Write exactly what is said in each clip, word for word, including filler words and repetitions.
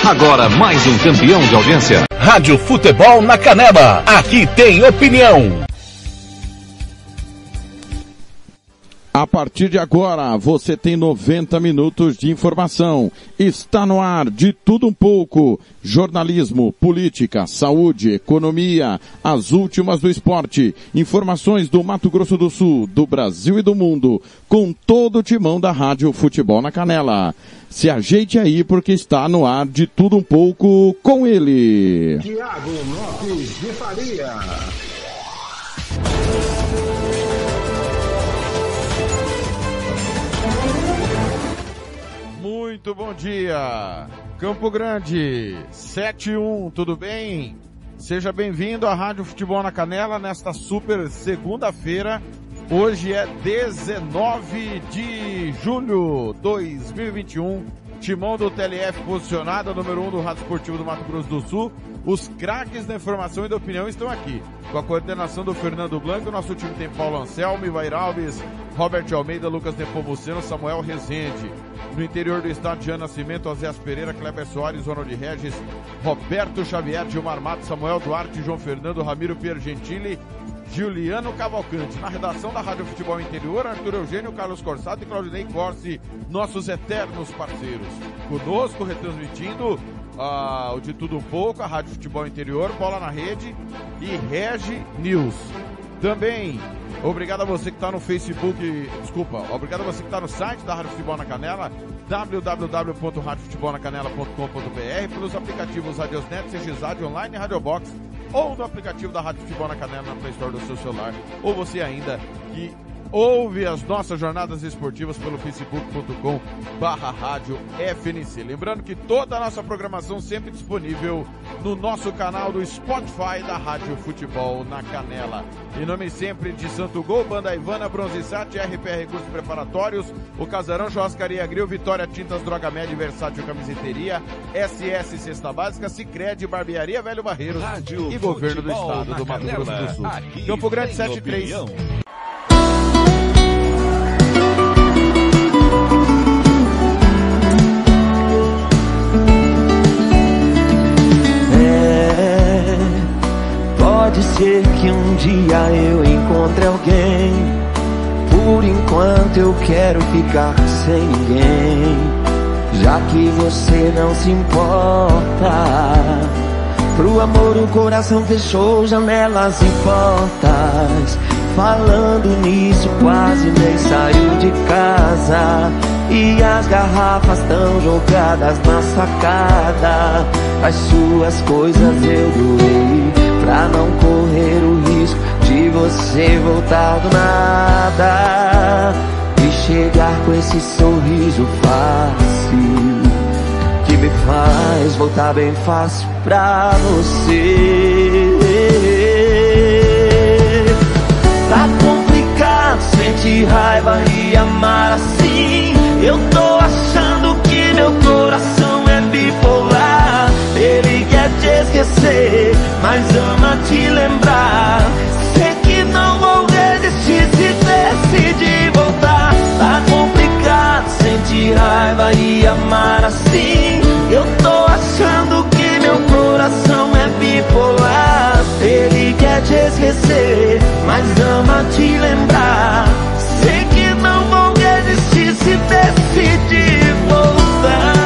Agora mais um campeão de audiência. Rádio Futebol na Canela. Aqui tem opinião. A partir de agora, você tem noventa minutos de informação. Está no ar de tudo um pouco. Jornalismo, política, saúde, economia, as últimas do esporte. Informações do Mato Grosso do Sul, do Brasil e do mundo. Com todo o timão da Rádio Futebol na Canela. Se ajeite aí porque está no ar de tudo um pouco com ele. Tiago Lopes de Faria. Muito bom dia, Campo Grande, sete e um, tudo bem? Seja bem-vindo à Rádio Futebol na Canela nesta super segunda-feira. Hoje é dezenove de julho de dois mil e vinte e um. Timão do T L F posicionado, número um do Rádio Esportivo do Mato Grosso do Sul. Os craques da informação e da opinião estão aqui. Com a coordenação do Fernando Blanco, nosso time tem Paulo Anselmo, Ivair Alves, Robert Almeida, Lucas Nepomuceno, Samuel Rezende. No interior do estado, Jean Nascimento, Oséias Pereira, Kleber Soares, Ronald Regis, Roberto Xavier, Gilmar Matos, Samuel Duarte, João Fernando, Ramiro Piergentili, Juliano Cavalcante. Na redação da Rádio Futebol Interior, Arthur Eugênio, Carlos Corsato e Claudinei Corsi, nossos eternos parceiros. Conosco, retransmitindo ah, o De Tudo Um Pouco, a Rádio Futebol Interior, Bola na Rede e Regi News. Também, obrigado a você que está no Facebook, desculpa, obrigado a você que está no site da Rádio Futebol na Canela, w w w ponto rádio futebol na canela ponto com ponto b r, pelos aplicativos Radiosnet, C X A D Online e Radiobox, ou no aplicativo da Rádio Futebol na Canela na Play Store do seu celular, ou você ainda que ouve as nossas jornadas esportivas pelo facebook ponto com barra rádio F N C. Lembrando que toda a nossa programação sempre disponível no nosso canal do Spotify da Rádio Futebol na Canela. Em nome sempre de Santo Gol, Banda Ivana, Bronze Sat, R P R Recursos Preparatórios, o Casarão Churrascaria Grill, Vitória Tintas, Droga Média, Versátil Camiseteria, S S Cesta Básica, Sicredi, Barbearia Velho Barreiros Rádio e Governo do Estado do Mato Grosso do Sul. Campo Grande sete três. Pode ser que um dia eu encontre alguém. Por enquanto eu quero ficar sem ninguém, já que você não se importa. Pro amor o coração fechou janelas e portas. Falando nisso quase nem saiu de casa, e as garrafas tão jogadas na sacada. As suas coisas eu doei pra não correr o risco de você voltar do nada e chegar com esse sorriso fácil que me faz voltar bem fácil pra você. Tá complicado sentir raiva e amar assim. Eu tô achando que meu coração é bipolar. Ele quer te esquecer, mas ama te lembrar. Sei que não vou desistir se decidir voltar. Tá complicado sentir raiva e amar assim. Eu tô achando que meu coração é bipolar. Ele quer te esquecer, mas ama te lembrar. Sei que não vou desistir se decidir voltar.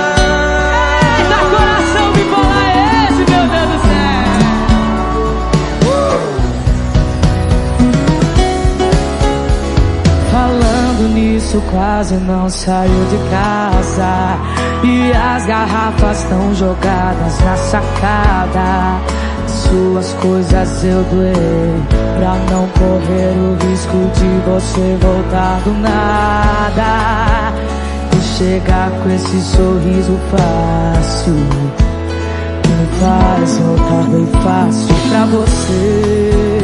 Nisso quase não saiu de casa, e as garrafas estão jogadas na sacada. Suas coisas eu doei pra não correr o risco de você voltar do nada e chegar com esse sorriso fácil que me faz voltar bem fácil pra você.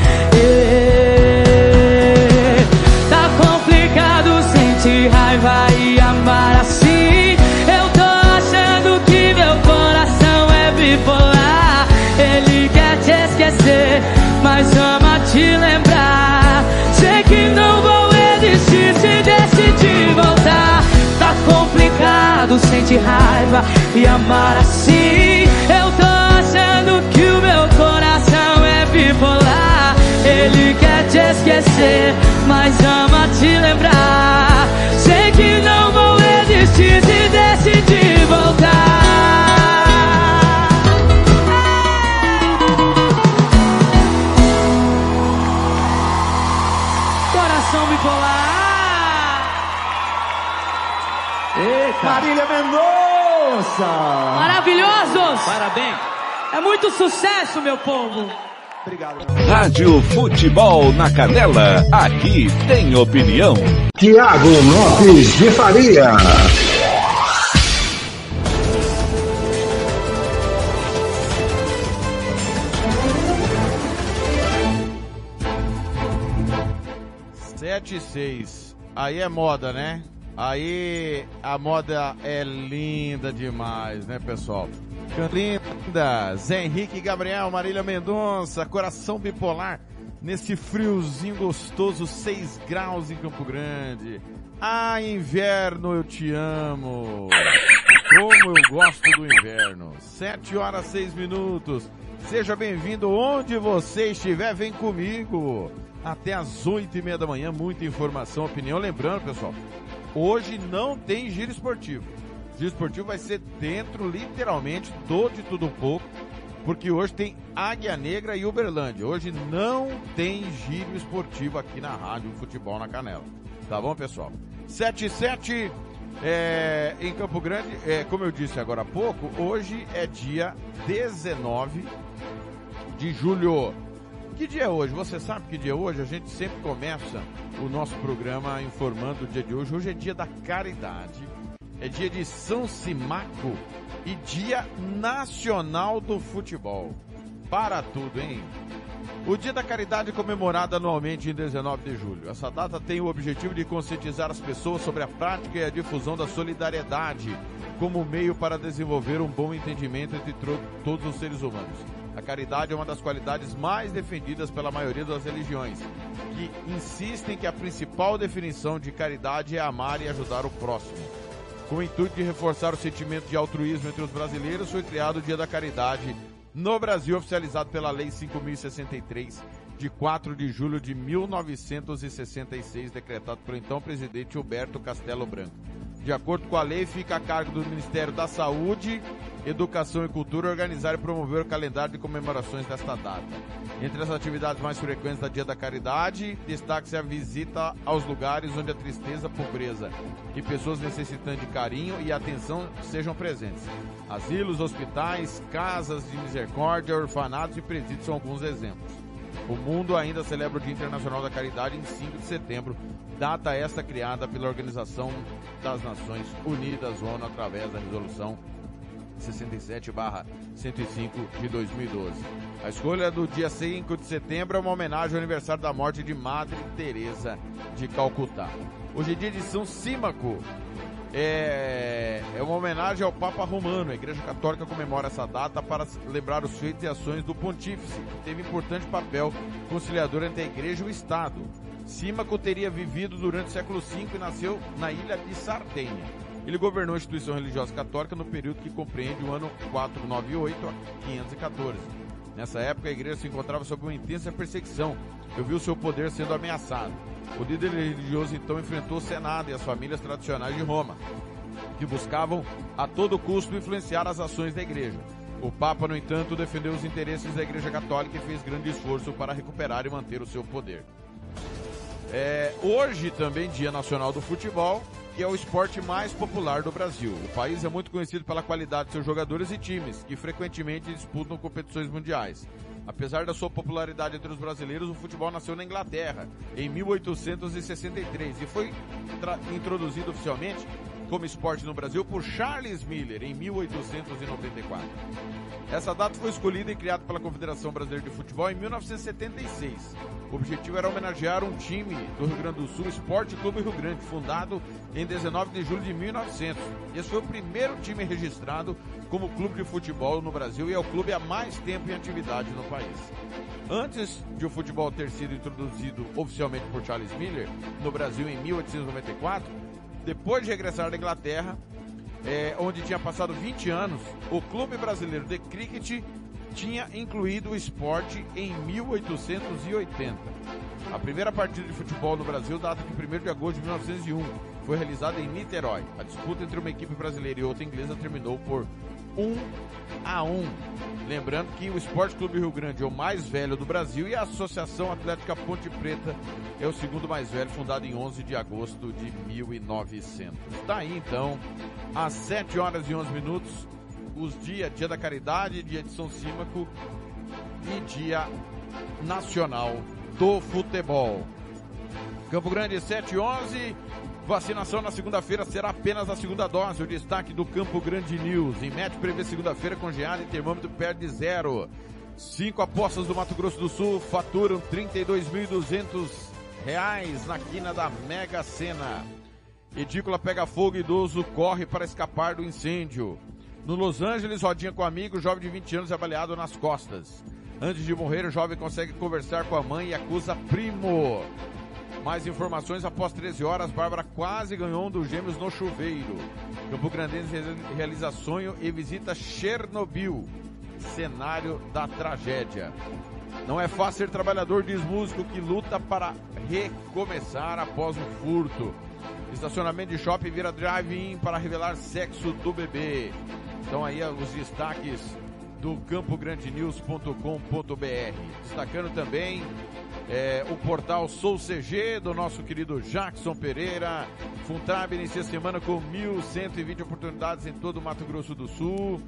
Sentir raiva e amar assim. Eu tô achando que meu coração é bipolar. Ele quer te esquecer, mas ama te lembrar. Sei que não vou desistir se decidir voltar. Tá complicado sentir raiva e amar assim. Eu tô achando que o meu coração é bipolar. Ele quer te esquecer, mas ama te lembrar. Sei que não vou resistir se decidir voltar. Coração bipolar. Eita. Marília Mendonça. Maravilhosos. Parabéns. É muito sucesso, meu povo. Obrigado. Rádio Futebol na Canela, aqui tem opinião. Tiago Lopes de Faria. sete e seis. Aí é moda, né? Aí a moda é linda demais, né, pessoal? Linda, Zé Henrique, Gabriel, Marília Mendonça, coração bipolar, nesse friozinho gostoso, seis graus em Campo Grande. Ah, inverno, eu te amo. Como eu gosto do inverno. Sete horas, seis minutos. Seja bem-vindo onde você estiver, vem comigo. Até às oito e meia da manhã, muita informação, opinião. Lembrando, pessoal, hoje não tem giro esportivo. Giro esportivo vai ser dentro, literalmente, do de tudo um pouco, porque hoje tem Águia Negra e Uberlândia. Hoje não tem giro esportivo aqui na Rádio Futebol na Canela. Tá bom, pessoal? sete e sete, é, em Campo Grande, é, como eu disse agora há pouco, hoje é dia dezenove de julho. Que dia é hoje? Você sabe que dia é hoje? A gente sempre começa o nosso programa informando o dia de hoje. Hoje é dia da caridade. É dia de São Simaco e dia nacional do futebol. Para tudo, hein? O dia da caridade é comemorado anualmente em dezenove de julho. Essa data tem o objetivo de conscientizar as pessoas sobre a prática e a difusão da solidariedade como meio para desenvolver um bom entendimento entre todos os seres humanos. A caridade é uma das qualidades mais defendidas pela maioria das religiões, que insistem que a principal definição de caridade é amar e ajudar o próximo. Com o intuito de reforçar o sentimento de altruísmo entre os brasileiros, foi criado o Dia da Caridade no Brasil, oficializado pela Lei cinco mil e sessenta e três, de quatro de julho de mil novecentos e sessenta e seis, decretado pelo então presidente Huberto Castelo Branco. De acordo com a lei, fica a cargo do Ministério da Saúde, Educação e Cultura organizar e promover o calendário de comemorações desta data. Entre as atividades mais frequentes da Dia da Caridade, destaca-se a visita aos lugares onde a tristeza, pobreza e pessoas necessitando de carinho e atenção sejam presentes. Asilos, hospitais, casas de misericórdia, orfanatos e presídios são alguns exemplos. O mundo ainda celebra o Dia Internacional da Caridade em cinco de setembro, data esta criada pela Organização das Nações Unidas, ONU, através da Resolução sessenta e sete barra cento e cinco de dois mil e doze. A escolha do dia cinco de setembro é uma homenagem ao aniversário da morte de Madre Teresa de Calcutá. Hoje é dia de São Símaco. É, é uma homenagem ao Papa Romano. A Igreja Católica comemora essa data para lembrar os feitos e ações do Pontífice, que teve importante papel conciliador entre a Igreja e o Estado. Símaco teria vivido durante o século cinco e nasceu na ilha de Sardenha. Ele governou a instituição religiosa católica no período que compreende o ano quatrocentos e noventa e oito a quinhentos e quatorze. Nessa época, a igreja se encontrava sob uma intensa perseguição e viu seu poder sendo ameaçado. O líder religioso então enfrentou o Senado e as famílias tradicionais de Roma, que buscavam a todo custo influenciar as ações da igreja. O Papa, no entanto, defendeu os interesses da Igreja Católica e fez grande esforço para recuperar e manter o seu poder. É, hoje também Dia Nacional do Futebol, que é o esporte mais popular do Brasil. O país é muito conhecido pela qualidade de seus jogadores e times, que frequentemente disputam competições mundiais. Apesar da sua popularidade entre os brasileiros, o futebol nasceu na Inglaterra, em mil oitocentos e sessenta e três, e foi introduzido oficialmente como esporte no Brasil por Charles Miller, em mil oitocentos e noventa e quatro. Essa data foi escolhida e criada pela Confederação Brasileira de Futebol em mil novecentos e setenta e seis. O objetivo era homenagear um time do Rio Grande do Sul, Esporte Clube Rio Grande, fundado em dezenove de julho de mil e novecentos. Esse foi o primeiro time registrado como clube de futebol no Brasil e é o clube há mais tempo em atividade no país. Antes de o futebol ter sido introduzido oficialmente por Charles Miller no Brasil em mil oitocentos e noventa e quatro, depois de regressar da Inglaterra, é, onde tinha passado vinte anos, o Clube Brasileiro de Cricket tinha incluído o esporte em mil oitocentos e oitenta. A primeira partida de futebol no Brasil data de primeiro de agosto de mil novecentos e um. Foi realizada em Niterói. A disputa entre uma equipe brasileira e outra inglesa terminou por um a um. Lembrando que o Esporte Clube Rio Grande é o mais velho do Brasil e a Associação Atlética Ponte Preta é o segundo mais velho, fundado em onze de agosto de mil e novecentos. Tá aí então, às sete horas e onze minutos, os dias, dia da caridade, dia de São Símaco e dia nacional do futebol. Campo Grande, sete e onze. Vacinação na segunda-feira será apenas a segunda dose. O destaque do Campo Grande News. Inmet prevê segunda-feira com geada e termômetro perto de zero. Cinco apostas do Mato Grosso do Sul faturam trinta e dois mil e duzentos reais na quina da Mega Sena. Edícula pega fogo e idoso corre para escapar do incêndio. No Los Angeles, rodinha com amigo, jovem de vinte anos é baleado nas costas. Antes de morrer, o jovem consegue conversar com a mãe e acusa primo. Mais informações após treze horas, Bárbara quase ganhou um dos gêmeos no chuveiro. Campo Grandense realiza sonho e visita Chernobyl, cenário da tragédia. Não é fácil ser trabalhador, diz músico que luta para recomeçar após um furto. Estacionamento de shopping vira drive-in para revelar sexo do bebê. Então aí os destaques do campo grande news ponto com ponto b r. Destacando também É, o portal Sou C G, do nosso querido Jackson Pereira. Funtrab inicia a semana com mil cento e vinte oportunidades em todo o Mato Grosso do Sul.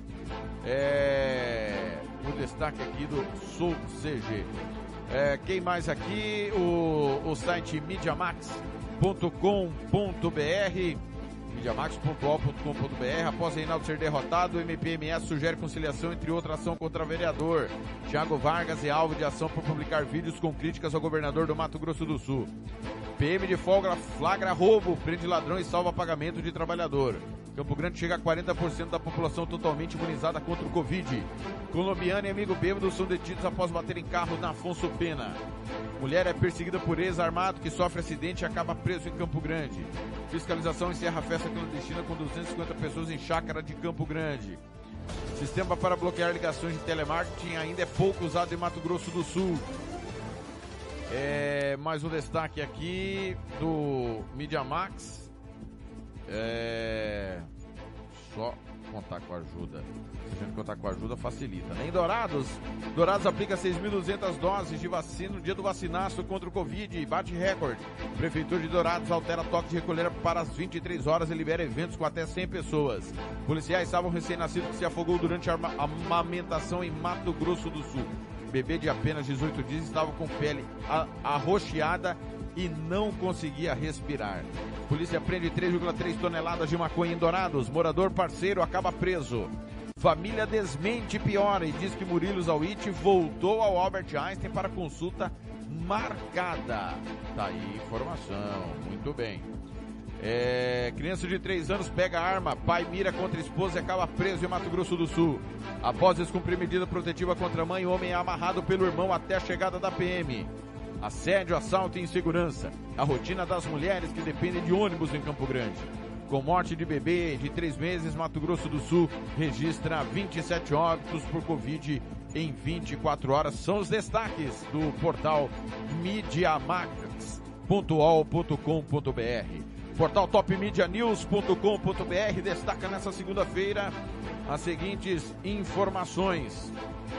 É, o destaque aqui do Sou C G. É, quem mais aqui? O, o site mediamax ponto com ponto b r. mediamax ponto u o l ponto com ponto b r. Após Reinaldo ser derrotado, o M P M S sugere conciliação entre outra ação contra vereador. Tiago Vargas é alvo de ação por publicar vídeos com críticas ao governador do Mato Grosso do Sul. P M de folga flagra roubo, prende ladrão e salva pagamento de trabalhador. Campo Grande chega a quarenta por cento da população totalmente imunizada contra o Covid. Colombiano e amigo bêbado são detidos após baterem carro na Afonso Pena. Mulher é perseguida por ex-armado que sofre acidente e acaba preso em Campo Grande. Fiscalização encerra a festa clandestina com duzentas e cinquenta pessoas em chácara de Campo Grande. Sistema para bloquear ligações de telemarketing ainda é pouco usado em Mato Grosso do Sul. É, mais um destaque aqui do MediaMax. É, só contar com a ajuda. Se a gente contar com a ajuda, facilita, né? Em Dourados, Dourados aplica seis mil e duzentas doses de vacina no dia do vacinaço contra o Covid, bate recorde. Prefeitura de Dourados altera toque de recolher para as vinte e três horas e libera eventos com até cem pessoas. Policiais salvam um recém-nascido que se afogou durante a amamentação em Mato Grosso do Sul. Bebê de apenas dezoito dias estava com pele arroxeada e não conseguia respirar. Polícia prende três vírgula três toneladas de maconha em Dourados. Morador parceiro acaba preso. Família desmente e piora e diz que Murilo Zawitch voltou ao Albert Einstein para consulta marcada. Tá aí informação, muito bem. É, criança de três anos pega arma, pai mira contra a esposa e acaba preso em Mato Grosso do Sul. Após descumprir medida protetiva contra a mãe, o homem é amarrado pelo irmão até a chegada da P M. Assédio, assalto e insegurança. A rotina das mulheres que dependem de ônibus em Campo Grande. Com morte de bebê de três meses, Mato Grosso do Sul registra vinte e sete óbitos por Covid em vinte e quatro horas. São os destaques do portal mediamax ponto u o l ponto com ponto b r. Portal top media news ponto com ponto b r destaca nessa segunda-feira as seguintes informações.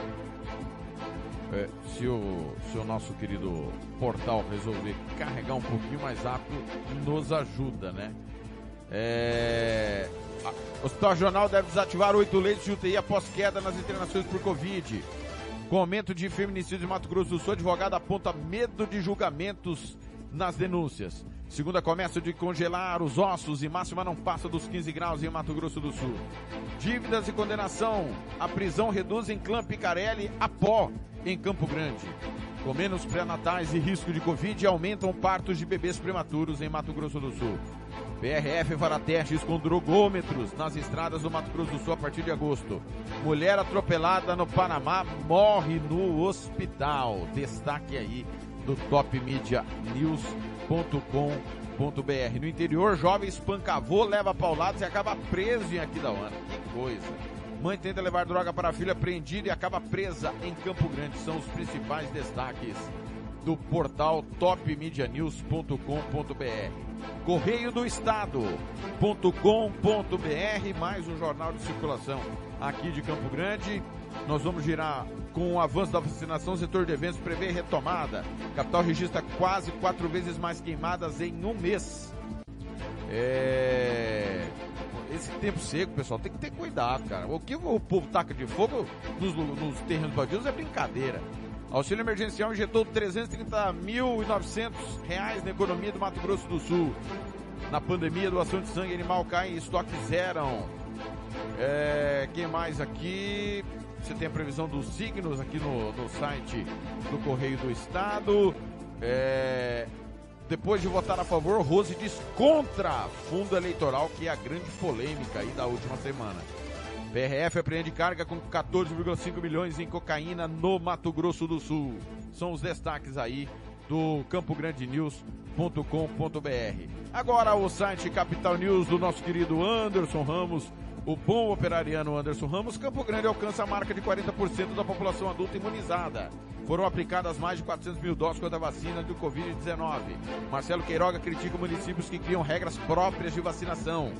É, se, o, se o nosso querido portal resolver carregar um pouquinho mais rápido, nos ajuda, né? É, a, o Hospital Regional deve desativar oito leitos de U T I após queda nas internações por Covid. Com aumento de feminicídio em Mato Grosso do Sul, advogado aponta medo de julgamentos nas denúncias. Segunda começa de congelar os ossos e máxima não passa dos quinze graus em Mato Grosso do Sul. Dívidas e condenação. A prisão reduz em Clã Picarelli a pó em Campo Grande. Com menos pré-natais e risco de Covid, aumentam partos de bebês prematuros em Mato Grosso do Sul. P R F fará testes com drogômetros nas estradas do Mato Grosso do Sul a partir de agosto. Mulher atropelada no Panamá morre no hospital. Destaque aí do top media news ponto com ponto b r. No interior, jovem espanca avô, leva pauladas e acaba preso em Aquidauana. Que coisa. Mãe tenta levar droga para a filha, prendida e acaba presa em Campo Grande. São os principais destaques do portal top media news ponto com ponto b r. Correio do Estado ponto com ponto b r, mais um jornal de circulação aqui de Campo Grande. Nós vamos girar com o avanço da vacinação, o setor de eventos prevê retomada. Capital registra quase quatro vezes mais queimadas em um mês. É... Esse tempo seco, pessoal, tem que ter cuidado, cara. O que o povo taca de fogo nos, nos terrenos badios é brincadeira. Auxílio emergencial injetou trezentos e trinta mil e novecentos reais na economia do Mato Grosso do Sul. Na pandemia, doação de sangue animal cai e estoques zeram. É, quem mais aqui? Você tem a previsão dos signos aqui no, no site do Correio do Estado. É, depois de votar a favor, Rose diz contra fundo eleitoral, que é a grande polêmica aí da última semana. P R F apreende carga com quatorze vírgula cinco milhões em cocaína no Mato Grosso do Sul. São os destaques aí do campo grande news ponto com ponto b r. Agora o site Capital News do nosso querido Anderson Ramos, o bom operariano Anderson Ramos. Campo Grande alcança a marca de quarenta por cento da população adulta imunizada. Foram aplicadas mais de quatrocentos mil doses contra a vacina do covid dezenove. Marcelo Queiroga critica municípios que criam regras próprias de vacinação.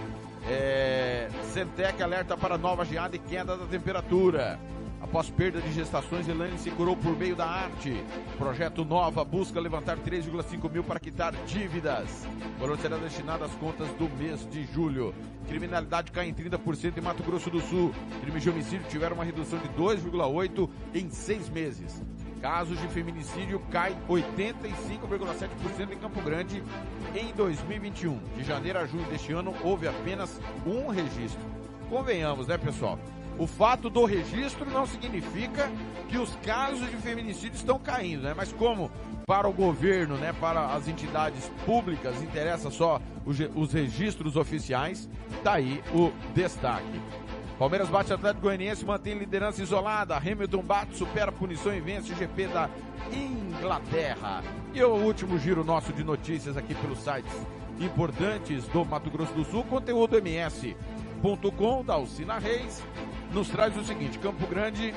É, Centec alerta para nova geada e queda da temperatura. Após perda de gestações, Elaine se curou por meio da arte. Projeto Nova busca levantar três vírgula cinco mil para quitar dívidas. O valor será destinado às contas do mês de julho. Criminalidade cai em trinta por cento em Mato Grosso do Sul. Crimes de homicídio tiveram uma redução de dois vírgula oito por cento em seis meses. Casos de feminicídio caem oitenta e cinco vírgula sete por cento em Campo Grande em dois mil e vinte e um. De janeiro a junho deste ano, houve apenas um registro. Convenhamos, né, pessoal? O fato do registro não significa que os casos de feminicídio estão caindo, né? Mas como para o governo, né, para as entidades públicas, interessa só os, os registros oficiais, tá aí o destaque. Palmeiras bate Atlético Goianiense, mantém liderança isolada. Hamilton bate, supera a punição e vence o G P da Inglaterra. E o último giro nosso de notícias aqui pelos sites importantes do Mato Grosso do Sul, conteúdo M S ponto com, da Alcina Reis, nos traz o seguinte: Campo Grande,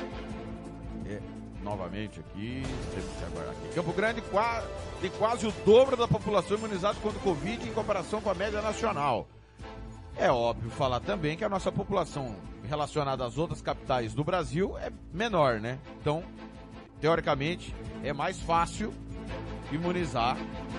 é, novamente aqui, temos que aguardar aqui. Campo Grande qua, tem quase o dobro da população imunizada contra o Covid em comparação com a média nacional. É óbvio falar também que a nossa população relacionada às outras capitais do Brasil é menor, né? Então, teoricamente, é mais fácil imunizar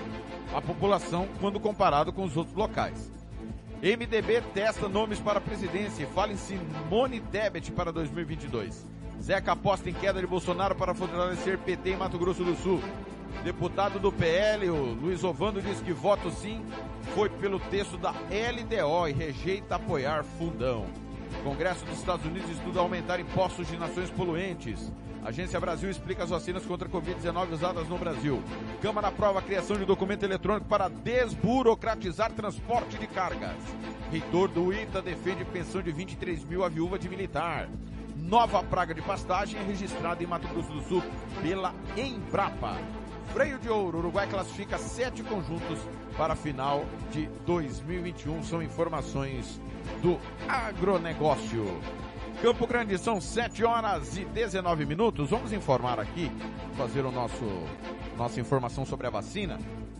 a população quando comparado com os outros locais. M D B testa nomes para a presidência e fala em Simone Tebet para dois mil e vinte e dois. Zeca aposta em queda de Bolsonaro para fortalecer P T em Mato Grosso do Sul. Deputado do P L, o Luiz Ovando, diz que voto sim foi pelo texto da L D O e rejeita apoiar fundão. Congresso dos Estados Unidos estuda aumentar impostos de nações poluentes. Agência Brasil explica as vacinas contra a covid dezenove usadas no Brasil. Câmara aprova a criação de documento eletrônico para desburocratizar transporte de cargas. Reitor do I T A defende pensão de vinte e três mil à viúva de militar. Nova praga de pastagem é registrada em Mato Grosso do Sul pela Embrapa. Freio de Ouro, Uruguai classifica sete conjuntos para a final de dois mil e vinte e um. São informações do agronegócio. Campo Grande, são sete horas e dezenove minutos. Vamos informar aqui, fazer o nosso, nossa informação sobre a vacina.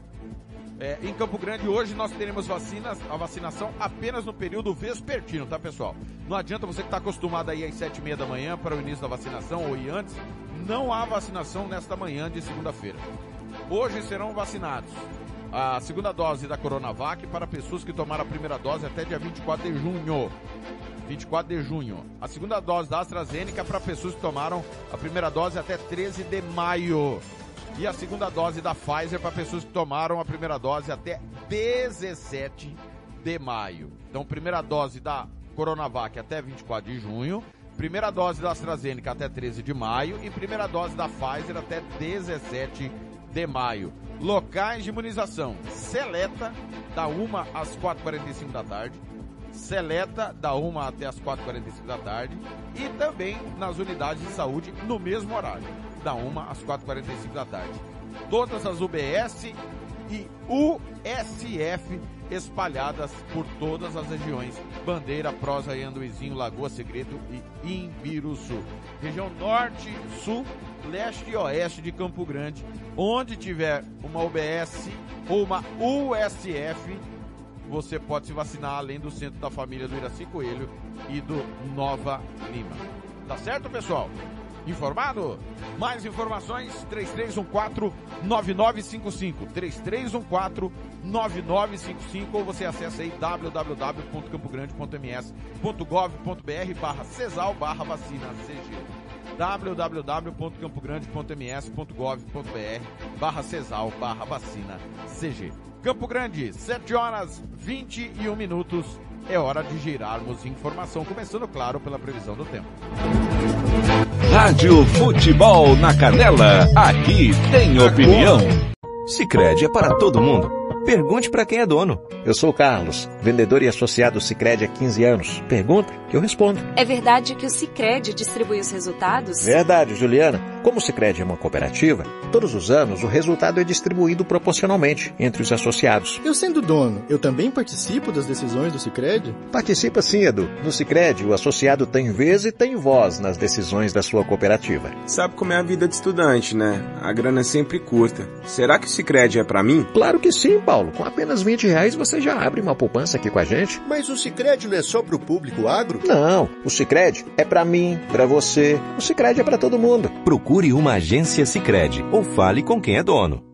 É, em Campo Grande hoje nós teremos vacinas, a vacinação apenas no período vespertino, tá, pessoal? Não adianta você que está acostumado aí às sete e meia da manhã para o início da vacinação ou ir antes. Não há vacinação nesta manhã de segunda-feira. Hoje serão vacinados a segunda dose da Coronavac para pessoas que tomaram a primeira dose até dia vinte e quatro de junho. vinte e quatro de junho. A segunda dose da AstraZeneca para pessoas que tomaram a primeira dose até treze de maio. E a segunda dose da Pfizer para pessoas que tomaram a primeira dose até dezessete de maio. Então, primeira dose da Coronavac até vinte e quatro de junho. Primeira dose da AstraZeneca até treze de maio e primeira dose da Pfizer até dezessete de maio. Locais de imunização: Seleta, da uma às quatro e quarenta e cinco da tarde. Seleta, da uma até às quatro e quarenta e cinco da tarde. E também nas unidades de saúde no mesmo horário, da uma às quatro e quarenta e cinco da tarde. Todas as U B S e U S F espalhadas por todas as regiões: Bandeira, Prosa, Anduizinho, Lagoa Segredo e Imbiruçu. Região norte, sul, leste e oeste de Campo Grande. Onde tiver uma U B S ou uma U S F, você pode se vacinar, além do Centro da Família do Iraci Coelho e do Nova Lima. Tá certo, pessoal? Informado? Mais informações, três três um quatro, nove nove cinco cinco, três três um quatro, nove nove cinco cinco, ou você acessa aí w w w ponto campo grande ponto m s ponto gov ponto b r barra cesal barra vacina C G. w w w ponto campo grande ponto m s ponto gov ponto b r barra cesal barra vacina C G. Campo Grande, sete horas e vinte e um minutos. É hora de girarmos informação, começando, claro, pela previsão do tempo. Rádio Futebol na Canela, aqui tem opinião. Sicredi é para todo mundo. Pergunte para quem é dono. Eu sou o Carlos, vendedor e associado Sicredi há quinze anos. Pergunta que eu respondo. É verdade que o Sicredi distribui os resultados? Verdade, Juliana. Como o Sicredi é uma cooperativa, todos os anos o resultado é distribuído proporcionalmente entre os associados. Eu sendo dono, eu também participo das decisões do Sicredi? Participa sim, Edu. No Sicredi, o associado tem vez e tem voz nas decisões da sua cooperativa. Sabe como é a vida de estudante, né? A grana é sempre curta. Será que o Sicredi é pra mim? Claro que sim, Paulo. Com apenas vinte reais você já abre uma poupança aqui com a gente. Mas o Sicredi não é só pro público agro? Não, o Sicredi é pra mim, pra você. O Sicredi é pra todo mundo. Procure uma agência Sicredi ou fale com quem é dono.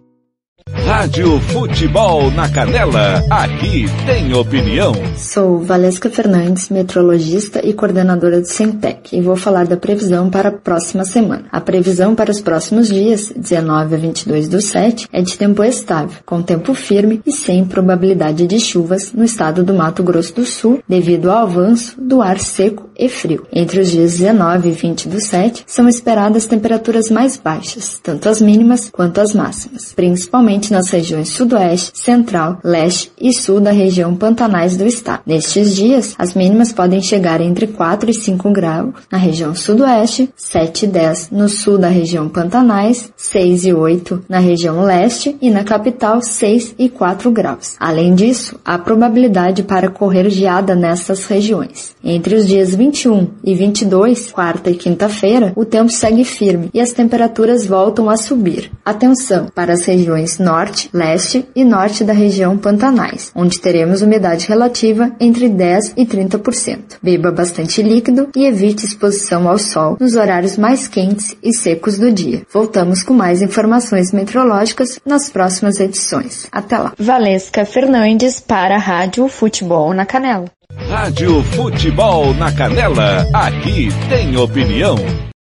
Rádio Futebol na Canela, aqui tem opinião. Sou Valesca Fernandes, meteorologista e coordenadora do Centec, e vou falar da previsão para a próxima semana. A previsão para os próximos dias, dezenove a vinte e dois do sete, é de tempo estável, com tempo firme e sem probabilidade de chuvas no estado do Mato Grosso do Sul, devido ao avanço do ar seco e frio. Entre os dias dezenove e vinte do sete, são esperadas temperaturas mais baixas, tanto as mínimas quanto as máximas, principalmente nas regiões sudoeste, central, leste e sul da região pantanais do estado. Nestes dias, as mínimas podem chegar entre quatro e cinco graus na região sudoeste, sete e dez no sul da região pantanais, seis e oito na região leste e na capital seis e quatro graus. Além disso, há probabilidade para correr geada nessas regiões. Entre os dias vinte e um e vinte e dois, quarta e quinta-feira, o tempo segue firme e as temperaturas voltam a subir. Atenção para as regiões norte, leste e norte da região pantanais, onde teremos umidade relativa entre dez e trinta por cento. Beba bastante líquido e evite exposição ao sol nos horários mais quentes e secos do dia. Voltamos com mais informações meteorológicas nas próximas edições. Até lá. Valesca Fernandes para a Rádio Futebol na Canela. Rádio Futebol na Canela, aqui tem opinião.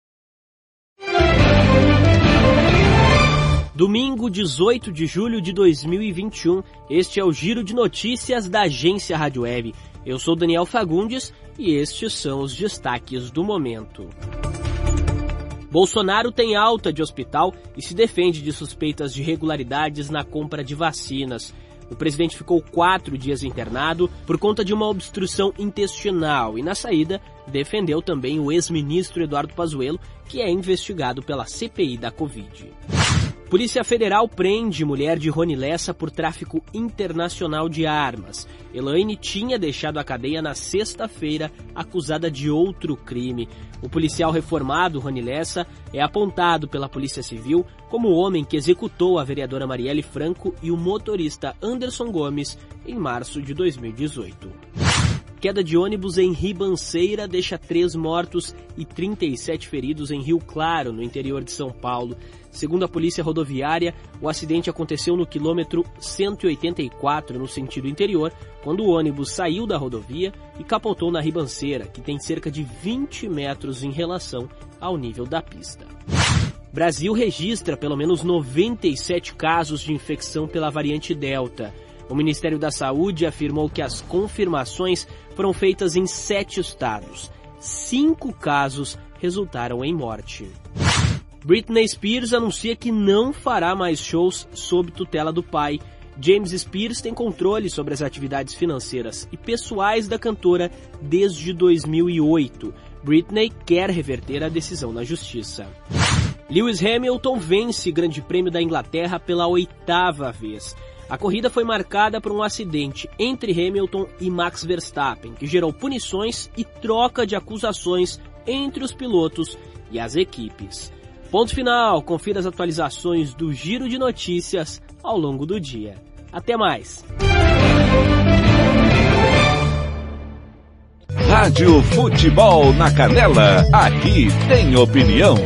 Domingo, dezoito de julho de dois mil e vinte e um, este é o Giro de Notícias da Agência Rádio Web. Eu sou Daniel Fagundes e estes são os destaques do momento. Bolsonaro tem alta de hospital e se defende de suspeitas de irregularidades na compra de vacinas. O presidente ficou quatro dias internado por conta de uma obstrução intestinal e, na saída, defendeu também o ex-ministro Eduardo Pazuello, que é investigado pela C P I da Covid. Polícia Federal prende mulher de Rony Lessa por tráfico internacional de armas. Elaine tinha deixado a cadeia na sexta-feira, acusada de outro crime. O policial reformado, Rony Lessa, é apontado pela Polícia Civil como o homem que executou a vereadora Marielle Franco e o motorista Anderson Gomes em março de dois mil e dezoito. Queda de ônibus em Ribanceira deixa três mortos e trinta e sete feridos em Rio Claro, no interior de São Paulo. Segundo a Polícia Rodoviária, o acidente aconteceu no quilômetro cento e oitenta e quatro, no sentido interior, quando o ônibus saiu da rodovia e capotou na Ribanceira, que tem cerca de vinte metros em relação ao nível da pista. Brasil registra pelo menos noventa e sete casos de infecção pela variante Delta. O Ministério da Saúde afirmou que as confirmações foram feitas em sete estados. Cinco casos resultaram em morte. Britney Spears anuncia que não fará mais shows sob tutela do pai. James Spears tem controle sobre as atividades financeiras e pessoais da cantora desde dois mil e oito. Britney quer reverter a decisão na justiça. Lewis Hamilton vence Grande Prêmio da Inglaterra pela oitava vez. A corrida foi marcada por um acidente entre Hamilton e Max Verstappen, que gerou punições e troca de acusações entre os pilotos e as equipes. Ponto final, confira as atualizações do Giro de Notícias ao longo do dia. Até mais! Rádio Futebol na Canela, aqui tem opinião.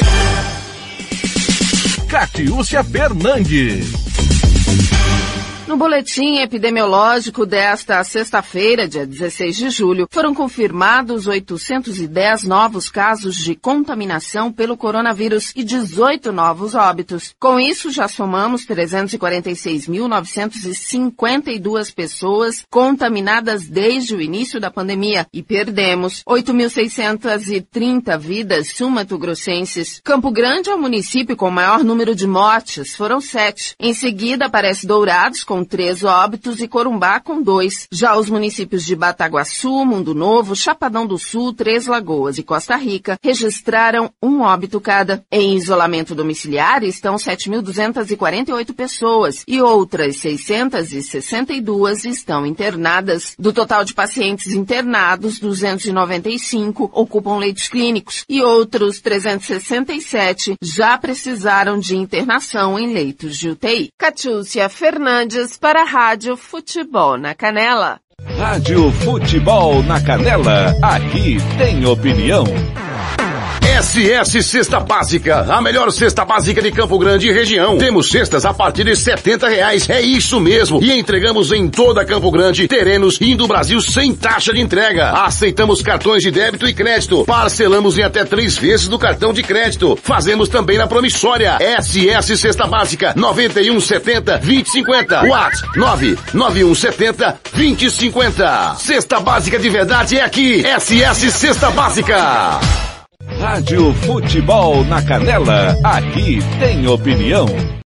Catiúcia Fernandes. No boletim epidemiológico desta sexta-feira, dia dezesseis de julho, foram confirmados oitocentos e dez novos casos de contaminação pelo coronavírus e dezoito novos óbitos. Com isso, já somamos trezentos e quarenta e seis mil novecentos e cinquenta e duas pessoas contaminadas desde o início da pandemia e perdemos oito mil seiscentos e trinta vidas sul-mato-grossenses. Campo Grande é o município com o maior número de mortes, foram sete. Em seguida, aparece Dourados, com com três óbitos e Corumbá com dois. Já os municípios de Bataguaçu, Mundo Novo, Chapadão do Sul, Três Lagoas e Costa Rica registraram um óbito cada. Em isolamento domiciliar estão sete mil duzentas e quarenta e oito pessoas e outras seiscentas e sessenta e duas estão internadas. Do total de pacientes internados, duzentos e noventa e cinco ocupam leitos clínicos e outros trezentos e sessenta e sete já precisaram de internação em leitos de U T I. Catiúcia Fernandes para a Rádio Futebol na Canela. Rádio Futebol na Canela, aqui tem opinião. S S Cesta Básica, a melhor cesta básica de Campo Grande e região. Temos cestas a partir de setenta reais, é isso mesmo. E entregamos em toda Campo Grande, terrenos e do Brasil sem taxa de entrega. Aceitamos cartões de débito e crédito. Parcelamos em até três vezes do cartão de crédito. Fazemos também na promissória. S S Cesta Básica, nove um sete zero, dois zero cinco zero. WhatsApp, nove nove um sete zero, dois zero cinco zero. Cesta Básica de verdade é aqui. S S Cesta Básica. Rádio Futebol na Canela, aqui tem opinião.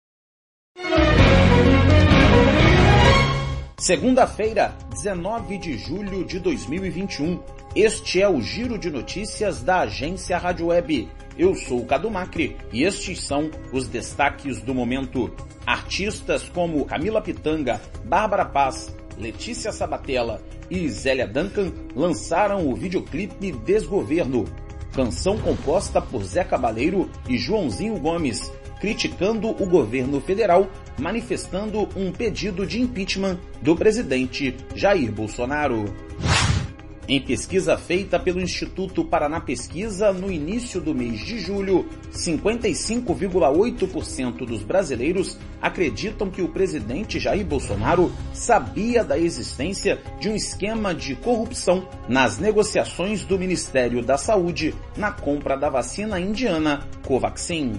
Segunda-feira, dezenove de julho de dois mil e vinte e um. Este é o Giro de Notícias da agência Rádio Web. Eu sou o Cadu Macri e estes são os destaques do momento. Artistas como Camila Pitanga, Bárbara Paz, Letícia Sabatella e Zélia Duncan lançaram o videoclipe Desgoverno. Canção composta por Zé Cabaleiro e Joãozinho Gomes, criticando o governo federal, manifestando um pedido de impeachment do presidente Jair Bolsonaro. Em pesquisa feita pelo Instituto Paraná Pesquisa, no início do mês de julho, cinquenta e cinco vírgula oito por cento dos brasileiros acreditam que o presidente Jair Bolsonaro sabia da existência de um esquema de corrupção nas negociações do Ministério da Saúde na compra da vacina indiana Covaxin.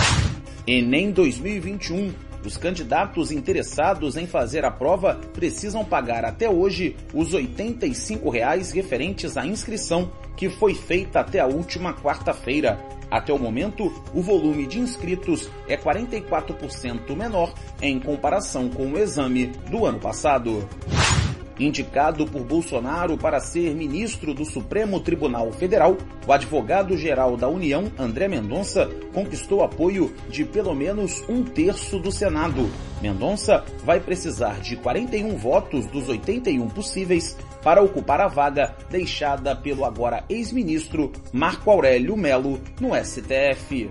Enem dois mil e vinte e um. Os candidatos interessados em fazer a prova precisam pagar até hoje os oitenta e cinco reais referentes à inscrição que foi feita até a última quarta-feira. Até o momento, o volume de inscritos é quarenta e quatro por cento menor em comparação com o exame do ano passado. Indicado por Bolsonaro para ser ministro do Supremo Tribunal Federal, o advogado-geral da União, André Mendonça, conquistou apoio de pelo menos um terço do Senado. Mendonça vai precisar de quarenta e um votos dos oitenta e um possíveis para ocupar a vaga deixada pelo agora ex-ministro Marco Aurélio Melo no S T F.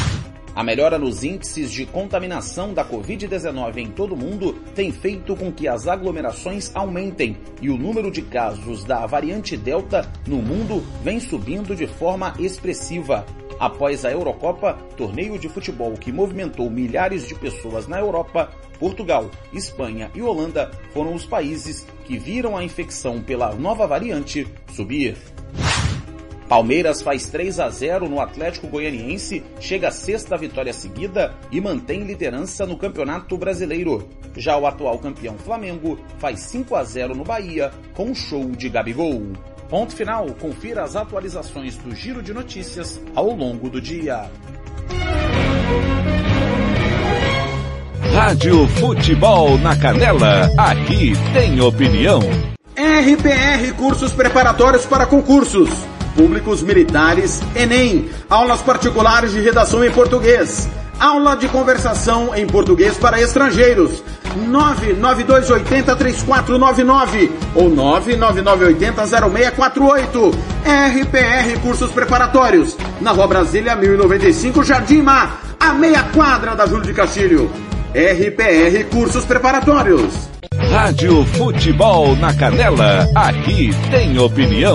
A melhora nos índices de contaminação da covid dezenove em todo o mundo tem feito com que as aglomerações aumentem e o número de casos da variante Delta no mundo vem subindo de forma expressiva. Após a Eurocopa, torneio de futebol que movimentou milhares de pessoas na Europa, Portugal, Espanha e Holanda foram os países que viram a infecção pela nova variante subir. Palmeiras faz três a zero no Atlético Goianiense, chega à sexta vitória seguida e mantém liderança no Campeonato Brasileiro. Já o atual campeão Flamengo faz cinco a zero no Bahia com um show de Gabigol. Ponto final, confira as atualizações do Giro de Notícias ao longo do dia. Rádio Futebol na Canela, aqui tem opinião. R P R Cursos Preparatórios para Concursos Públicos Militares, Enem, aulas particulares de redação em português, aula de conversação em português para estrangeiros, nove nove dois oito zero três quatro nove nove ou nove nove nove oito zero zero seis quatro oito. R P R Cursos Preparatórios, na Rua Brasília mil e noventa e cinco, Jardim Mar, a meia quadra da Júlio de Castilho. R P R Cursos Preparatórios. Rádio Futebol na Canela, aqui tem opinião.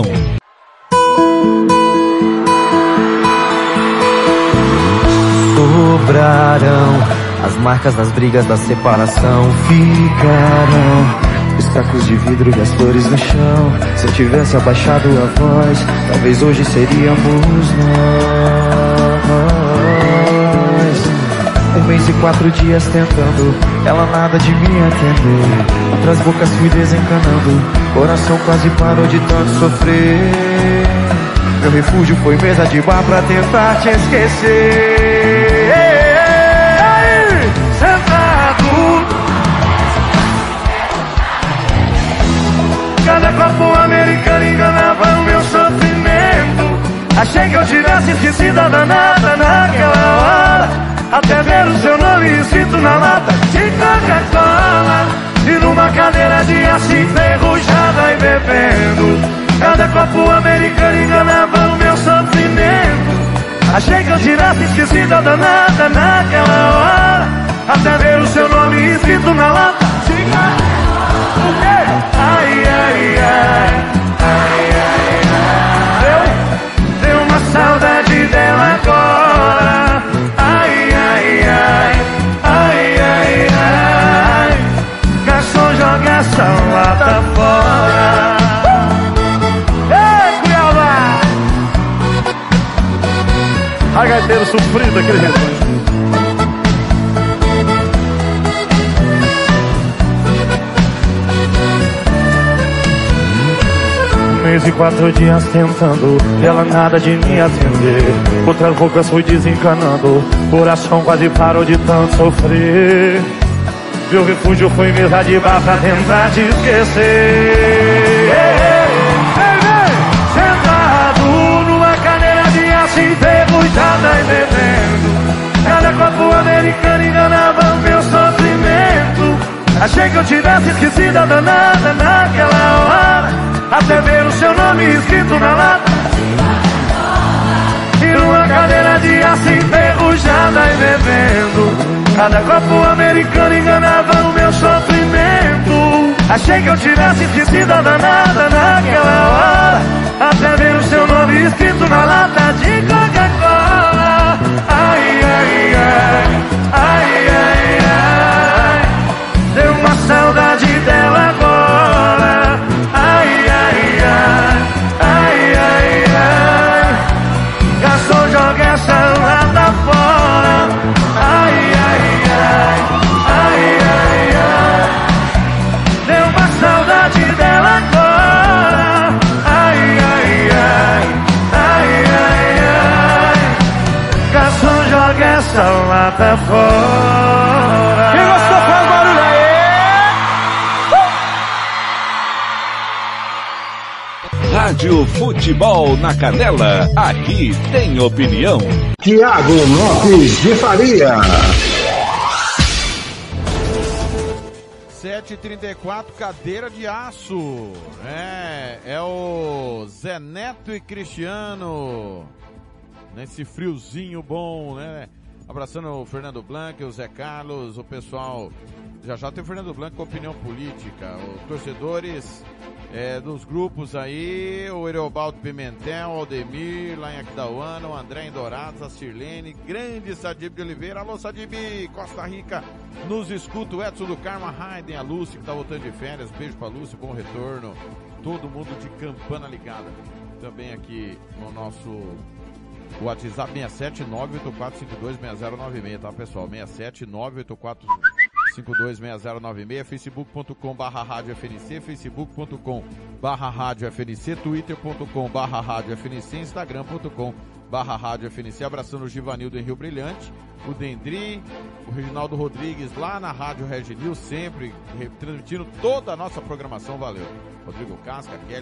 Sobrarão as marcas das brigas da separação, ficarão os cacos de vidro e as flores no chão. Se eu tivesse abaixado a voz, talvez hoje seríamos nós. Um mês e quatro dias tentando, ela nada de me atender. Outras bocas fui desencanando, coração quase parou de tanto sofrer. Meu refúgio foi mesa de bar pra tentar te esquecer. Aí, sentado, cada copo americano enganava o meu sofrimento. Achei que eu tivesse esquecido a danada naquela hora, até ver o seu nome escrito na lata de Coca-Cola. E numa cadeira de aço enferrujada e bebendo, cada copo americano enganava o meu sofrimento. Achei que eu tivesse esquecido a danada naquela hora, até ver o seu nome escrito na lata de Coca-Cola. O quê? Ai, ai, ai, ai, ai, ai. Deu, deu uma saudade dela agora. Ai, ai, ai, ai, ai, ai. Garçom, joga essa lata fora. Ei, Cuiabá! A gaiteiro sofrido, aquele refrão. Mês e quatro dias tentando, ela nada de me atender. Outras bocas fui desencanando, coração quase parou de tanto sofrer. Meu refúgio foi mesa de bar pra tentar te esquecer. Sentado numa cadeira de aço enferrujada e bebendo, cada copo americano enganava o meu sofrimento. Achei que eu tivesse esquecido a danada naquela hora, até ver o seu nome escrito na lata. E numa cadeira de aço enferrujada e bebendo, cada copo americano enganava o meu sofrimento. Achei que eu tivesse esquecido a danada naquela hora, até ver o seu nome escrito na lata de Coca-Cola. Ai, ai, ai, ai, ai, ai. Deu uma saudade dela agora. Ai, ai, ai, ai, ai, ai. Garçom, joga essa lata fora. Ai, ai, ai, ai, ai, ai. Deu uma saudade dela agora. Ai, ai, ai, ai, ai, ai. Garçom, joga essa lata fora. Quem gostou faz barulho aí. Rádio Futebol na Canela, aqui tem opinião. Tiago Lopes de Faria. sete e trinta e quatro, cadeira de aço. É, é o Zé Neto e Cristiano. Nesse friozinho bom, né? Abraçando o Fernando Blanc, o Zé Carlos, o pessoal. Já já tem o Fernando Blanc com opinião política. Os torcedores é, dos grupos aí, o Ereobaldo Pimentel, o Aldemir, lá em Aquidauana, o André em Dourados, a Sirlene, grande Sadib de Oliveira. Alô, Sadib, Costa Rica, nos escuta o Edson do Carmo, a Hayden, a Lúcia, que tá voltando de férias. Beijo pra Lúcia, bom retorno. Todo mundo de campana ligada. Também aqui no nosso WhatsApp seis sete nove oito quatro cinco dois seis zero nove seis, tá, pessoal? seis sete nove oito quatro cinco dois seis zero nove seis, facebook ponto com barra rádio F N C, facebook ponto com barra rádio F N C, twitter ponto com barra rádio F N C, instagram ponto com barra rádio F N C. Abraçando o Givanildo em Rio Brilhante, o Dendri, o Reginaldo Rodrigues lá na Rádio Reginil, sempre transmitindo toda a nossa programação. Valeu. Rodrigo Casca, Kelly,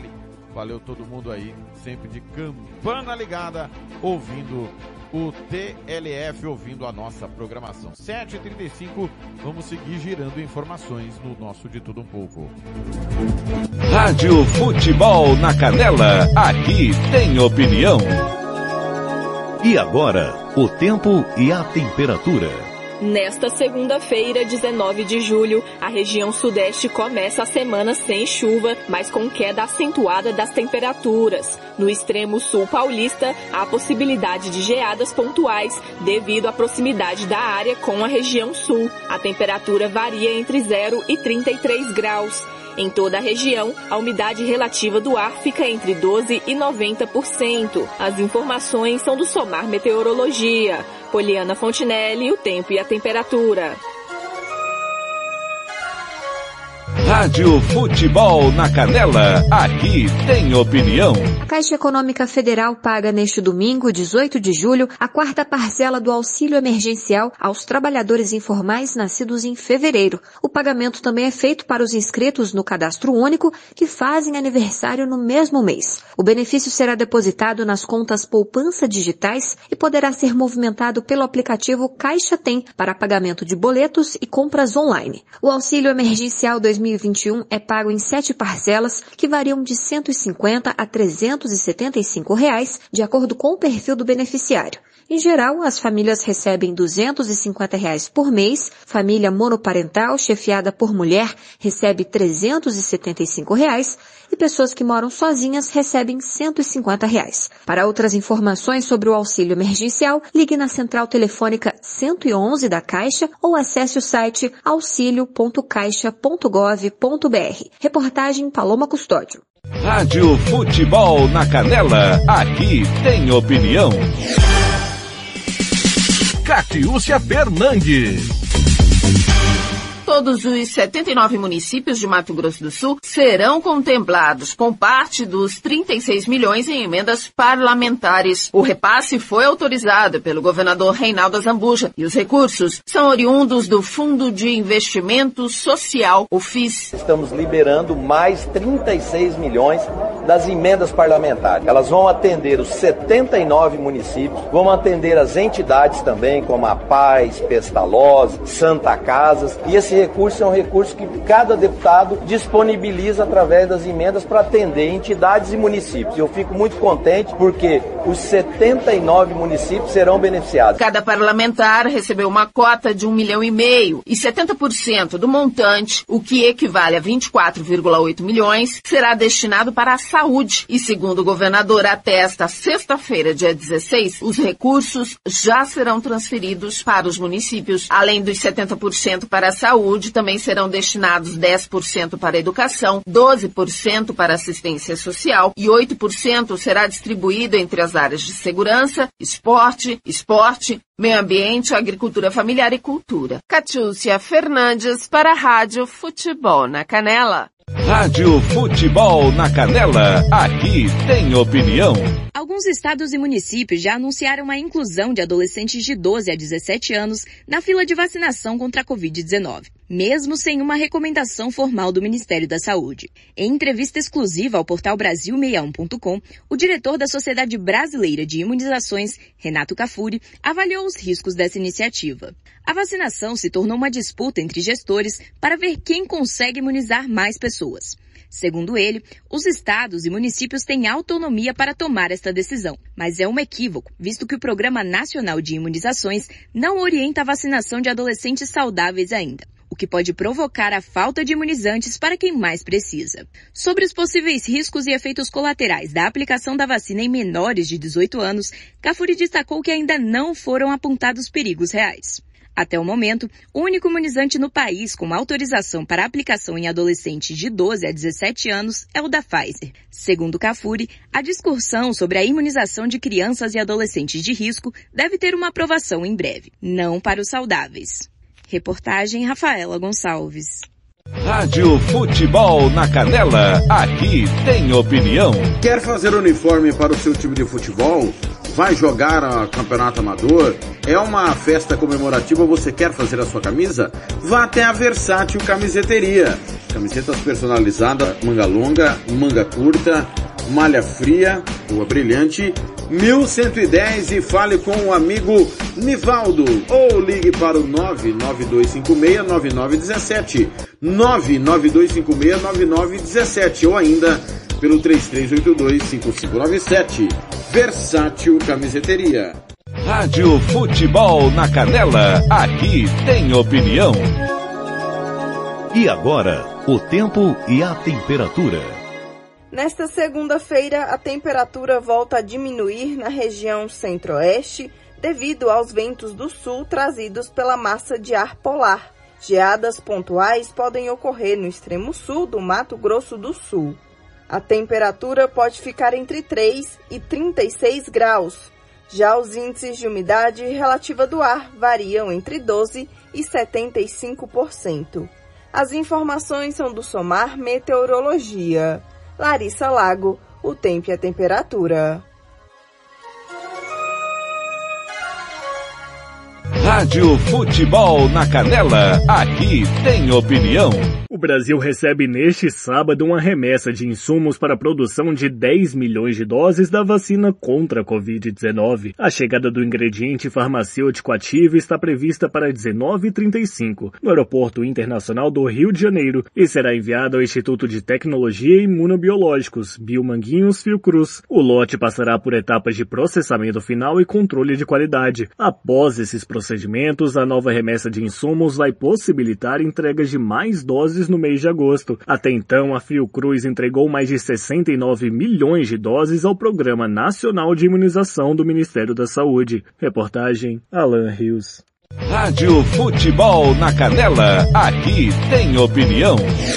Valeu todo mundo aí, sempre de campana ligada, ouvindo o T L F, ouvindo a nossa programação. sete e trinta e cinco, vamos seguir girando informações no nosso De Tudo Um Pouco. Rádio Futebol na Canela, aqui tem opinião. E agora, o tempo e a temperatura. Nesta segunda-feira, dezenove de julho, a região sudeste começa a semana sem chuva, mas com queda acentuada das temperaturas. No extremo sul paulista, há possibilidade de geadas pontuais devido à proximidade da área com a região sul. A temperatura varia entre zero e trinta e três graus. Em toda a região, a umidade relativa do ar fica entre doze e noventa por cento. As informações são do Somar Meteorologia. Poliana Fontinelli, o tempo e a temperatura. Rádio Futebol na Canela, aqui tem opinião. A Caixa Econômica Federal paga neste domingo, dezoito de julho, a quarta parcela do auxílio emergencial aos trabalhadores informais nascidos em fevereiro. O pagamento também é feito para os inscritos no Cadastro Único que fazem aniversário no mesmo mês. O benefício será depositado nas contas poupança digitais e poderá ser movimentado pelo aplicativo Caixa Tem para pagamento de boletos e compras online. O auxílio emergencial dois mil e vinte e um é pago em sete parcelas que variam de cento e cinquenta a trezentos e setenta e cinco reais, de acordo com o perfil do beneficiário. Em geral, as famílias recebem duzentos e cinquenta reais por mês, família monoparental chefiada por mulher recebe trezentos e setenta e cinco reais e pessoas que moram sozinhas recebem cento e cinquenta reais. Para outras informações sobre o auxílio emergencial, ligue na central telefônica cento e onze da Caixa ou acesse o site auxilio ponto caixa ponto gov ponto br. Reportagem Paloma Custódio. Rádio Futebol na Canela, aqui tem opinião. Catiúcia Fernandes. Todos os setenta e nove municípios de Mato Grosso do Sul serão contemplados com parte dos trinta e seis milhões em emendas parlamentares. O repasse foi autorizado pelo governador Reinaldo Azambuja e os recursos são oriundos do Fundo de Investimento Social, o F I S. Estamos liberando mais trinta e seis milhões das emendas parlamentares. Elas vão atender os setenta e nove municípios, vão atender as entidades também, como a Paz, Pestalozzi, Santa Casas, e esse recurso é um recurso que cada deputado disponibiliza através das emendas para atender entidades e municípios. Eu fico muito contente porque os setenta e nove municípios serão beneficiados. Cada parlamentar recebeu uma cota de um milhão e meio e setenta por cento do montante, o que equivale a vinte e quatro vírgula oito milhões, será destinado para a saúde. E segundo o governador, até esta sexta-feira, dia dezesseis, os recursos já serão transferidos para os municípios. Além dos setenta por cento para a saúde, também serão destinados dez por cento para a educação, doze por cento para assistência social e oito por cento será distribuído entre as áreas de segurança, esporte, esporte, meio ambiente, agricultura familiar e cultura. Catiúcia Fernandes para a Rádio Futebol na Canela. Rádio Futebol na Canela, aqui tem opinião. Alguns estados e municípios já anunciaram a inclusão de adolescentes de doze a dezessete anos na fila de vacinação contra a covid dezenove, mesmo sem uma recomendação formal do Ministério da Saúde. Em entrevista exclusiva ao portal Brasil sessenta e um ponto com, o diretor da Sociedade Brasileira de Imunizações, Renato Cafuri, avaliou os riscos dessa iniciativa. A vacinação se tornou uma disputa entre gestores para ver quem consegue imunizar mais pessoas. Segundo ele, os estados e municípios têm autonomia para tomar esta decisão, mas é um equívoco, visto que o Programa Nacional de Imunizações não orienta a vacinação de adolescentes saudáveis ainda, o que pode provocar a falta de imunizantes para quem mais precisa. Sobre os possíveis riscos e efeitos colaterais da aplicação da vacina em menores de dezoito anos, Cafuri destacou que ainda não foram apontados perigos reais. Até o momento, o único imunizante no país com autorização para aplicação em adolescentes de doze a dezessete anos é o da Pfizer. Segundo Cafuri, a discussão sobre a imunização de crianças e adolescentes de risco deve ter uma aprovação em breve, não para os saudáveis. Reportagem Rafaela Gonçalves. Rádio Futebol na Canela, aqui tem opinião. Quer fazer uniforme para o seu time de futebol? Vai jogar a campeonato amador? É uma festa comemorativa, você quer fazer a sua camisa? Vá até a Versátil Camiseteria. Camisetas personalizadas, manga longa, manga curta, Malha Fria, Rua Brilhante, mil cento e dez, e fale com o amigo Nivaldo, ou ligue para o nove nove dois cinco seis nove nove um sete, nove nove dois cinco seis nove nove um sete, ou ainda pelo três três oito dois cinco cinco nove sete. Versátil Camiseteria. Rádio Futebol na Canela, aqui tem opinião. E agora, o tempo e a temperatura. Nesta segunda-feira, a temperatura volta a diminuir na região centro-oeste devido aos ventos do sul trazidos pela massa de ar polar. Geadas pontuais podem ocorrer no extremo sul do Mato Grosso do Sul. A temperatura pode ficar entre três e trinta e seis graus. Já os índices de umidade relativa do ar variam entre doze e setenta e cinco por cento. As informações são do Somar Meteorologia. Larissa Lago, o tempo e a temperatura. Rádio Futebol na Canela, aqui tem opinião. O Brasil recebe neste sábado uma remessa de insumos para a produção de dez milhões de doses da vacina contra a covid dezenove. A chegada do ingrediente farmacêutico ativo está prevista para dezenove e trinta e cinco no Aeroporto Internacional do Rio de Janeiro e será enviado ao Instituto de Tecnologia e Imunobiológicos, Biomanguinhos Fiocruz. O lote passará por etapas de processamento final e controle de qualidade. Após esses procedimentos, a nova remessa de insumos vai possibilitar entregas de mais doses no mês de agosto. Até então, a Fiocruz entregou mais de sessenta e nove milhões de doses ao Programa Nacional de Imunização do Ministério da Saúde. Reportagem Alan Rios. Rádio Futebol na Canela, aqui tem opinião.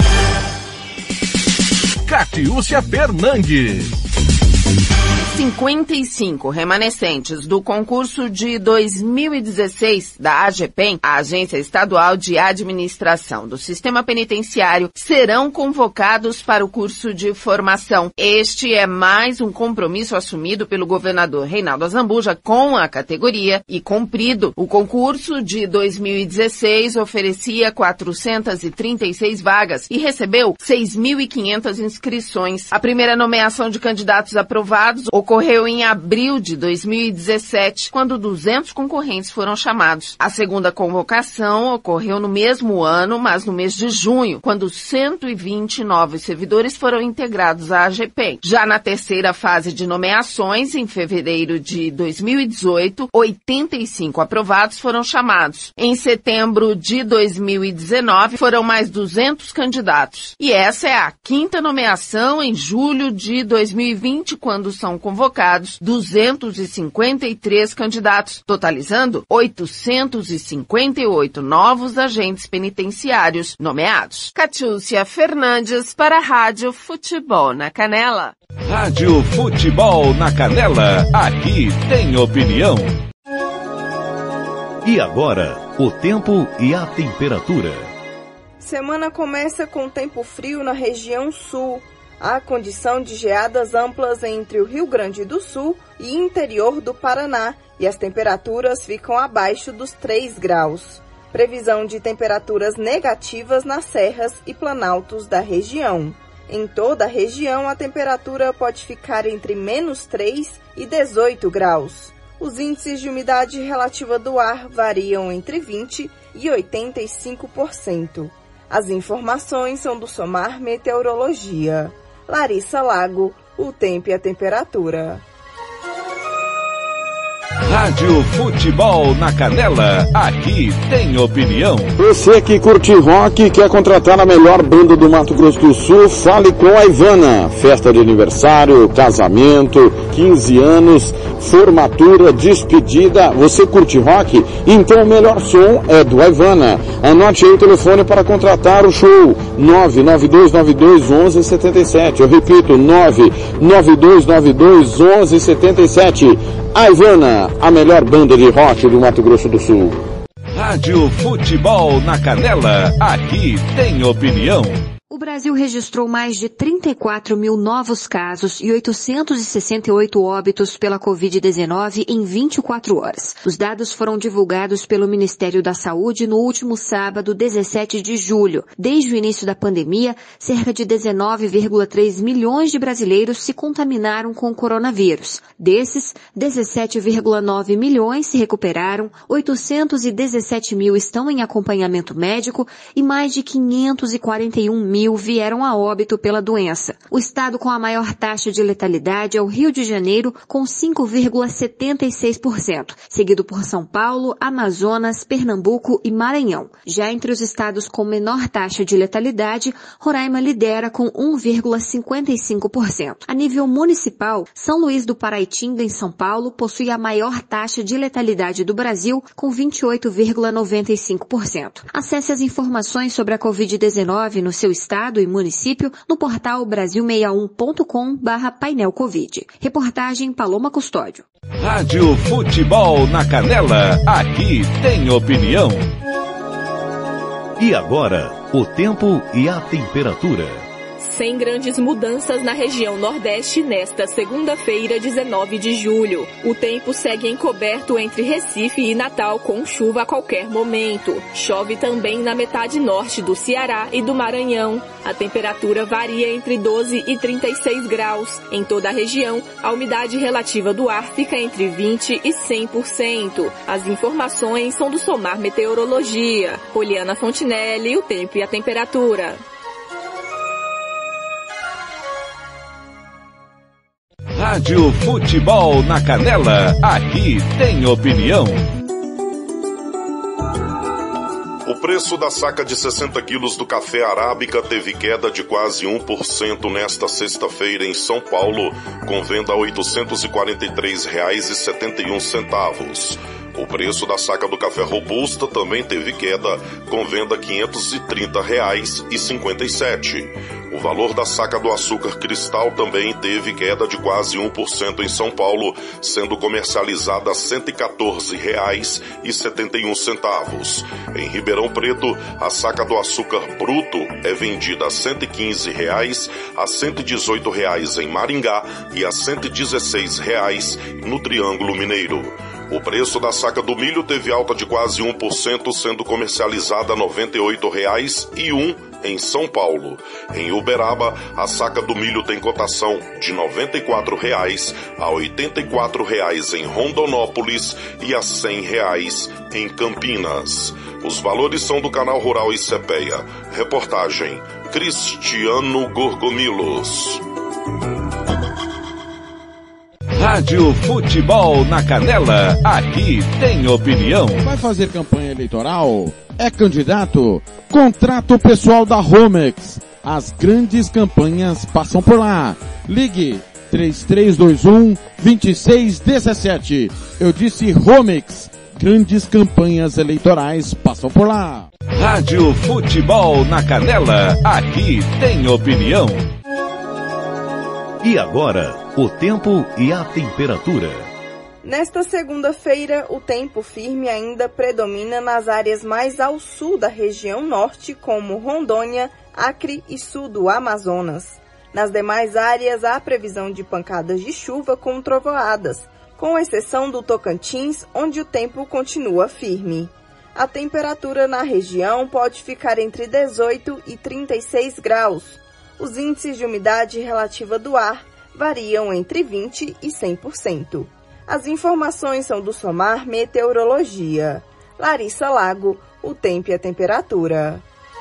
Catiúcia Fernandes. cinquenta e cinco remanescentes do concurso de dois mil e dezesseis da AGPEM, a Agência Estadual de Administração do Sistema Penitenciário, serão convocados para o curso de formação. Este é mais um compromisso assumido pelo governador Reinaldo Azambuja com a categoria e cumprido. O concurso de dois mil e dezesseis oferecia quatrocentas e trinta e seis vagas e recebeu seis mil e quinhentas inscrições. A primeira nomeação de candidatos aprovados ocorreu em abril de dois mil e dezessete, quando duzentos concorrentes foram chamados. A segunda convocação ocorreu no mesmo ano, mas no mês de junho, quando cento e vinte novos servidores foram integrados à AGPEM. Já na terceira fase de nomeações, em fevereiro de dois mil e dezoito, oitenta e cinco aprovados foram chamados. Em setembro de dois mil e dezenove, foram mais duzentos candidatos. E essa é a quinta nomeação em julho de dois mil e vinte, quando são convocados duzentos e cinquenta e três candidatos, totalizando oitocentos e cinquenta e oito novos agentes penitenciários nomeados. Catiúcia Fernandes para a Rádio Futebol na Canela. Rádio Futebol na Canela, aqui tem opinião. E agora, o tempo e a temperatura. Semana começa com tempo frio na região sul. Há condição de geadas amplas entre o Rio Grande do Sul e interior do Paraná, e as temperaturas ficam abaixo dos três graus. Previsão de temperaturas negativas nas serras e planaltos da região. Em toda a região, a temperatura pode ficar entre menos três e dezoito graus. Os índices de umidade relativa do ar variam entre vinte e oitenta e cinco por cento. As informações são do Somar Meteorologia. Larissa Lago, o tempo e a temperatura. Rádio Futebol na Canela, aqui tem opinião. Você que curte rock e quer contratar a melhor banda do Mato Grosso do Sul, fale com a Ivana. Festa de aniversário, casamento, quinze anos, formatura, despedida. Você curte rock? Então o melhor som é do Ivana. Anote aí o telefone para contratar o show. nove nove dois nove dois um um sete sete. Eu repito, nove nove dois nove dois um um sete sete. A Ivana, a melhor banda de rock do Mato Grosso do Sul. Rádio Futebol na Canela, aqui tem opinião. O Brasil Brasil registrou mais de trinta e quatro mil novos casos e oitocentos e sessenta e oito óbitos pela covid dezenove em vinte e quatro horas. Os dados foram divulgados pelo Ministério da Saúde no último sábado, dezessete de julho. Desde o início da pandemia, cerca de dezenove vírgula três milhões de brasileiros se contaminaram com o coronavírus. Desses, dezessete vírgula nove milhões se recuperaram, oitocentos e dezessete mil estão em acompanhamento médico e mais de quinhentos e quarenta e um mil vieram a óbito pela doença. O estado com a maior taxa de letalidade é o Rio de Janeiro, com cinco vírgula setenta e seis por cento, seguido por São Paulo, Amazonas, Pernambuco e Maranhão. Já entre os estados com menor taxa de letalidade, Roraima lidera com um vírgula cinquenta e cinco por cento. A nível municipal, São Luís do Paraitinga, em São Paulo, possui a maior taxa de letalidade do Brasil, com vinte e oito vírgula noventa e cinco por cento. Acesse as informações sobre a covid dezenove no seu estado e município no portal brasil sessenta e um ponto com barra painel covid. Reportagem Paloma Custódio. Rádio Futebol na Canela, aqui tem opinião. E agora, o tempo e a temperatura. Sem grandes mudanças na região Nordeste nesta segunda-feira, dezenove de julho. O tempo segue encoberto entre Recife e Natal, com chuva a qualquer momento. Chove também na metade norte do Ceará e do Maranhão. A temperatura varia entre doze e trinta e seis graus. Em toda a região, a umidade relativa do ar fica entre vinte e cem por cento. As informações são do Somar Meteorologia. Poliana Fontinelli, o tempo e a temperatura. Rádio Futebol na Canela, aqui tem opinião. O preço da saca de sessenta quilos do café arábica teve queda de quase um por cento nesta sexta-feira em São Paulo, com venda a oitocentos e quarenta e três reais e setenta e um centavos. O preço da saca do café robusta também teve queda, com venda a quinhentos e trinta reais e cinquenta e sete centavos. O valor da saca do açúcar cristal também teve queda de quase um por cento em São Paulo, sendo comercializada a cento e quatorze reais e setenta e um centavos. Em Ribeirão Preto, a saca do açúcar bruto é vendida a cento e quinze reais, a cento e dezoito reais em Maringá e a cento e dezesseis reais no Triângulo Mineiro. O preço da saca do milho teve alta de quase um por cento, sendo comercializada a noventa e oito reais e um centavo em São Paulo. Em Uberaba, a saca do milho tem cotação de noventa e quatro reais a oitenta e quatro reais em Rondonópolis e a cem reais em Campinas. Os valores são do Canal Rural e Cepeia. Reportagem Cristiano Gorgomilos. Rádio Futebol na Canela, aqui tem opinião. Vai fazer campanha eleitoral? É candidato? Contrata o pessoal da Romex. As grandes campanhas passam por lá. Ligue três três dois um, dois seis um sete. Eu disse Romex. Grandes campanhas eleitorais passam por lá. Rádio Futebol na Canela, aqui tem opinião. E agora, o tempo e a temperatura. Nesta segunda-feira, o tempo firme ainda predomina nas áreas mais ao sul da região norte, como Rondônia, Acre e sul do Amazonas. Nas demais áreas, há previsão de pancadas de chuva com trovoadas, com exceção do Tocantins, onde o tempo continua firme. A temperatura na região pode ficar entre dezoito e trinta e seis graus. Os índices de umidade relativa do ar variam entre vinte e cem por cento. As informações são do Somar Meteorologia. Larissa Lago, o tempo e a temperatura.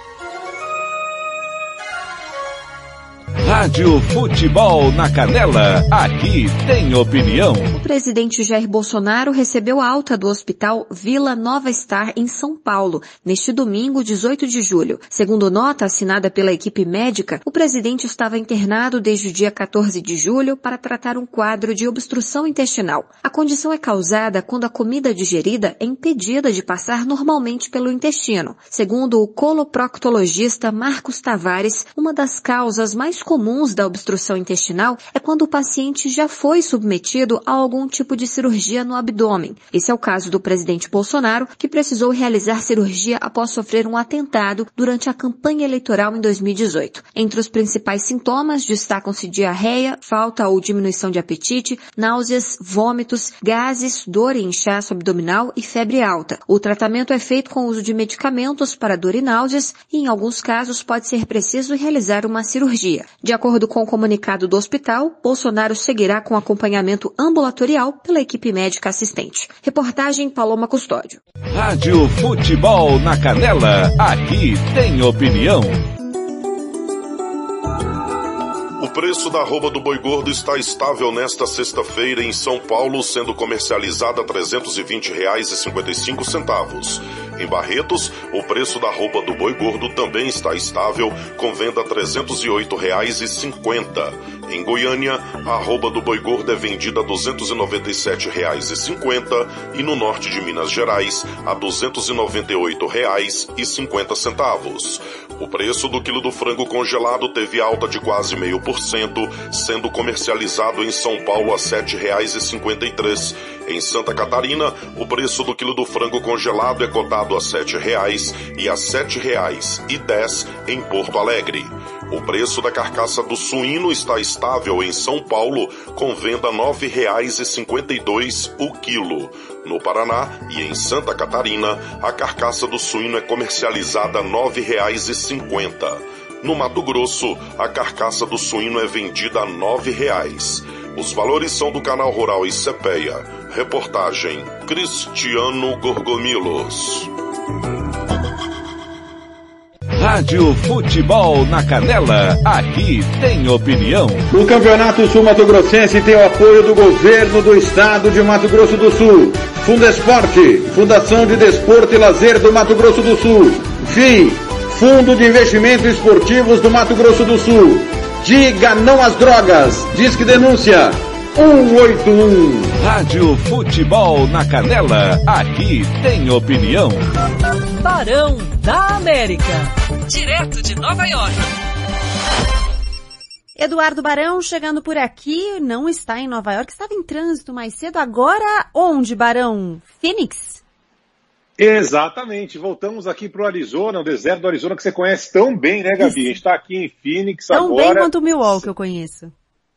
Rádio Futebol na Canela, aqui tem opinião. O presidente Jair Bolsonaro recebeu alta do hospital Vila Nova Star em São Paulo, neste domingo, dezoito de julho. Segundo nota assinada pela equipe médica, o presidente estava internado desde o dia quatorze de julho para tratar um quadro de obstrução intestinal. A condição é causada quando a comida digerida é impedida de passar normalmente pelo intestino. Segundo o coloproctologista Marcos Tavares, uma das causas mais comuns comuns da obstrução intestinal é quando o paciente já foi submetido a algum tipo de cirurgia no abdômen. Esse é o caso do presidente Bolsonaro, que precisou realizar cirurgia após sofrer um atentado durante a campanha eleitoral em dois mil e dezoito. Entre os principais sintomas destacam-se diarreia, falta ou diminuição de apetite, náuseas, vômitos, gases, dor e inchaço abdominal e febre alta. O tratamento é feito com o uso de medicamentos para dor e náuseas e, em alguns casos, pode ser preciso realizar uma cirurgia. De acordo com o comunicado do hospital, Bolsonaro seguirá com acompanhamento ambulatorial pela equipe médica assistente. Reportagem Paloma Custódio. Rádio Futebol na Canela, aqui tem opinião. O preço da arroba do boi gordo está estável nesta sexta-feira em São Paulo, sendo comercializada a trezentos e vinte reais e cinquenta e cinco centavos. Em Barretos, o preço da arroba do boi gordo também está estável, com venda a trezentos e oito reais e cinquenta centavos. Em Goiânia, a arroba do boi gordo é vendida a duzentos e noventa e sete reais e cinquenta centavos e no norte de Minas Gerais a duzentos e noventa e oito reais e cinquenta centavos. O preço do quilo do frango congelado teve alta de quase meio por cento, sendo comercializado em São Paulo a sete reais e cinquenta e três centavos. Em Santa Catarina, o preço do quilo do frango congelado é cotado a sete reais e a sete reais e dez centavos em Porto Alegre. O preço da carcaça do suíno está estável em São Paulo, com venda a nove reais e cinquenta e dois centavos o quilo. No Paraná e em Santa Catarina, a carcaça do suíno é comercializada a nove reais e cinquenta centavos. No Mato Grosso, a carcaça do suíno é vendida a nove reais. Os valores são do Canal Rural e Cepeia. Reportagem Cristiano Gorgomilos. Rádio Futebol na Canela, aqui tem opinião. O Campeonato Sul Mato Grossense tem o apoio do governo do estado de Mato Grosso do Sul, Fundesporte, Fundação de Desporto e Lazer do Mato Grosso do Sul, F I I, Fundo de Investimentos Esportivos do Mato Grosso do Sul. Diga não às drogas. Disque denúncia um oito um. Rádio Futebol na Canela, aqui tem opinião. Barão da América, direto de Nova York. Eduardo Barão chegando por aqui, não está em Nova York, estava em trânsito mais cedo. Agora onde, Barão? Phoenix? Exatamente, voltamos aqui para o Arizona, o deserto do Arizona que você conhece tão bem, né, Gabi? A gente está aqui em Phoenix tão agora. Tão bem quanto o Milwaukee eu conheço.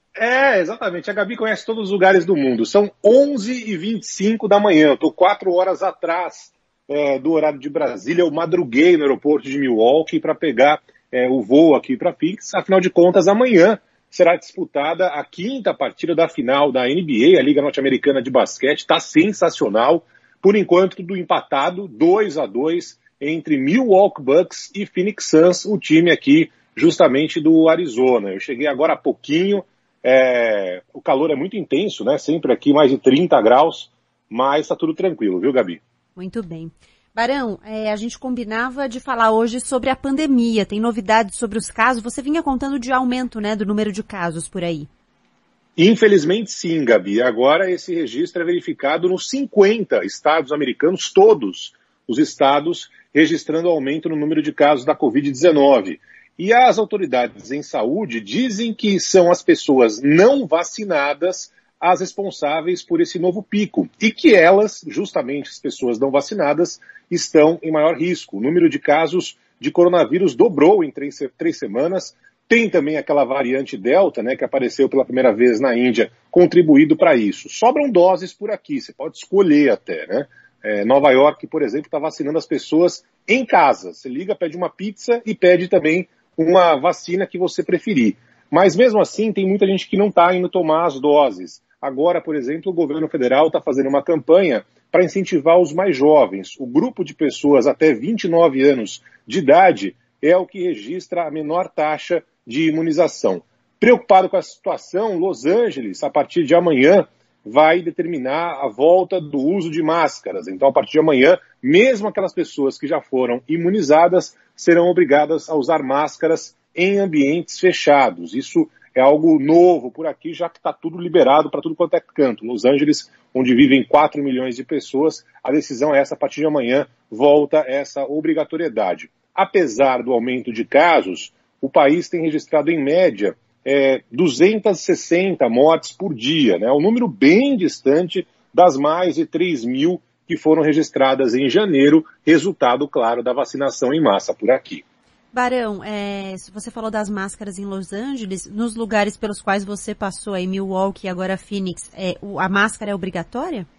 É, exatamente, a Gabi conhece todos os lugares do mundo. São onze e vinte e cinco da manhã, eu estou quatro horas atrás é, do horário de Brasília. Eu madruguei no aeroporto de Milwaukee para pegar é, o voo aqui para Phoenix. Afinal de contas, amanhã será disputada a quinta partida da final da N B A, a Liga Norte-Americana de Basquete. Está sensacional. Por enquanto, tudo empatado, dois a dois, entre Milwaukee Bucks e Phoenix Suns, o time aqui justamente do Arizona. Eu cheguei agora há pouquinho, é... o calor é muito intenso, né? Sempre aqui mais de trinta graus, mas está tudo tranquilo, viu, Gabi? Muito bem. Barão, é, a gente combinava de falar hoje sobre a pandemia. Tem novidades sobre os casos? Você vinha contando de aumento, né, do número de casos por aí. Infelizmente sim, Gabi. Agora esse registro é verificado nos cinquenta estados americanos, todos os estados registrando aumento no número de casos da covid dezenove. E as autoridades em saúde dizem que são as pessoas não vacinadas as responsáveis por esse novo pico e que elas, justamente as pessoas não vacinadas, estão em maior risco. O número de casos de coronavírus dobrou em três, três semanas. Tem também aquela variante Delta, né, que apareceu pela primeira vez na Índia, contribuído para isso. Sobram doses por aqui, você pode escolher até, né? É, Nova York, por exemplo, está vacinando as pessoas em casa. Você liga, pede uma pizza e pede também uma vacina que você preferir. Mas mesmo assim, tem muita gente que não está indo tomar as doses. Agora, por exemplo, o governo federal está fazendo uma campanha para incentivar os mais jovens. O grupo de pessoas até vinte e nove anos de idade é o que registra a menor taxa de imunização. Preocupado com a situação, Los Angeles, a partir de amanhã, vai determinar a volta do uso de máscaras. Então, a partir de amanhã, mesmo aquelas pessoas que já foram imunizadas serão obrigadas a usar máscaras em ambientes fechados. Isso é algo novo por aqui, já que está tudo liberado para tudo quanto é canto. Los Angeles, onde vivem quatro milhões de pessoas, a decisão é essa, a partir de amanhã volta essa obrigatoriedade. Apesar do aumento de casos, o país tem registrado, em média, é, duzentas e sessenta mortes por dia, né? Um número bem distante das mais de três mil que foram registradas em janeiro, resultado, claro, da vacinação em massa por aqui. Barão, é, você falou das máscaras em Los Angeles, nos lugares pelos quais você passou aí, Milwaukee e agora Phoenix, é, o, a máscara é obrigatória?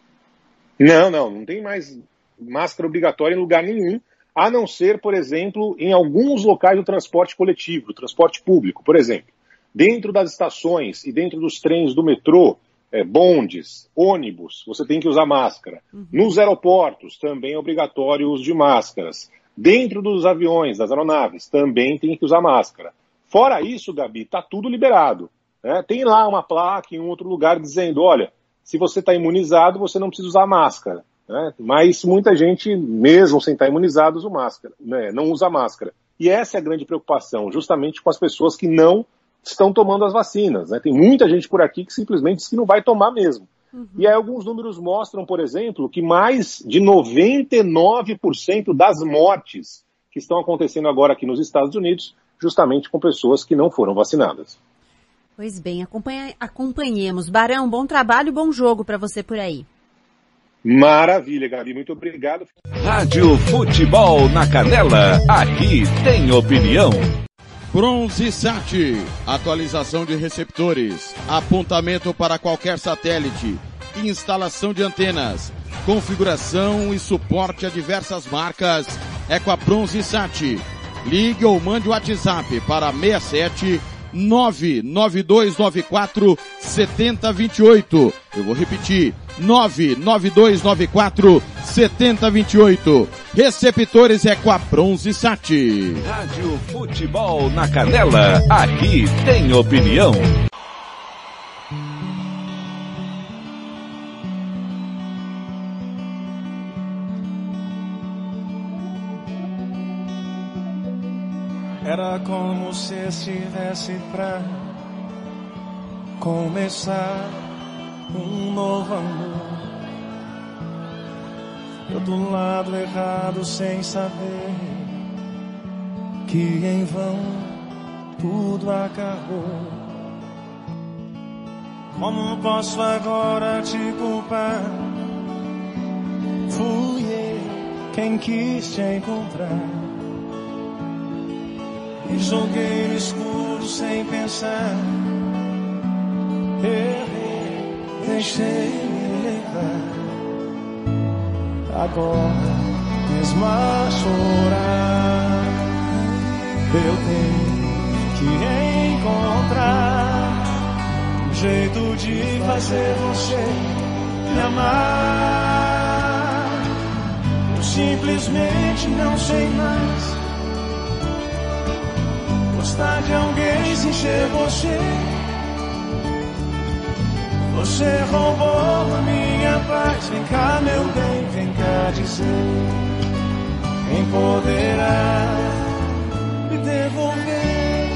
Não, não, não tem mais máscara obrigatória em lugar nenhum, a não ser, por exemplo, em alguns locais do transporte coletivo, do transporte público, por exemplo. Dentro das estações e dentro dos trens do metrô, é, bondes, ônibus, você tem que usar máscara. Uhum. Nos aeroportos, também é obrigatório o uso de máscaras. Dentro dos aviões, das aeronaves, também tem que usar máscara. Fora isso, Gabi, está tudo liberado. Né? Tem lá uma placa em um outro lugar dizendo, olha, se você está imunizado, você não precisa usar máscara. Né? Mas muita gente, mesmo sem estar imunizado, usa máscara, né? Não usa máscara. E essa é a grande preocupação, justamente com as pessoas que não estão tomando as vacinas. Né? Tem muita gente por aqui que simplesmente diz que não vai tomar mesmo. Uhum. E aí alguns números mostram, por exemplo, que mais de noventa e nove por cento das mortes que estão acontecendo agora aqui nos Estados Unidos, justamente com pessoas que não foram vacinadas. Pois bem, acompanha, acompanhemos. Barão, bom trabalho e bom jogo para você por aí. Maravilha, Gabi, muito obrigado. Rádio Futebol na Canela, aqui tem opinião. Bronze Sat, atualização de receptores, apontamento para qualquer satélite, instalação de antenas, configuração e suporte a diversas marcas, é com a Bronze Sat. Ligue ou mande o WhatsApp para seis sete nove nove dois nove quatro sete zero dois oito. Eu vou repetir, nove nove dois nove quatro sete zero dois oito. Receptores é com a Bronze Sat. Rádio Futebol na Canela, aqui tem opinião. Era como se estivesse pra começar um novo amor. Eu do lado errado sem saber que em vão tudo acabou. Como posso agora te culpar? Fui eu quem quis te encontrar. E joguei no escuro sem pensar. Errei, deixei me levar. Agora, mesmo a chorar, eu tenho que encontrar um jeito de fazer você me amar. Eu simplesmente não sei mais gostar de alguém sem ser você. Você roubou a minha paz. Vem cá, meu bem, vem cá dizer. Quem poderá me devolver?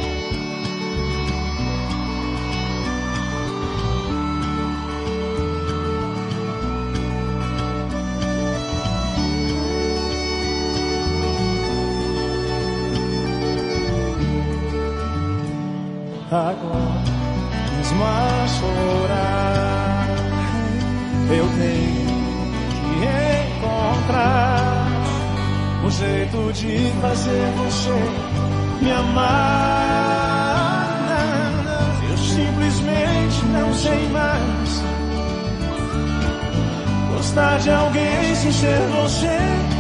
Agora, mesmo a chorar, eu tenho que encontrar um jeito de fazer você me amar. Eu simplesmente não sei mais gostar de alguém sem ser você.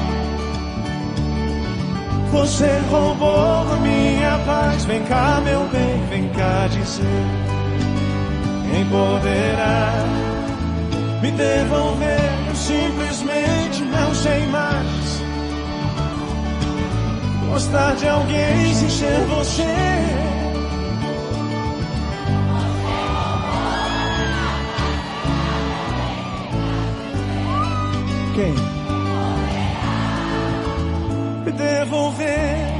Você roubou a minha paz. Vem cá, meu bem, vem cá dizer. Quem poderá me devolver? Eu simplesmente não sei mais gostar de alguém sem ser você. Quem? Me devolver.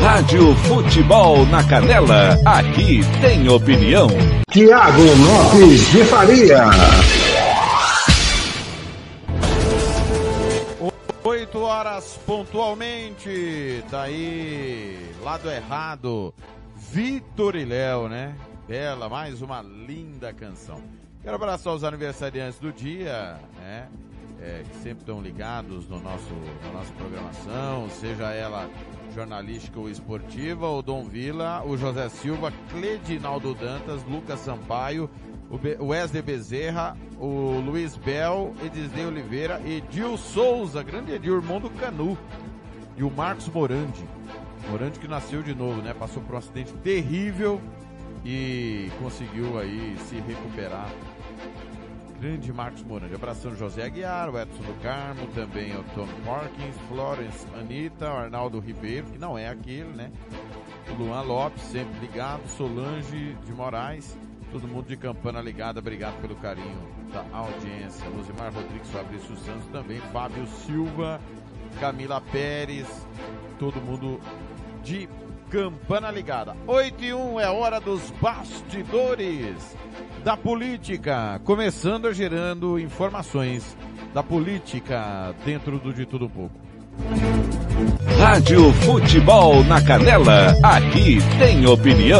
Rádio Futebol na Canela, aqui tem opinião. Tiago Lopes de Faria. oito horas pontualmente, daí, lado errado, Vitor e Léo, né? Bela, mais uma linda canção. Quero abraçar os aniversariantes do dia, né? É, que sempre estão ligados no nosso, na nossa programação, seja ela jornalística ou esportiva, o Dom Vila, o José Silva, Cledinaldo Dantas, Lucas Sampaio, o Be- Wesley Bezerra, o Luiz Bel, Edisnei Oliveira, Edil Souza, grande Edil, irmão do Canu, e o Marcos Morandi. Morandi que nasceu de novo, né? Passou por um acidente terrível e conseguiu aí se recuperar. Grande Marcos Morandi. Abração José Aguiar, o Edson do Carmo, também o Tom Parkins, Florence, Anitta, o Arnaldo Ribeiro, que não é aquele, né? O Luan Lopes, sempre ligado, Solange de Moraes, todo mundo de Campana ligado, obrigado pelo carinho da audiência. Rosimar Rodrigues, Fabrício Santos também, Fábio Silva, Camila Pérez, todo mundo de Campana ligada. oito e um é hora dos bastidores da política, começando gerando informações da política dentro do De Tudo Um Pouco. Rádio Futebol na Canela, aqui tem opinião.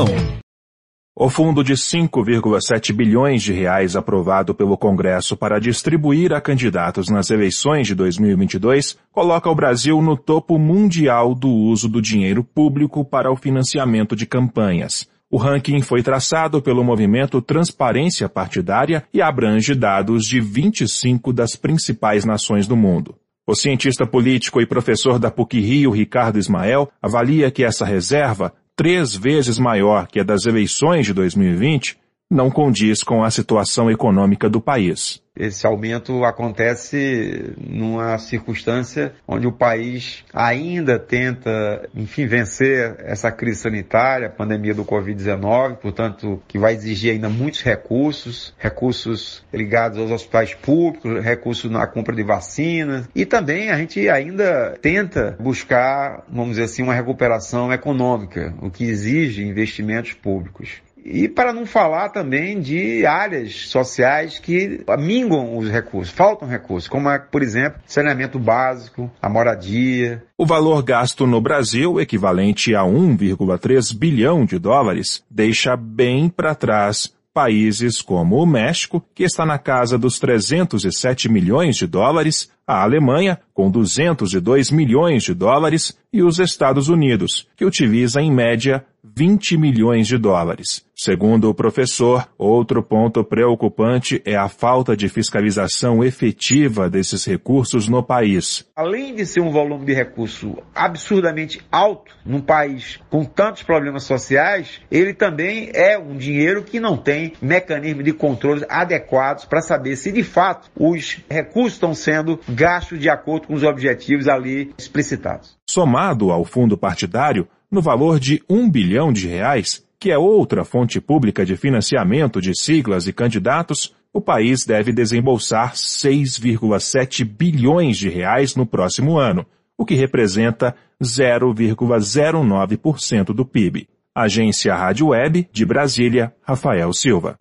O fundo de cinco vírgula sete bilhões de reais aprovado pelo Congresso para distribuir a candidatos nas eleições de dois mil e vinte e dois coloca o Brasil no topo mundial do uso do dinheiro público para o financiamento de campanhas. O ranking foi traçado pelo movimento Transparência Partidária e abrange dados de vinte e cinco das principais nações do mundo. O cientista político e professor da PUC-Rio, Ricardo Ismael, avalia que essa reserva, três vezes maior que a das eleições de dois mil e vinte, não condiz com a situação econômica do país. Esse aumento acontece numa circunstância onde o país ainda tenta, enfim, vencer essa crise sanitária, a pandemia do covid dezenove, portanto, que vai exigir ainda muitos recursos, recursos ligados aos hospitais públicos, recursos na compra de vacinas, e também a gente ainda tenta buscar, vamos dizer assim, uma recuperação econômica, o que exige investimentos públicos. E para não falar também de áreas sociais que minguam os recursos, faltam recursos, como, por exemplo, saneamento básico, a moradia. O valor gasto no Brasil, equivalente a um vírgula três bilhão de dólares, deixa bem para trás países como o México, que está na casa dos trezentos e sete milhões de dólares, a Alemanha, com duzentos e dois milhões de dólares, e os Estados Unidos, que utiliza em média vinte milhões de dólares. Segundo o professor, outro ponto preocupante é a falta de fiscalização efetiva desses recursos no país. Além de ser um volume de recurso absurdamente alto num país com tantos problemas sociais, ele também é um dinheiro que não tem mecanismo de controle adequados para saber se de fato os recursos estão sendo gastos de acordo com os objetivos ali explicitados. Somado ao fundo partidário, no valor de um bilhão de reais, que é outra fonte pública de financiamento de siglas e candidatos, o país deve desembolsar seis vírgula sete bilhões de reais no próximo ano, o que representa zero vírgula zero nove por cento do P I B. Agência Rádio Web, de Brasília, Rafael Silva.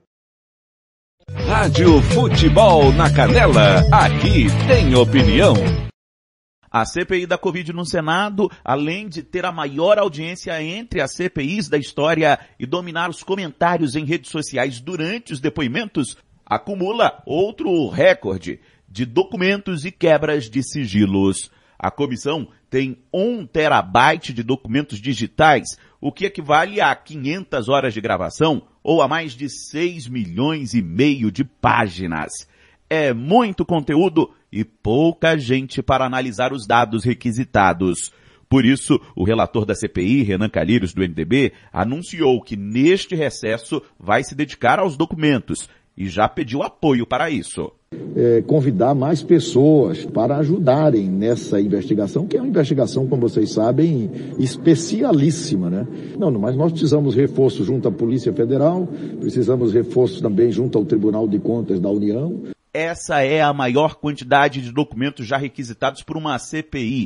Rádio Futebol na Canela, aqui tem opinião. A C P I da Covid no Senado, além de ter a maior audiência entre as C P Is da história e dominar os comentários em redes sociais durante os depoimentos, acumula outro recorde de documentos e quebras de sigilos. A comissão tem um terabyte de documentos digitais, o que equivale a quinhentas horas de gravação ou a mais de seis milhões e meio de páginas. É muito conteúdo e pouca gente para analisar os dados requisitados. Por isso, o relator da C P I, Renan Calheiros, do M D B, anunciou que neste recesso vai se dedicar aos documentos e já pediu apoio para isso. É, convidar mais pessoas para ajudarem nessa investigação, que é uma investigação, como vocês sabem, especialíssima, né? Não, mas nós precisamos reforço junto à Polícia Federal, precisamos reforço também junto ao Tribunal de Contas da União. Essa é a maior quantidade de documentos já requisitados por uma C P I.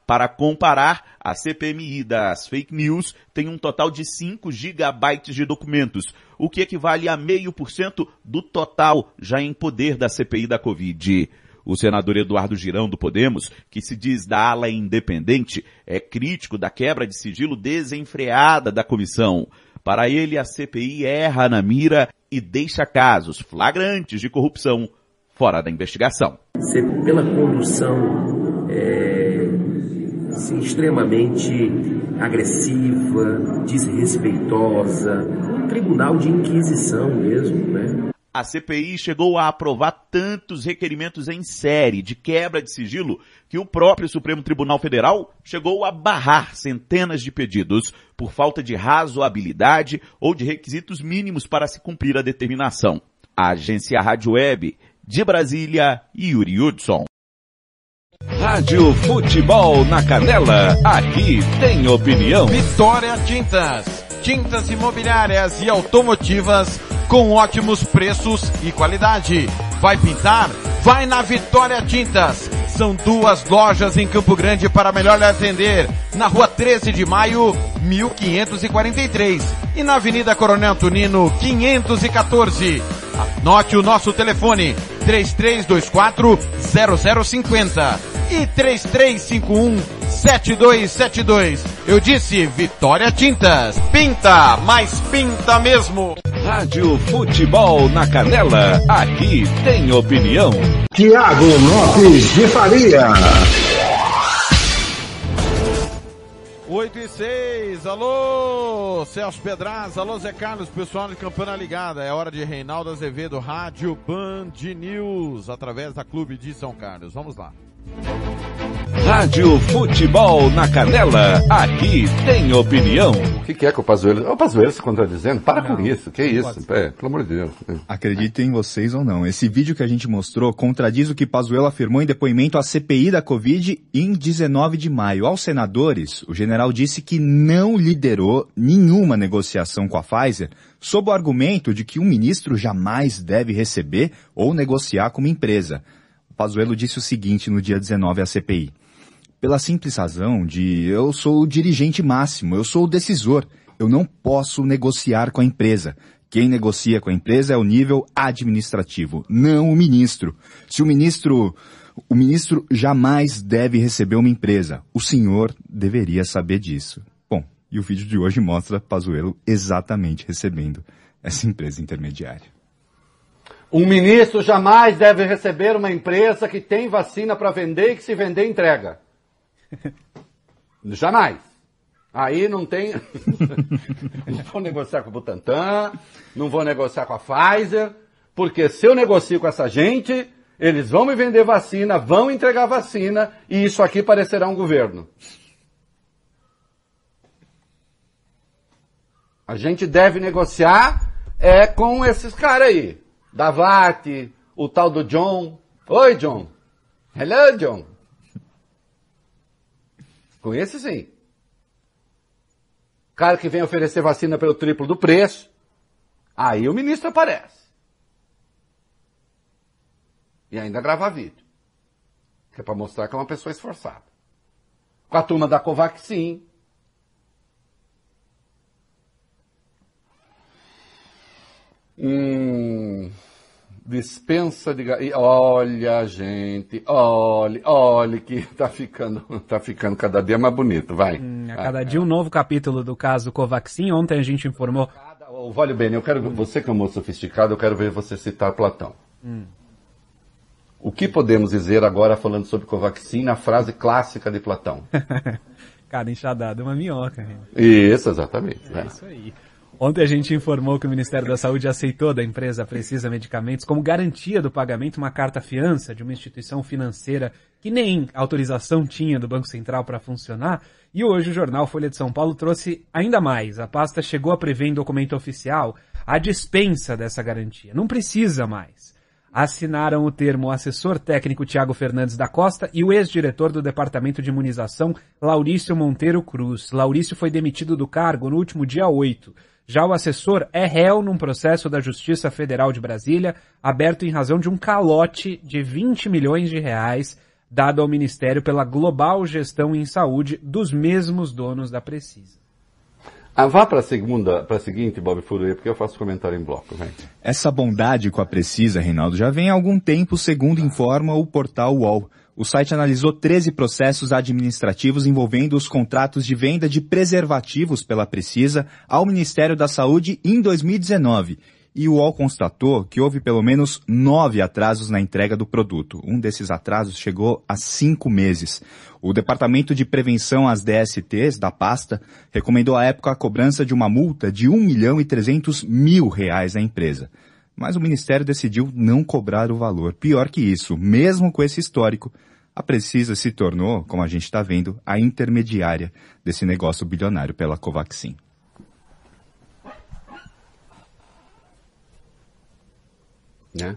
Para comparar, a C P M I das fake news tem um total de cinco gigabytes de documentos, o que equivale a zero vírgula cinco por cento do total já em poder da C P I da Covid. O senador Eduardo Girão, do Podemos, que se diz da ala independente, é crítico da quebra de sigilo desenfreada da comissão. Para ele, a C P I erra na mira e deixa casos flagrantes de corrupção fora da investigação. Se pela condução é, assim, extremamente agressiva, desrespeitosa, um tribunal de inquisição mesmo, né? A C P I chegou a aprovar tantos requerimentos em série de quebra de sigilo que o próprio Supremo Tribunal Federal chegou a barrar centenas de pedidos por falta de razoabilidade ou de requisitos mínimos para se cumprir a determinação. A agência Rádio Web, de Brasília, Yuri Hudson. Rádio Futebol na Canela, aqui tem opinião. Vitória Tintas, tintas imobiliárias e automotivas com ótimos preços e qualidade. Vai pintar? Vai na Vitória Tintas. São duas lojas em Campo Grande para melhor lhe atender. Na rua treze de maio, mil quinhentos e quarenta e três. E na Avenida Coronel Antonino, quinhentos e quatorze. Anote o nosso telefone, três três dois quatro zero zero cinco zero e três três cinco um sete dois sete dois. Eu disse Vitória Tintas. Pinta, mas pinta mesmo. Rádio Futebol na Canela, aqui tem opinião. Tiago Lopes de Faria. oito e seis, alô, Celso Pedraz, alô Zé Carlos, pessoal de Campana Ligada, é hora de Reinaldo Azevedo, Rádio Band News, através da Clube de São Carlos, vamos lá. Rádio Futebol na Canela, aqui tem opinião. O que, que é que o Pazuello... O Pazuello se contradizendo? Para não, com isso, que isso? É, pelo amor de Deus. Acreditem vocês ou não, esse vídeo que a gente mostrou contradiz o que Pazuello afirmou em depoimento à C P I da Covid em dezenove de maio. Aos senadores, o general disse que não liderou nenhuma negociação com a Pfizer sob o argumento de que um ministro jamais deve receber ou negociar com uma empresa. O Pazuello disse o seguinte no dia dezenove à C P I. Pela simples razão de eu sou o dirigente máximo, eu sou o decisor, eu não posso negociar com a empresa. Quem negocia com a empresa é o nível administrativo, não o ministro. Se o ministro, o ministro jamais deve receber uma empresa, o senhor deveria saber disso. Bom, e o vídeo de hoje mostra Pazuello exatamente recebendo essa empresa intermediária. Um ministro jamais deve receber uma empresa que tem vacina para vender e que se vender entrega. Jamais. Aí não tem... Não vou negociar com o Butantan, não vou negociar com a Pfizer, porque se eu negocio com essa gente, eles vão me vender vacina, vão entregar vacina, e isso aqui parecerá um governo. A gente deve negociar é com esses caras aí. Davat, o tal do John. Oi, John. Hello, John. Com esse, sim. Cara que vem oferecer vacina pelo triplo do preço. Aí o ministro aparece. E ainda grava vídeo. Que é para mostrar que é uma pessoa esforçada. Com a turma da Covaxin. Hum... Dispensa de... Olha, gente, olha, olha que tá ficando, tá ficando cada dia mais bonito, vai. Hum, a cada vai, dia um novo capítulo do caso Covaxin. Ontem a gente informou... Olha bem, eu quero, você que é um moço sofisticado, eu quero ver você citar Platão. Hum. O que podemos dizer agora falando sobre Covaxin na frase clássica de Platão? Cada enxadada é uma minhoca. Hein? Isso, exatamente. É, é isso aí. Ontem a gente informou que o Ministério da Saúde aceitou da empresa Precisa Medicamentos como garantia do pagamento uma carta-fiança de uma instituição financeira que nem autorização tinha do Banco Central para funcionar. E hoje o jornal Folha de São Paulo trouxe ainda mais. A pasta chegou a prever em documento oficial a dispensa dessa garantia. Não precisa mais. Assinaram o termo o assessor técnico Tiago Fernandes da Costa e o ex-diretor do Departamento de Imunização, Laurício Monteiro Cruz. Laurício foi demitido do cargo no último dia oito. Já o assessor é réu num processo da Justiça Federal de Brasília, aberto em razão de um calote de vinte milhões de reais dado ao Ministério pela global gestão em saúde dos mesmos donos da Precisa. Ah, vá para a segunda, para a seguinte, Bob Furuê, porque eu faço comentário em bloco. Vem. Essa bondade com a Precisa, Reinaldo, já vem há algum tempo, segundo informa o portal U O L. O site analisou treze processos administrativos envolvendo os contratos de venda de preservativos pela Precisa ao Ministério da Saúde em dois mil e dezenove. E o U O L constatou que houve pelo menos nove atrasos na entrega do produto. Um desses atrasos chegou a cinco meses. O Departamento de Prevenção às D S Ts da pasta recomendou à época a cobrança de uma multa de um milhão e trezentos mil reais à empresa. Mas o Ministério decidiu não cobrar o valor. Pior que isso, mesmo com esse histórico, a Precisa se tornou, como a gente está vendo, a intermediária desse negócio bilionário pela Covaxin. Né?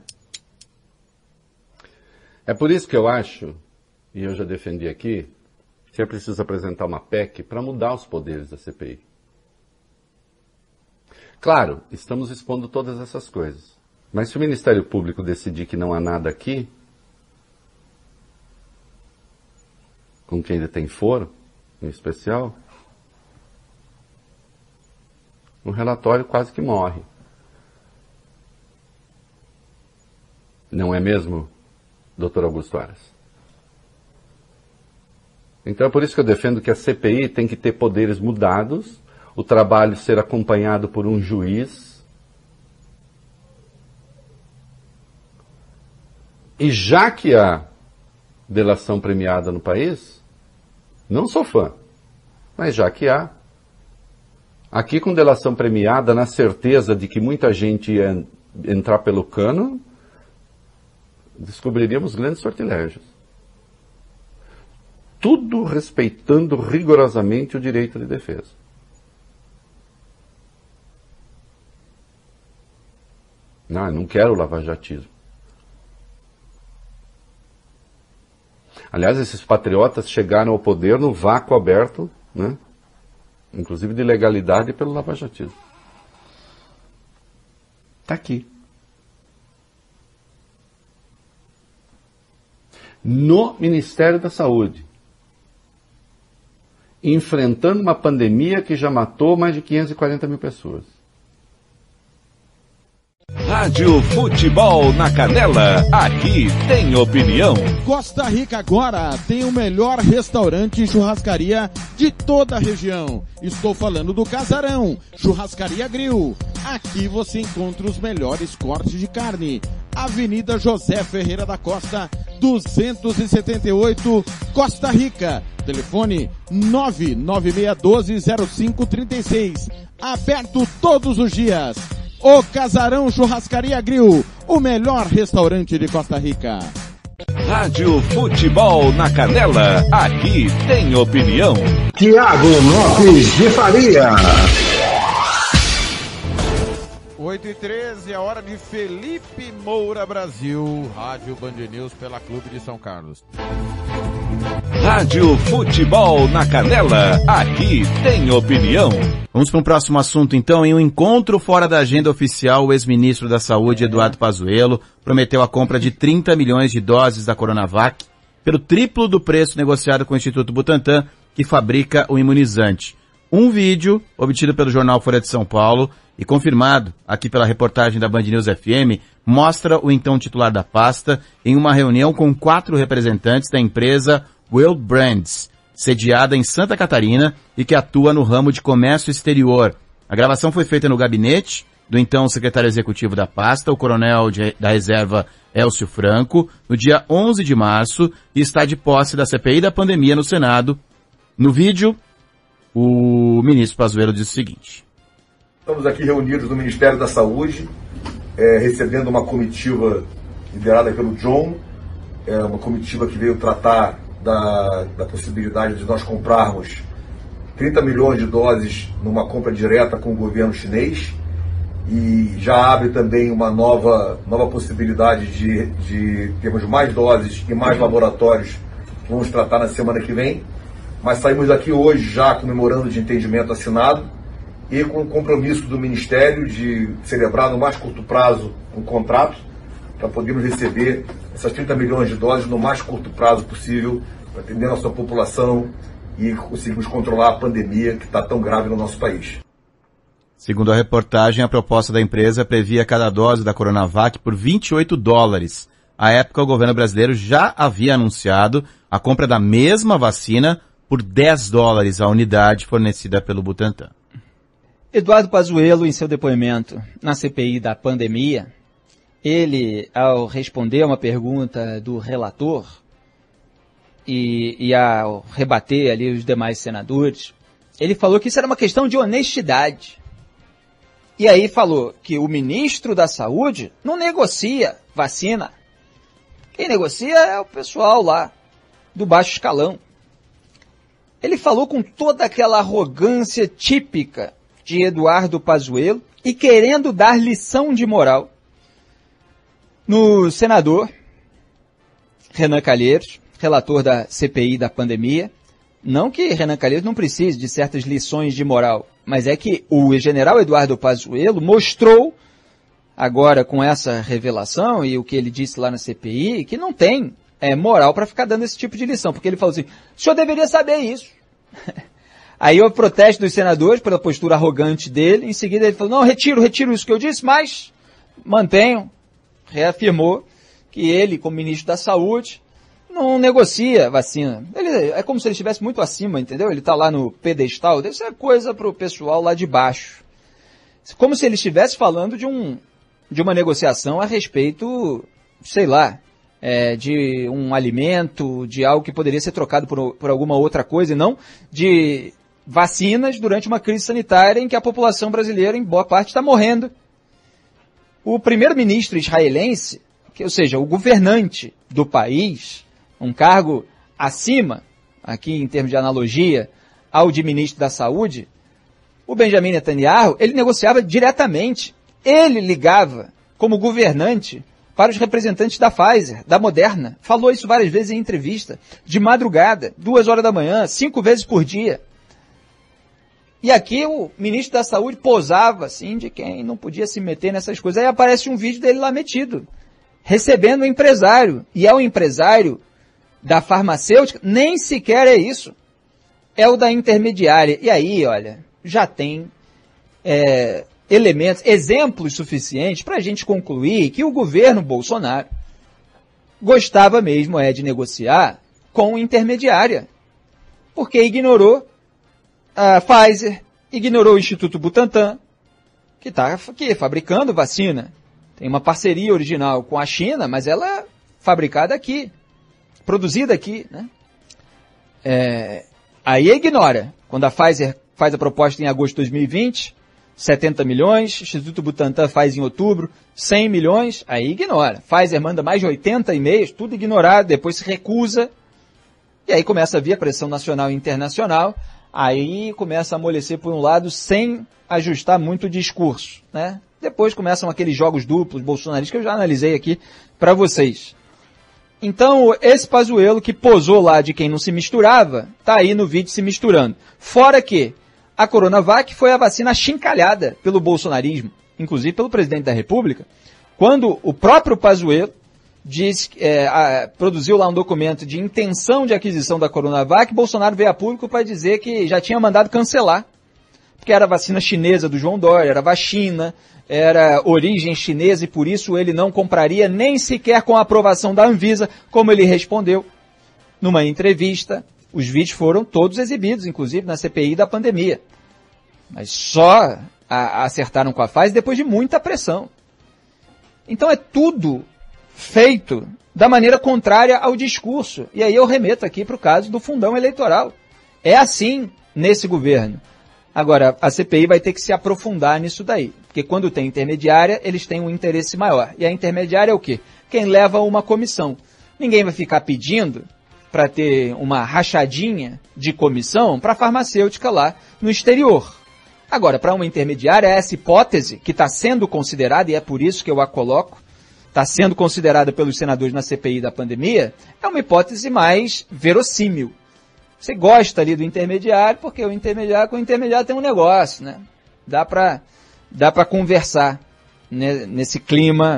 É por isso que eu acho, e eu já defendi aqui, que é preciso apresentar uma P E C para mudar os poderes da C P I. Claro, estamos expondo todas essas coisas. Mas se o Ministério Público decidir que não há nada aqui, com quem ainda tem foro, em especial, o relatório quase que morre. Não é mesmo, doutor Augusto Aras? Então é por isso que eu defendo que a C P I tem que ter poderes mudados, o trabalho ser acompanhado por um juiz. E já que há delação premiada no país, não sou fã, mas já que há, aqui com delação premiada, na certeza de que muita gente ia entrar pelo cano, descobriríamos grandes sortilégios. Tudo respeitando rigorosamente o direito de defesa. Não, eu não quero lavajatismo. Aliás, esses patriotas chegaram ao poder no vácuo aberto, né? Inclusive de legalidade pelo lavajatismo. Está aqui. No Ministério da Saúde, enfrentando uma pandemia que já matou mais de quinhentas e quarenta mil pessoas. Rádio Futebol na Canela, aqui tem opinião. Costa Rica agora tem o melhor restaurante e churrascaria de toda a região. Estou falando do Casarão, Churrascaria Grill. Aqui você encontra os melhores cortes de carne. Avenida José Ferreira da Costa, duzentos e setenta e oito, Costa Rica. Telefone nove nove seis um dois zero cinco três seis. Aberto todos os dias. O Casarão Churrascaria Grill, o melhor restaurante de Costa Rica. Rádio Futebol na Canela, aqui tem opinião. Tiago Lopes de Faria. oito e treze, é hora de Felipe Moura Brasil, Rádio Band News pela Clube de São Carlos. Rádio Futebol na Canela, aqui tem opinião. Vamos para um próximo assunto então. Em um encontro fora da agenda oficial, o ex-ministro da Saúde, Eduardo Pazuello, prometeu a compra de trinta milhões de doses da Coronavac pelo triplo do preço negociado com o Instituto Butantan, que fabrica o imunizante. Um vídeo obtido pelo jornal Folha de São Paulo e confirmado aqui pela reportagem da Band News F M, mostra o então titular da pasta em uma reunião com quatro representantes da empresa World Brands, sediada em Santa Catarina e que atua no ramo de comércio exterior. A gravação foi feita no gabinete do então secretário executivo da pasta, o coronel de, da reserva Elcio Franco, no dia onze de março, e está de posse da C P I da pandemia no Senado. No vídeo, o ministro Pazuello diz o seguinte: estamos aqui reunidos no Ministério da Saúde, é, recebendo uma comitiva liderada pelo John, é, uma comitiva que veio tratar da, da possibilidade de nós comprarmos trinta milhões de doses numa compra direta com o governo chinês, e já abre também uma nova, nova possibilidade de, de termos mais doses e mais laboratórios que vamos tratar na semana que vem. Mas saímos daqui hoje já com o memorando de entendimento assinado e com o compromisso do Ministério de celebrar no mais curto prazo um contrato para podermos receber essas trinta milhões de doses no mais curto prazo possível, para atender a nossa população e conseguirmos controlar a pandemia que está tão grave no nosso país. Segundo a reportagem, a proposta da empresa previa cada dose da Coronavac por vinte e oito dólares. À época, o governo brasileiro já havia anunciado a compra da mesma vacina por dez dólares a unidade fornecida pelo Butantan. Eduardo Pazuello, em seu depoimento na C P I da pandemia, ele, ao responder a uma pergunta do relator e, e ao rebater ali os demais senadores, ele falou que isso era uma questão de honestidade. E aí falou que o ministro da Saúde não negocia vacina. Quem negocia é o pessoal lá do baixo escalão. Ele falou com toda aquela arrogância típica de Eduardo Pazuello e querendo dar lição de moral no senador Renan Calheiros, relator da C P I da pandemia. Não que Renan Calheiros não precise de certas lições de moral, mas é que o general Eduardo Pazuello mostrou, agora com essa revelação e o que ele disse lá na C P I, que não tem é, moral para ficar dando esse tipo de lição, porque ele falou assim, o senhor deveria saber isso. Aí houve protesto dos senadores pela postura arrogante dele, em seguida ele falou, não, retiro, retiro isso que eu disse, mas mantenho, reafirmou que ele, como ministro da Saúde, não negocia vacina. Ele, é como se ele estivesse muito acima, entendeu? Ele está lá no pedestal, deve ser coisa para o pessoal lá de baixo. Como se ele estivesse falando de, um, de uma negociação a respeito, sei lá, é, de um alimento, de algo que poderia ser trocado por, por alguma outra coisa, e não de vacinas durante uma crise sanitária em que a população brasileira, em boa parte, está morrendo. O primeiro-ministro israelense, que, ou seja, o governante do país, um cargo acima, aqui em termos de analogia, ao de ministro da Saúde, o Benjamin Netanyahu, ele negociava diretamente. Ele ligava como governante para os representantes da Pfizer, da Moderna. Falou isso várias vezes em entrevista, de madrugada, duas horas da manhã, cinco vezes por dia. E aqui o ministro da Saúde posava, assim, de quem não podia se meter nessas coisas. Aí aparece um vídeo dele lá metido, recebendo o empresário. E é o empresário da farmacêutica, nem sequer é isso. É o da intermediária. E aí, olha, já tem é, elementos, exemplos suficientes para a gente concluir que o governo Bolsonaro gostava mesmo é de negociar com intermediária, porque ignorou a Pfizer, ignorou o Instituto Butantan, que está aqui fabricando vacina. Tem uma parceria original com a China, mas ela é fabricada aqui, produzida aqui, né? É, aí ignora. Quando a Pfizer faz a proposta em agosto de dois mil e vinte, setenta milhões, o Instituto Butantan faz em outubro, cem milhões, aí ignora. Pfizer manda mais de oitenta e-mails, tudo ignorado, depois se recusa, e aí começa a vir a pressão nacional e internacional, aí começa a amolecer por um lado, sem ajustar muito o discurso, né? Depois começam aqueles jogos duplos bolsonaristas que eu já analisei aqui para vocês. Então, esse Pazuello que posou lá de quem não se misturava, tá aí no vídeo se misturando. Fora que a Coronavac foi a vacina achincalhada pelo bolsonarismo, inclusive pelo presidente da República, quando o próprio Pazuello diz, é, a, produziu lá um documento de intenção de aquisição da Coronavac, Bolsonaro veio a público para dizer que já tinha mandado cancelar, porque era vacina chinesa do João Dória, era vacina, era origem chinesa e por isso ele não compraria nem sequer com a aprovação da Anvisa, como ele respondeu numa entrevista. Os vídeos foram todos exibidos, inclusive na C P I da pandemia. Mas só a, acertaram com a Pfizer depois de muita pressão. Então é tudo feito da maneira contrária ao discurso. E aí eu remeto aqui para o caso do fundão eleitoral. É assim nesse governo. Agora, a C P I vai ter que se aprofundar nisso daí, porque quando tem intermediária, eles têm um interesse maior. E a intermediária é o quê? Quem leva uma comissão. Ninguém vai ficar pedindo para ter uma rachadinha de comissão para a farmacêutica lá no exterior. Agora, para uma intermediária, essa hipótese, que está sendo considerada, e é por isso que eu a coloco, está sendo considerada pelos senadores na C P I da pandemia, é uma hipótese mais verossímil. Você gosta ali do intermediário, porque o intermediário com o intermediário tem um negócio, né? Dá para dá para conversar, né, nesse clima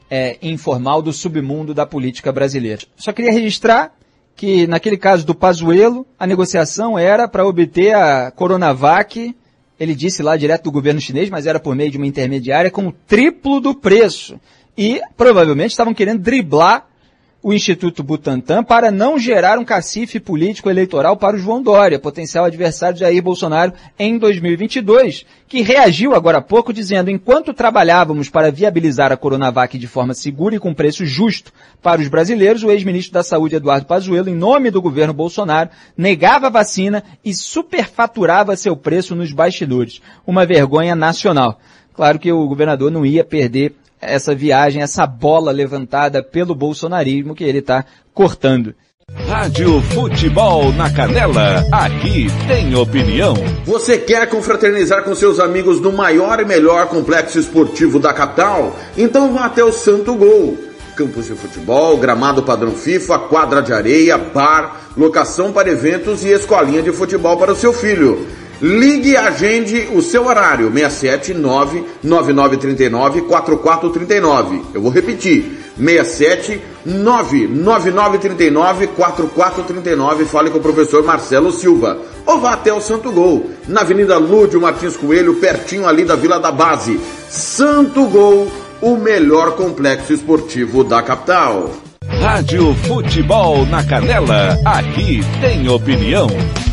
é, informal do submundo da política brasileira. Só queria registrar que, naquele caso do Pazuello, a negociação era para obter a Coronavac, ele disse lá direto do governo chinês, mas era por meio de uma intermediária, com o triplo do preço. E, provavelmente, estavam querendo driblar o Instituto Butantan para não gerar um cacife político eleitoral para o João Dória, potencial adversário de Jair Bolsonaro em dois mil e vinte e dois, que reagiu agora há pouco dizendo: enquanto trabalhávamos para viabilizar a Coronavac de forma segura e com preço justo para os brasileiros, o ex-ministro da Saúde, Eduardo Pazuello, em nome do governo Bolsonaro, negava a vacina e superfaturava seu preço nos bastidores. Uma vergonha nacional. Claro que o governador não ia perder essa viagem, essa bola levantada pelo bolsonarismo que ele está cortando. Rádio Futebol na Canela, aqui tem opinião. Você quer confraternizar com seus amigos no maior e melhor complexo esportivo da capital? Então vá até o Santo Gol. Campos de futebol, gramado padrão FIFA, quadra de areia, bar, locação para eventos e escolinha de futebol para o seu filho. Ligue e agende o seu horário, seis sete nove, nove nove três nove, quatro quatro três nove. Eu vou repetir, seis sete nove, nove nove três nove, quatro quatro três nove. Fale com o professor Marcelo Silva. Ou vá até o Santo Gol, na Avenida Lúdio Martins Coelho, pertinho ali da Vila da Base. Santo Gol, o melhor complexo esportivo da capital. Rádio Futebol na Canela, aqui tem opinião.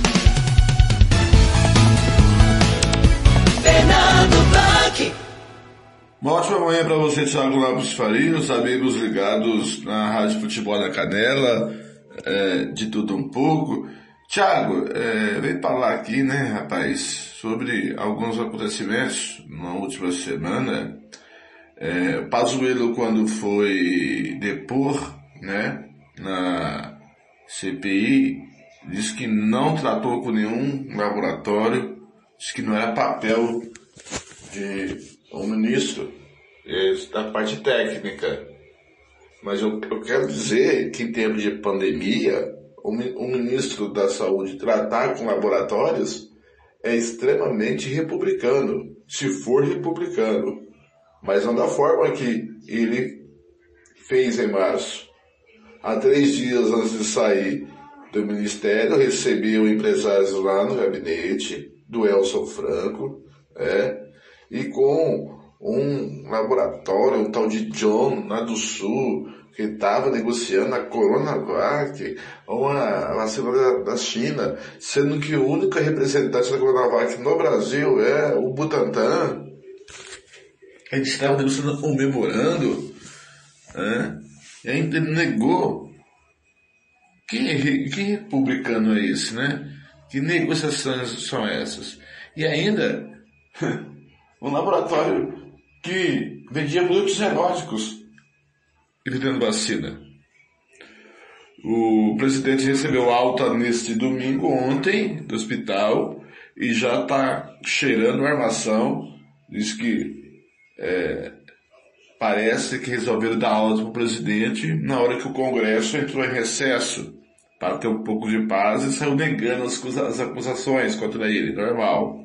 Uma ótima manhã para você, Thiago Lopes Faria, os amigos ligados na Rádio Futebol da Canela, é, de tudo um pouco. Thiago, é, veio falar aqui, né, rapaz, sobre alguns acontecimentos na última semana. É, Pazuello, quando foi depor, né, na C P I, disse que não tratou com nenhum laboratório, disse que não era papel de o ministro da parte técnica. Mas eu, eu quero dizer que em termos de pandemia, o, o ministro da Saúde tratar com laboratórios é extremamente republicano, se for republicano. Mas não da forma que ele fez em março. Há três dias antes de sair do ministério, recebeu empresários lá no gabinete do Elson Franco, é, e com um laboratório, um tal de John, lá do Sul, que estava negociando a Coronavac, uma vacina da, da China, sendo que o único representante da Coronavac no Brasil é o Butantan. A gente estava negociando um memorando, né? E ainda ele negou. Que, que republicano é esse, né? Que negociações são essas? E ainda um laboratório que vendia produtos eróticos evitando vacina. O presidente recebeu alta neste domingo, ontem, do hospital, e já está cheirando armação. Diz que é, parece que resolveram dar alta para o presidente na hora que o Congresso entrou em recesso para ter um pouco de paz e saiu negando as, as acusações contra ele, normal.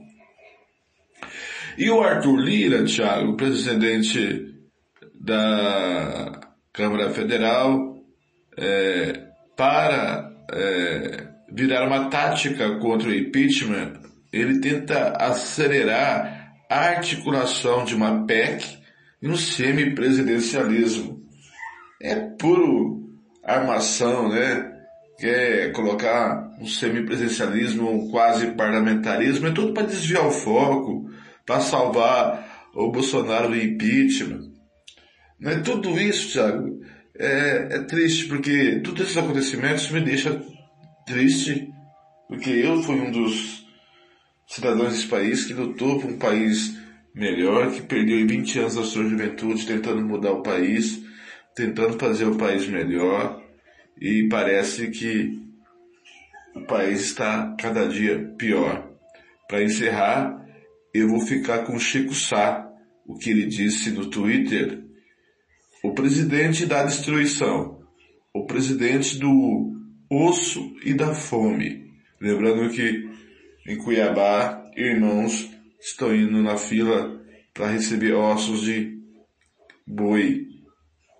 E o Arthur Lira, Thiago, presidente da Câmara Federal, é, para é, virar uma tática contra o impeachment, ele tenta acelerar a articulação de uma P E C e um semipresidencialismo. É puro armação, né? Quer colocar um semipresidencialismo, um quase parlamentarismo, é tudo para desviar o foco, para salvar o Bolsonaro do impeachment. Não é tudo isso, Thiago. É, é triste, porque todos esses acontecimentos me deixam triste, porque eu fui um dos cidadãos desse país que lutou por um país melhor, que perdeu vinte anos da sua juventude tentando mudar o país, tentando fazer o país melhor, e parece que o país está cada dia pior. Para encerrar, eu vou ficar com o Chico Sá, o que ele disse no Twitter: o presidente da destruição, o presidente do osso e da fome. Lembrando que em Cuiabá, irmãos estão indo na fila para receber ossos de boi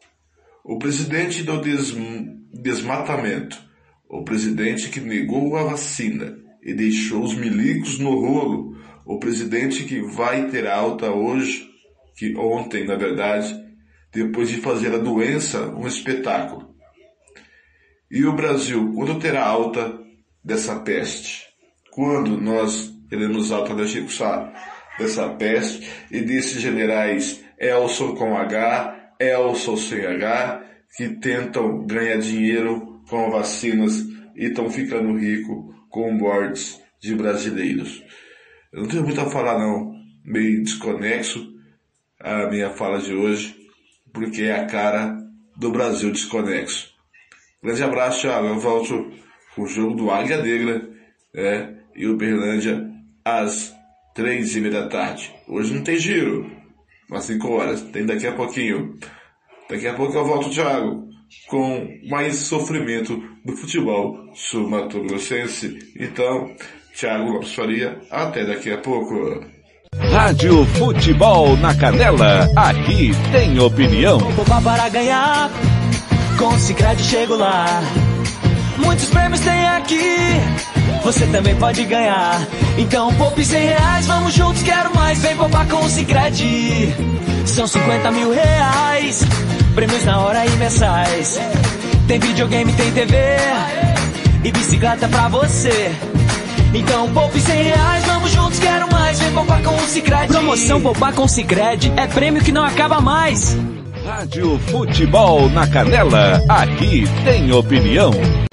o presidente do des- desmatamento, o presidente que negou a vacina e deixou os milicos no rolo, o presidente que vai ter alta hoje, que ontem, na verdade, depois de fazer a doença um espetáculo. E o Brasil, quando terá alta dessa peste? Quando nós teremos alta da execução dessa peste e desses generais Elson com H, Elson sem H, que tentam ganhar dinheiro com vacinas e estão ficando ricos com mortes de brasileiros. Eu não tenho muito a falar não, meio desconexo a minha fala de hoje, porque é a cara do Brasil desconexo. Grande abraço, Thiago. Eu volto com o jogo do Águia Negra, né, e o Berlândia às três e meia da tarde. Hoje não tem giro, às cinco horas, tem daqui a pouquinho. Daqui a pouco eu volto, Thiago, com mais sofrimento do futebol sul-mato-grossense. Então, Thiago Lopes Faria, até daqui a pouco. Rádio Futebol na Canela, aqui tem opinião. Poupar para ganhar, com o Sicredi chego lá. Muitos prêmios tem aqui, você também pode ganhar. Então poupe cem reais, vamos juntos, quero mais. Vem poupar com o Sicredi. São cinquenta mil reais, prêmios na hora e mensais. Tem videogame, tem T V e bicicleta pra você. Então poupe cem reais, vamos juntos, quero mais. Vem poupar com o Sicredi. Promoção Poupar com o Sicredi é prêmio que não acaba mais. Rádio Futebol na Canela, aqui tem opinião.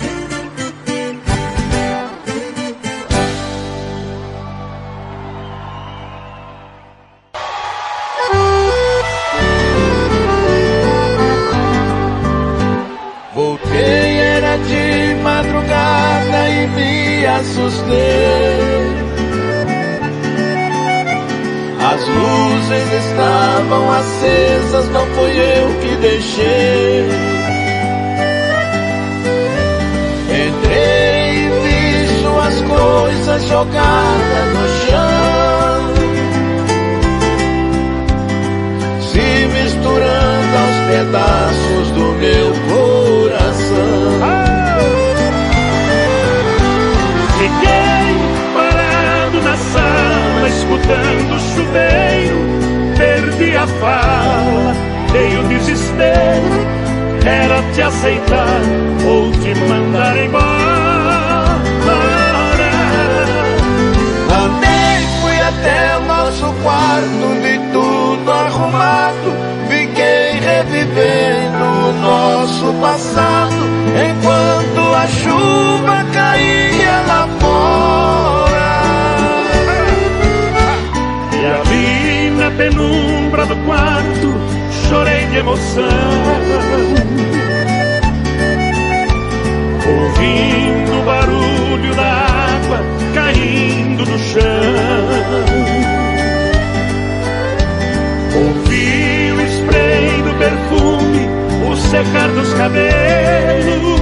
Voltei, era de madrugada e me assustei. As luzes estavam acesas, não fui eu que deixei. Entrei e vi suas coisas jogadas no chão, se misturando aos pedaços do meu coração. Fiquei parado na sala, escutando o chuveiro. Perdi a fala, dei o desespero. Era te aceitar ou te mandar embora. Andei, fui até o nosso quarto, vi tudo arrumado. Fiquei revivendo o nosso passado, enquanto a chuva caía lá fora. E ali na penumbra do quarto chorei de emoção, ouvindo o barulho da água caindo no chão. Ouvi o spray do perfume, o secar dos cabelos,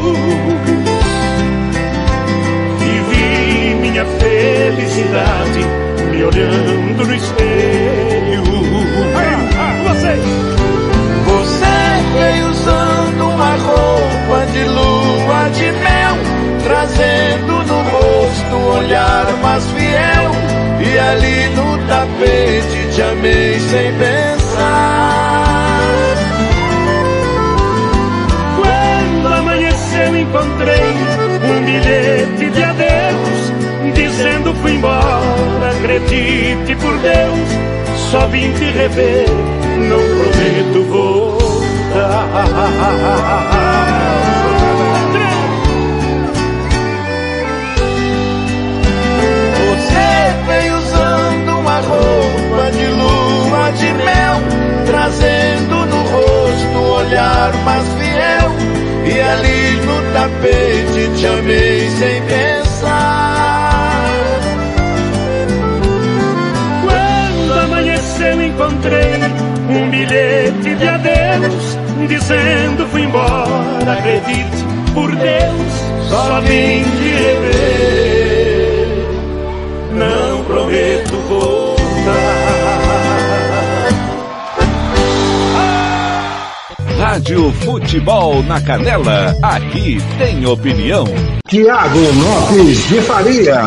e vi minha felicidade me olhando no espelho. Você, você veio usando uma roupa de lua de mel, trazendo no rosto um olhar mais fiel. E ali no tapete te amei sem pensar. Quando amanheceu encontrei um bilhete de adeus, dizendo fui embora, acredite por Deus, só vim te rever, não prometo voltar. Você veio usando uma roupa de lua de mel, trazendo no rosto um olhar mais fiel. E ali no tapete te amei sem pensar. Quando amanheceu encontrei um bilhete de adeus, dizendo fui embora, acredite por Deus, só vim te rever, não prometo voltar. Rádio Futebol na Canela, aqui tem opinião. Tiago Lopes de Faria.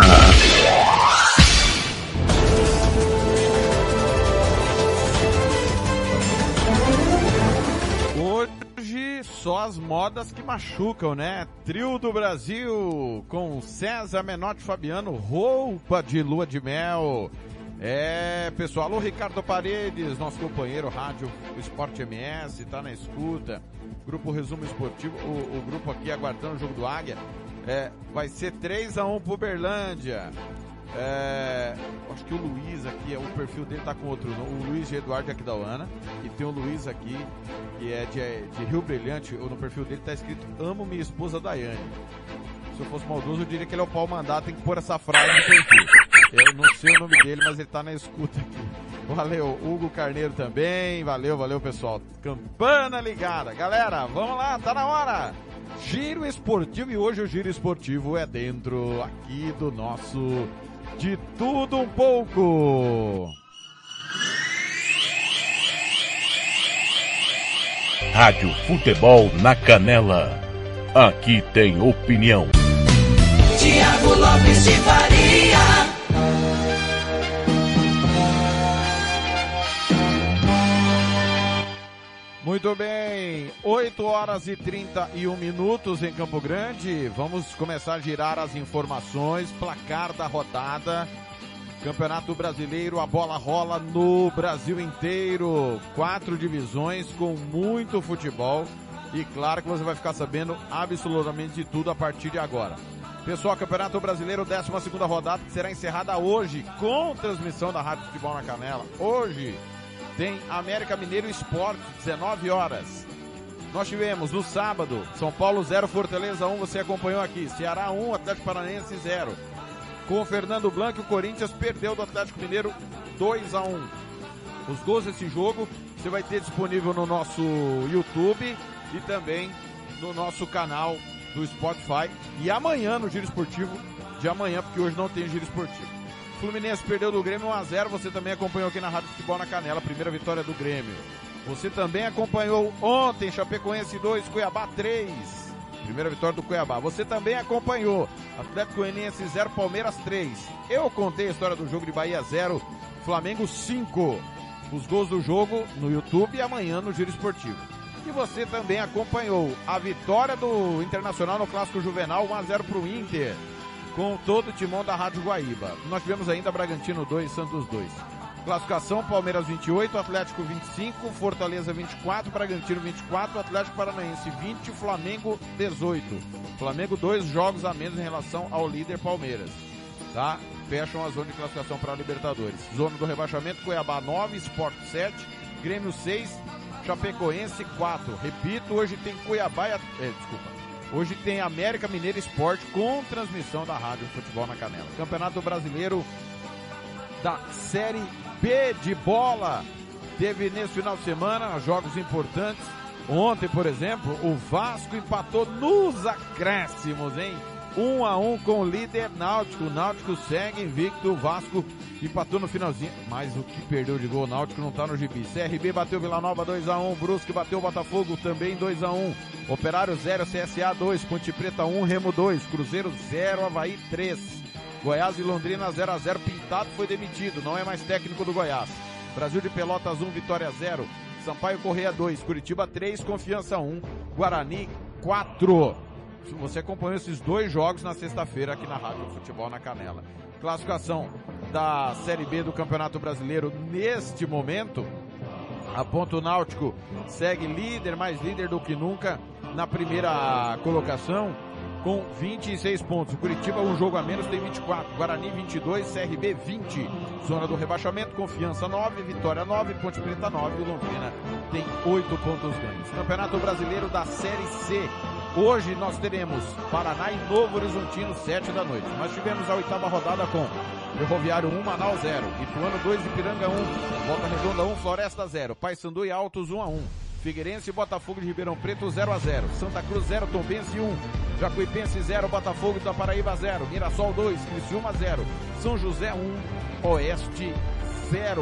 Hoje só as modas que machucam, né? Trio do Brasil com César Menotti e Fabiano, roupa de lua de mel. É, pessoal, o Ricardo Paredes, nosso companheiro Rádio Esporte M S, tá na escuta. Grupo Resumo Esportivo, o, o grupo aqui aguardando o jogo do Águia. É, vai ser três a um pro Uberlândia. É, acho que o Luiz aqui, o perfil dele tá com outro nome, o Luiz de Eduardo de Aquidauana, e tem o Luiz aqui, que é de, de Rio Brilhante, no perfil dele tá escrito "Amo minha esposa Daiane". Se eu fosse maldoso, eu diria que ele é o pau mandado, tem que pôr essa frase no perfil. Eu não sei o nome dele, mas ele tá na escuta aqui. Valeu, Hugo Carneiro também, valeu, valeu pessoal. Campana ligada. Galera, vamos lá, tá na hora. Giro Esportivo, e hoje o Giro Esportivo é dentro aqui do nosso De Tudo Um Pouco. Rádio Futebol na Canela, aqui tem opinião. Tiago Lopes de Faria. Muito bem, oito horas e trinta e um minutos em Campo Grande. Vamos começar a girar as informações, placar da rodada. Campeonato Brasileiro, a bola rola no Brasil inteiro. Quatro divisões com muito futebol. E claro que você vai ficar sabendo absolutamente de tudo a partir de agora. Pessoal, Campeonato Brasileiro, décima segunda rodada, que será encerrada hoje com transmissão da Rádio Futebol na Canela. Hoje tem América Mineiro Sport, dezenove horas. Nós tivemos no sábado, São Paulo zero, Fortaleza um, você acompanhou aqui. Ceará um, Atlético Paranaense zero. Com o Fernando Blanc, o Corinthians perdeu do Atlético Mineiro dois a um. Os gols desse jogo você vai ter disponível no nosso YouTube e também no nosso canal do Spotify. E amanhã no Giro Esportivo de amanhã, porque hoje não tem Giro Esportivo. Fluminense perdeu do Grêmio um a zero, você também acompanhou aqui na Rádio Futebol na Canela, a primeira vitória do Grêmio. Você também acompanhou ontem Chapecoense dois, Cuiabá três, primeira vitória do Cuiabá. Você também acompanhou Atlético Goianiense zero, Palmeiras três. Eu contei a história do jogo de Bahia zero, Flamengo cinco. Os gols do jogo no YouTube e amanhã no Giro Esportivo. E você também acompanhou a vitória do Internacional no Clássico Juvenal um a zero pro Inter, com todo o timão da Rádio Guaíba. Nós tivemos ainda Bragantino dois, Santos dois. Classificação: Palmeiras vinte e oito, Atlético vinte e cinco, Fortaleza vinte e quatro, Bragantino vinte e quatro, Atlético Paranaense vinte, Flamengo dezoito. Flamengo dois jogos a menos em relação ao líder Palmeiras. Tá? Fecham a zona de classificação para a Libertadores. Zona do rebaixamento: Cuiabá nove, Sport sete, Grêmio seis, Chapecoense quatro. Repito, hoje tem Cuiabá e... É, desculpa. Hoje tem América Mineiro Esporte com transmissão da Rádio Futebol na Canela. Campeonato Brasileiro da Série B de bola. Teve nesse final de semana jogos importantes. Ontem, por exemplo, o Vasco empatou nos acréscimos, hein? Um a um com o líder Náutico. O Náutico segue invicto. O Vasco empatou no finalzinho. Mas o que perdeu de gol, o Náutico não tá no gibi. C R B bateu Vila Nova dois a um. Brusque bateu o Botafogo também dois a um. Operário zero, C S A dois. Ponte Preta um, Remo dois. Cruzeiro zero, Avaí três. Goiás e Londrina zero a zero. Pintado foi demitido. Não é mais técnico do Goiás. Brasil de Pelotas um, Vitória zero. Sampaio Correia dois. Curitiba três, Confiança um. Guarani quatro. Você acompanhou esses dois jogos na sexta-feira aqui na Rádio Futebol na Canela. Classificação da Série B do Campeonato Brasileiro neste momento. A Ponto Náutico segue líder, mais líder do que nunca na primeira colocação com vinte e seis pontos. O Curitiba um jogo a menos tem vinte e quatro. Guarani vinte e dois, C R B vinte. Zona do rebaixamento: Confiança nove, Vitória nove, Ponte Preta nove e Londrina tem oito pontos ganhos. Campeonato Brasileiro da Série C. Hoje nós teremos Paraná e Novo Horizontino, sete da noite. Nós tivemos a oitava rodada com Ferroviário um, Manaus zero, Ituano dois, Ipiranga um, Volta Redonda um, Floresta zero, Paysandu e Altos um a um, Figueirense e Botafogo de Ribeirão Preto zero a zero, Santa Cruz zero, Tombense um, Jacuipense zero, Botafogo da Paraíba zero, Mirassol dois, Criciúma zero, São José um, Oeste zero.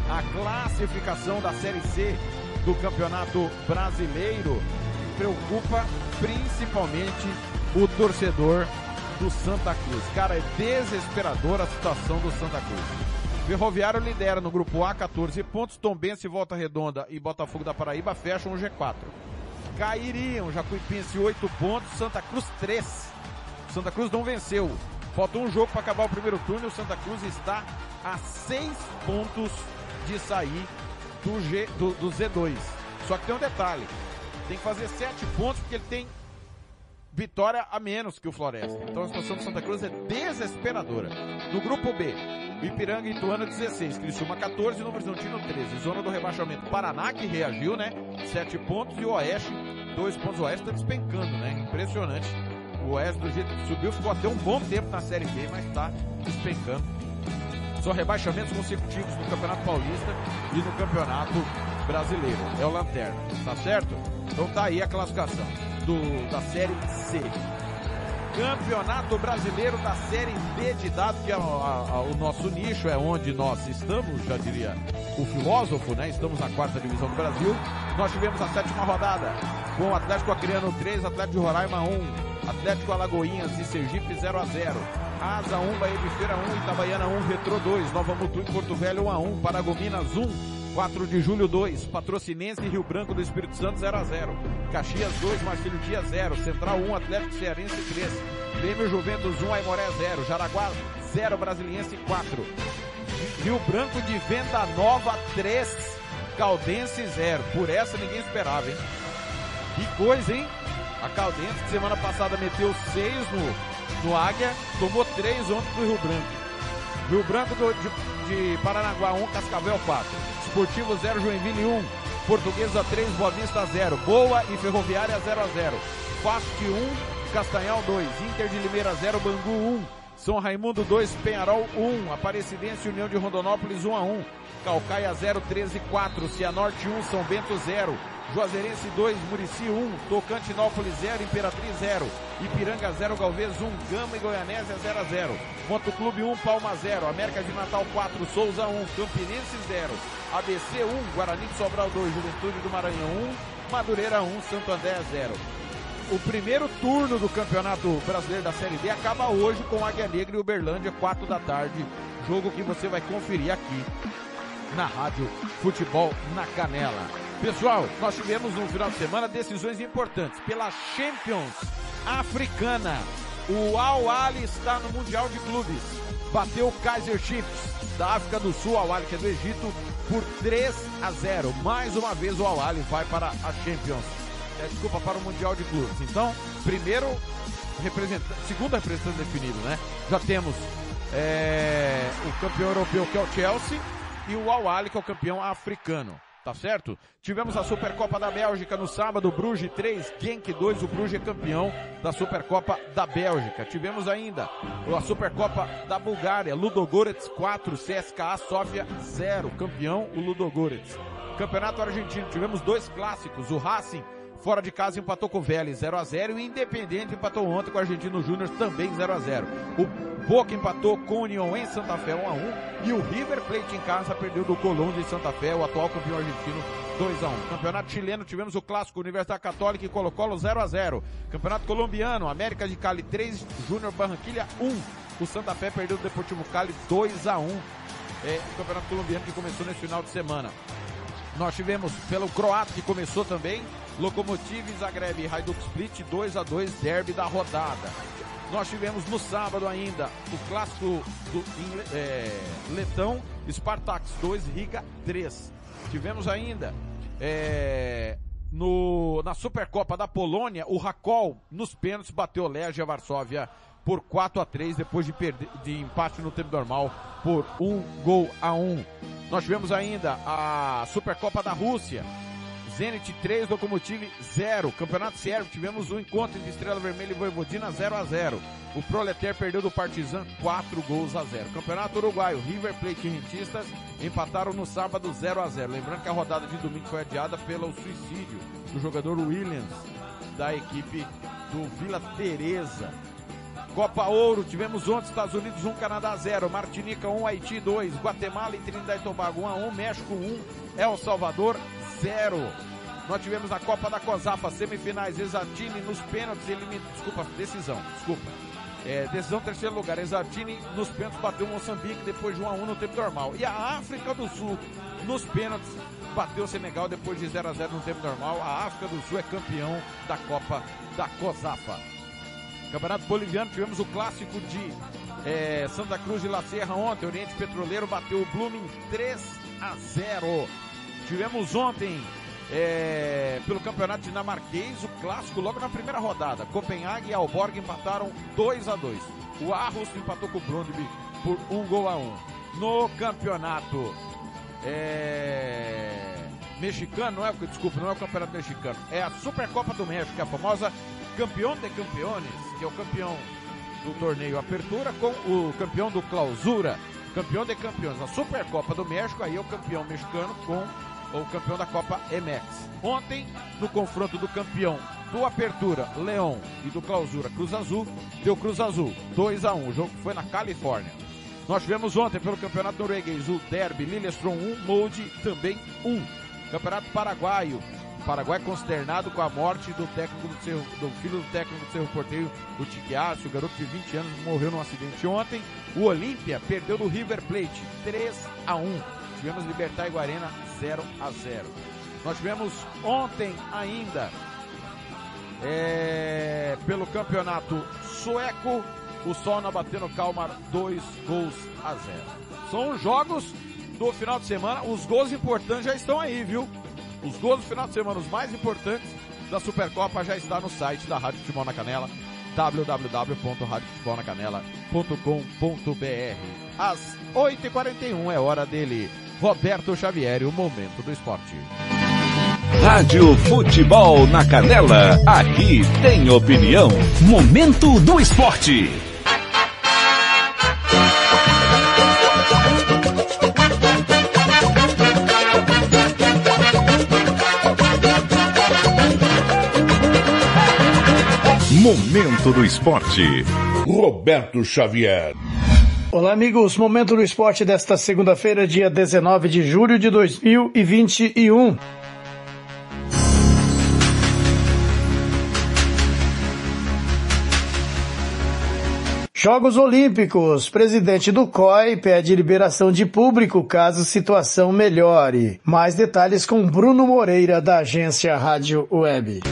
a classificação da Série C do Campeonato Brasileiro preocupa principalmente o torcedor do Santa Cruz. Cara, é desesperadora a situação do Santa Cruz. Ferroviário lidera no grupo A, quatorze pontos. Tombense, Volta Redonda e Botafogo da Paraíba fecham o G quatro. Cairiam Jacuipense, oito pontos. Santa Cruz, três. Santa Cruz não venceu. Falta um jogo para acabar o primeiro turno. O Santa Cruz está a seis pontos de sair do, G, do, do Z dois. Só que tem um detalhe. Tem que fazer sete pontos porque ele tem vitória a menos que o Floresta. Então a situação do Santa Cruz é desesperadora. No grupo B, Ipiranga e Ituano dezesseis, Criciúma quatorze, Novo Horizontino treze. Zona do rebaixamento, Paraná que reagiu, né? sete pontos e o Oeste, dois pontos. O Oeste tá despencando, né? Impressionante. O Oeste do jeito que subiu, ficou até um bom tempo na Série B, mas tá despencando. Só rebaixamentos consecutivos no Campeonato Paulista e no Campeonato Brasileiro. É o Lanterna, tá certo? Então tá aí a classificação do, da Série C. Campeonato Brasileiro da Série D de dados, que é a, a, o nosso nicho, é onde nós estamos, já diria o filósofo, né? Estamos na quarta divisão do Brasil. Nós tivemos a sétima rodada com o Atlético Acreano três, Atlético de Roraima um, Atlético Alagoinhas e Sergipe zero a zero. Asa um, Bahia de Feira um, Itabaiana um, Retrô dois, Nova Mutum e Porto Velho um a um, Paragominas um, quatro de julho dois, Patrocinense e Rio Branco do Espírito Santo zero a zero, Caxias dois, Marcílio Dias zero, Central um, Atlético Cearense três, Grêmio Juventus um, Aimoré zero, Jaraguá zero, Brasiliense quatro, Rio Branco de Venda Nova três, Caldense zero. Por essa ninguém esperava, hein? Que coisa, hein? A Caldense que semana passada meteu seis no, no Águia, tomou três ontem do Rio Branco. Rio Branco do, de, de Paranaguá um, Cascavel quatro. Esportivo zero, Joinville um, Portuguesa três, Boa Vista zero, Boa e Ferroviária zero a zero, Fast um, Castanhal dois, Inter de Limeira zero, Bangu um, São Raimundo dois, Penharol um, Aparecidense e União de Rondonópolis um a um, Calcaia zero, treze quatro, Cianorte um, São Bento zero, Juazeirense dois, Murici um, Tocantinópolis zero, Imperatriz zero, Ipiranga zero, Galvez um, Gama e Goianésia zero a zero, Motoclube um, Palma zero, América de Natal quatro, Souza um, Campinense zero, A B C um, Guarani de Sobral dois, Juventude do Maranhão um, Madureira um, Santo André zero. O primeiro turno do Campeonato Brasileiro da Série D acaba hoje com Águia Negra e Uberlândia, quatro da tarde, jogo que você vai conferir aqui na Rádio Futebol na Canela. Pessoal, nós tivemos no final de semana decisões importantes pela Champions Africana. O Al Ahly está no Mundial de Clubes. Bateu o Kaizer Chiefs da África do Sul, Al Ahly que é do Egito, por três a zero. Mais uma vez o Al Ahly vai para a Champions. É, desculpa, para o Mundial de Clubes. Então, primeiro representante, segundo representante definido, né? Já temos é, o campeão europeu que é o Chelsea e o Al Ahly que é o campeão africano. Tá certo? Tivemos a Supercopa da Bélgica no sábado, Bruges três, Genk dois, o Bruges é campeão da Supercopa da Bélgica. Tivemos ainda a Supercopa da Bulgária, Ludogorets quatro, C S K A Sofia zero, campeão o Ludogorets. Campeonato Argentino, tivemos dois clássicos, o Racing fora de casa empatou com o Vélez zero a zero e o Independiente empatou ontem com o Argentino Júnior também zero a zero. O Boca empatou com o União em Santa Fé um a um e o River Plate em casa perdeu do Colón de Santa Fé, o atual campeão argentino, dois a um. Campeonato chileno tivemos o clássico Universidade Católica e Colo-Colo zero a zero. Campeonato colombiano, América de Cali três, Júnior Barranquilla um. O Santa Fé perdeu do Deportivo Cali dois a um. É o campeonato colombiano que começou nesse final de semana. Nós tivemos pelo croata que começou também, Lokomotiv Zagreb e Hajduk Split dois a dois, derby da rodada. Nós tivemos no sábado ainda o clássico do é, letão, Spartaks dois, Riga três. Tivemos ainda é, no, na Supercopa da Polônia, o Rakol nos pênaltis bateu o Legia Varsóvia por quatro a três, depois de, perder, de empate no tempo normal por um gol a um. Nós tivemos ainda a Supercopa da Rússia, Zenit três, Lokomotiv zero. Campeonato Sérvio, tivemos um encontro entre Estrela Vermelha e Vojvodina zero a zero. O Proletar perdeu do Partizan quatro gols a zero. Campeonato Uruguaio, River Plate e Rentistas empataram no sábado zero a zero. Lembrando que a rodada de domingo foi adiada pelo suicídio do jogador Williams da equipe do Vila Teresa. Copa Ouro, tivemos ontem Estados Unidos um, Canadá zero, Martinica um, Haiti dois, Guatemala e Trinidad e Tobago um a um, México um, El Salvador zero. Nós tivemos na Copa da COSAFA, semifinais, Eswatini nos pênaltis, elimina, desculpa, decisão, desculpa. É, decisão terceiro lugar, Eswatini nos pênaltis bateu o Moçambique depois de um a um no tempo normal. E a África do Sul nos pênaltis bateu o Senegal depois de zero a zero no tempo normal. A África do Sul é campeão da Copa da COSAFA. Campeonato Boliviano, tivemos o clássico de é, Santa Cruz de La Serra ontem. Oriente Petroleiro bateu o Blooming três a zero. Tivemos ontem é, pelo campeonato dinamarquês o clássico logo na primeira rodada. Copenhague e Aalborg empataram dois a dois. O Aarhus empatou com o Brøndby por um gol a um. No campeonato é, mexicano, não é, desculpa, não é o campeonato mexicano, é a Supercopa do México, que é a famosa Campeão de Campeones, que é o campeão do torneio Apertura com o campeão do Clausura, campeão de campeões. A Supercopa do México, aí é o campeão mexicano com o campeão da Copa M X. Ontem, no confronto do campeão do Apertura, Leão, e do Clausura, Cruz Azul, deu Cruz Azul, dois a um. O jogo foi na Califórnia. Nós tivemos ontem pelo campeonato norueguês o Derby, Lillestrøm um, Molde também um. Campeonato paraguaio, o Paraguai consternado com a morte do técnico do, Cerro, do filho do técnico do Cerro Porteiro, o Tiquiácio, o garoto de vinte anos, morreu num acidente ontem. O Olímpia perdeu do River Plate três a um. Tivemos Libertad e Guarena zero a zero. Nós tivemos ontem ainda é, pelo campeonato sueco, o Solna batendo o Kalmar dois gols a zero. São os jogos do final de semana. Os gols importantes já estão aí, viu? Os gols do final de semana, os mais importantes da Supercopa, já está no site da Rádio Futebol na Canela, w w w ponto rádio futebol na canela ponto com ponto b r. Às oito e quarenta e um é hora dele, Roberto Xavier, o Momento do Esporte. Rádio Futebol na Canela, aqui tem opinião. Momento do Esporte. Momento do Esporte. Roberto Xavier. Olá, amigos. Momento do Esporte desta segunda-feira, dia dezenove de julho de dois mil e vinte e um. Jogos Olímpicos. Presidente do C O I pede liberação de público caso situação melhore. Mais detalhes com Bruno Moreira, da agência Rádio Web.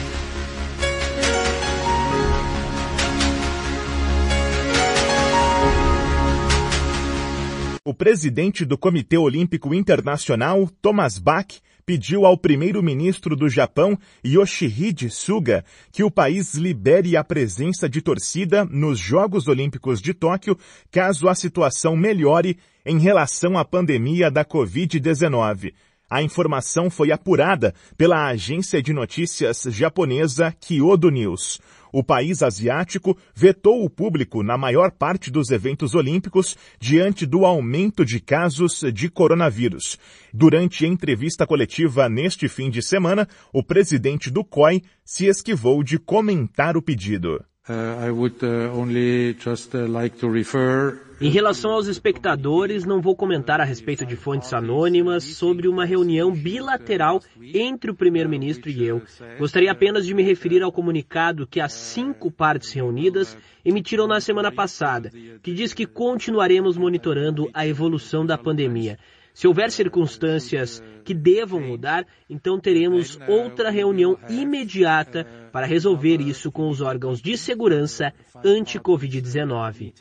O presidente do Comitê Olímpico Internacional, Thomas Bach, pediu ao primeiro-ministro do Japão, Yoshihide Suga, que o país libere a presença de torcida nos Jogos Olímpicos de Tóquio, caso a situação melhore em relação à pandemia da covid dezenove. A informação foi apurada pela agência de notícias japonesa Kyodo News. O país asiático vetou o público na maior parte dos eventos olímpicos diante do aumento de casos de coronavírus. Durante entrevista coletiva neste fim de semana, o presidente do C O I se esquivou de comentar o pedido. Uh, I would uh, only just uh, like to refer... Em relação aos espectadores, não vou comentar a respeito de fontes anônimas sobre uma reunião bilateral entre o primeiro-ministro e eu. Gostaria apenas de me referir ao comunicado que as cinco partes reunidas emitiram na semana passada, que diz que continuaremos monitorando a evolução da pandemia. Se houver circunstâncias que devam mudar, então teremos outra reunião imediata para resolver isso com os órgãos de segurança anti-covid dezenove.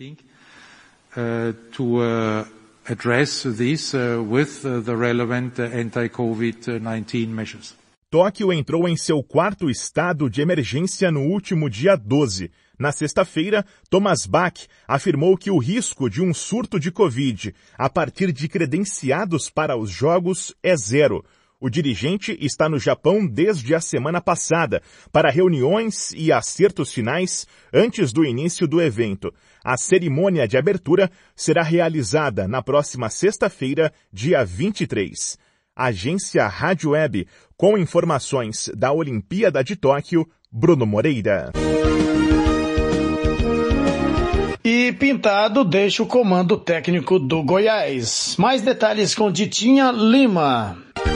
Uh, to uh, address this uh, with uh, the relevant uh, anti-covid nineteen measures. Tóquio entrou em seu quarto estado de emergência no último dia doze. Na sexta-feira, Thomas Bach afirmou que o risco de um surto de Covid a partir de credenciados para os Jogos é zero. O dirigente está no Japão desde a semana passada para reuniões e acertos finais antes do início do evento. A cerimônia de abertura será realizada na próxima sexta-feira, dia vinte e três. Agência Rádio Web, com informações da Olimpíada de Tóquio, Bruno Moreira. Felipe Pintado deixa o comando técnico do Goiás. Mais detalhes com Ditinha Lima.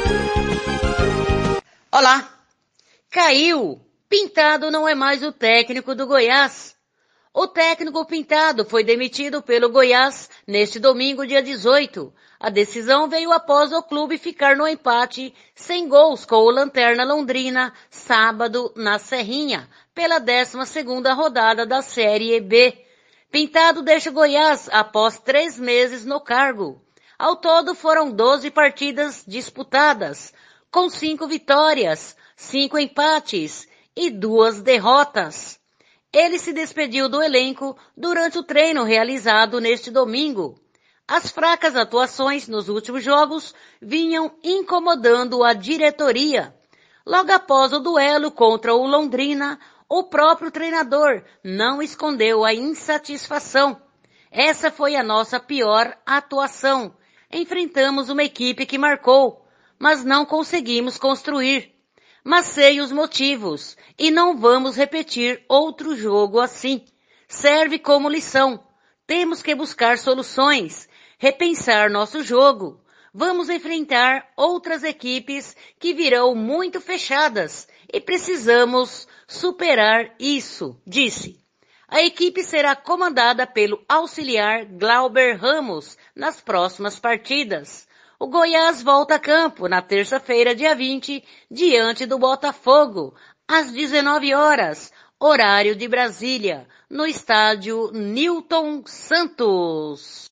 Olá. Caiu. Pintado não é mais o técnico do Goiás. O técnico Pintado foi demitido pelo Goiás neste domingo, dia dezoito. A decisão veio após o clube ficar no empate sem gols com o Lanterna Londrina, sábado, na Serrinha, pela décima segunda rodada da Série B. Pintado deixa o Goiás após três meses no cargo. Ao todo foram doze partidas disputadas, com cinco vitórias, cinco empates e duas derrotas. Ele se despediu do elenco durante o treino realizado neste domingo. As fracas atuações nos últimos jogos vinham incomodando a diretoria. Logo após o duelo contra o Londrina, o próprio treinador não escondeu a insatisfação. Essa foi a nossa pior atuação. Enfrentamos uma equipe que marcou, mas não conseguimos construir. Mas sei os motivos e não vamos repetir outro jogo assim. Serve como lição. Temos que buscar soluções, repensar nosso jogo. Vamos enfrentar outras equipes que virão muito fechadas e precisamos superar isso, disse. A equipe será comandada pelo auxiliar Glauber Ramos nas próximas partidas. O Goiás volta a campo na terça-feira, dia vinte, diante do Botafogo, às dezenove horas, horário de Brasília, no estádio Newton Santos.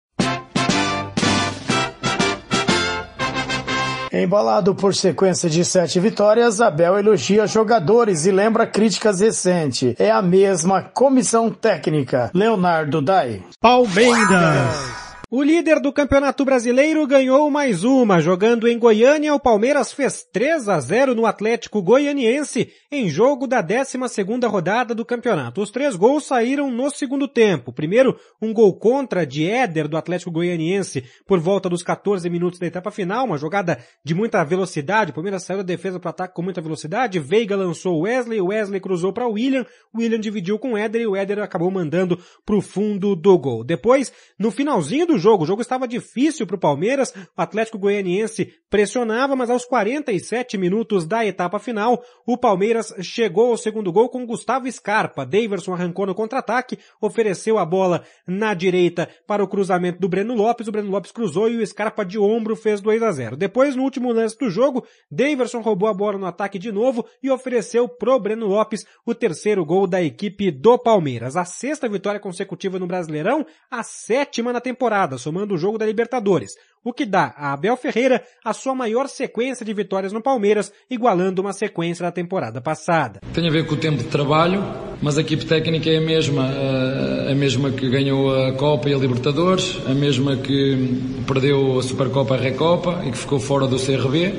Embalado por sequência de sete vitórias, Abel elogia jogadores e lembra críticas recentes. É a mesma comissão técnica. Leonardo Dai. Palmeiras. O líder do Campeonato Brasileiro ganhou mais uma. Jogando em Goiânia, o Palmeiras fez três a zero no Atlético Goianiense em jogo da décima segunda rodada do campeonato. Os três gols saíram no segundo tempo. Primeiro, um gol contra de Éder do Atlético Goianiense por volta dos quatorze minutos da etapa final. Uma jogada de muita velocidade. O Palmeiras saiu da defesa para o ataque com muita velocidade. Veiga lançou o Wesley, o Wesley cruzou para o William. O William dividiu com o Éder e o Éder acabou mandando para o fundo do gol. Depois, no finalzinho do jogo, o jogo estava difícil para o Palmeiras, o Atlético Goianiense pressionava, mas aos quarenta e sete minutos da etapa final, o Palmeiras chegou ao segundo gol com Gustavo Scarpa. Daverson arrancou no contra-ataque, ofereceu a bola na direita para o cruzamento do Breno Lopes, o Breno Lopes cruzou e o Scarpa de ombro fez dois a zero. Depois, no último lance do jogo, Daverson roubou a bola no ataque de novo e ofereceu pro Breno Lopes o terceiro gol da equipe do Palmeiras. A sexta vitória consecutiva no Brasileirão, a sétima na temporada, somando o jogo da Libertadores, o que dá a Abel Ferreira a sua maior sequência de vitórias no Palmeiras, igualando uma sequência da temporada passada. Tem a ver com o tempo de trabalho, mas a equipe técnica é a mesma, a mesma que ganhou a Copa e a Libertadores, a mesma que perdeu a Supercopa e a Recopa e que ficou fora do C R B.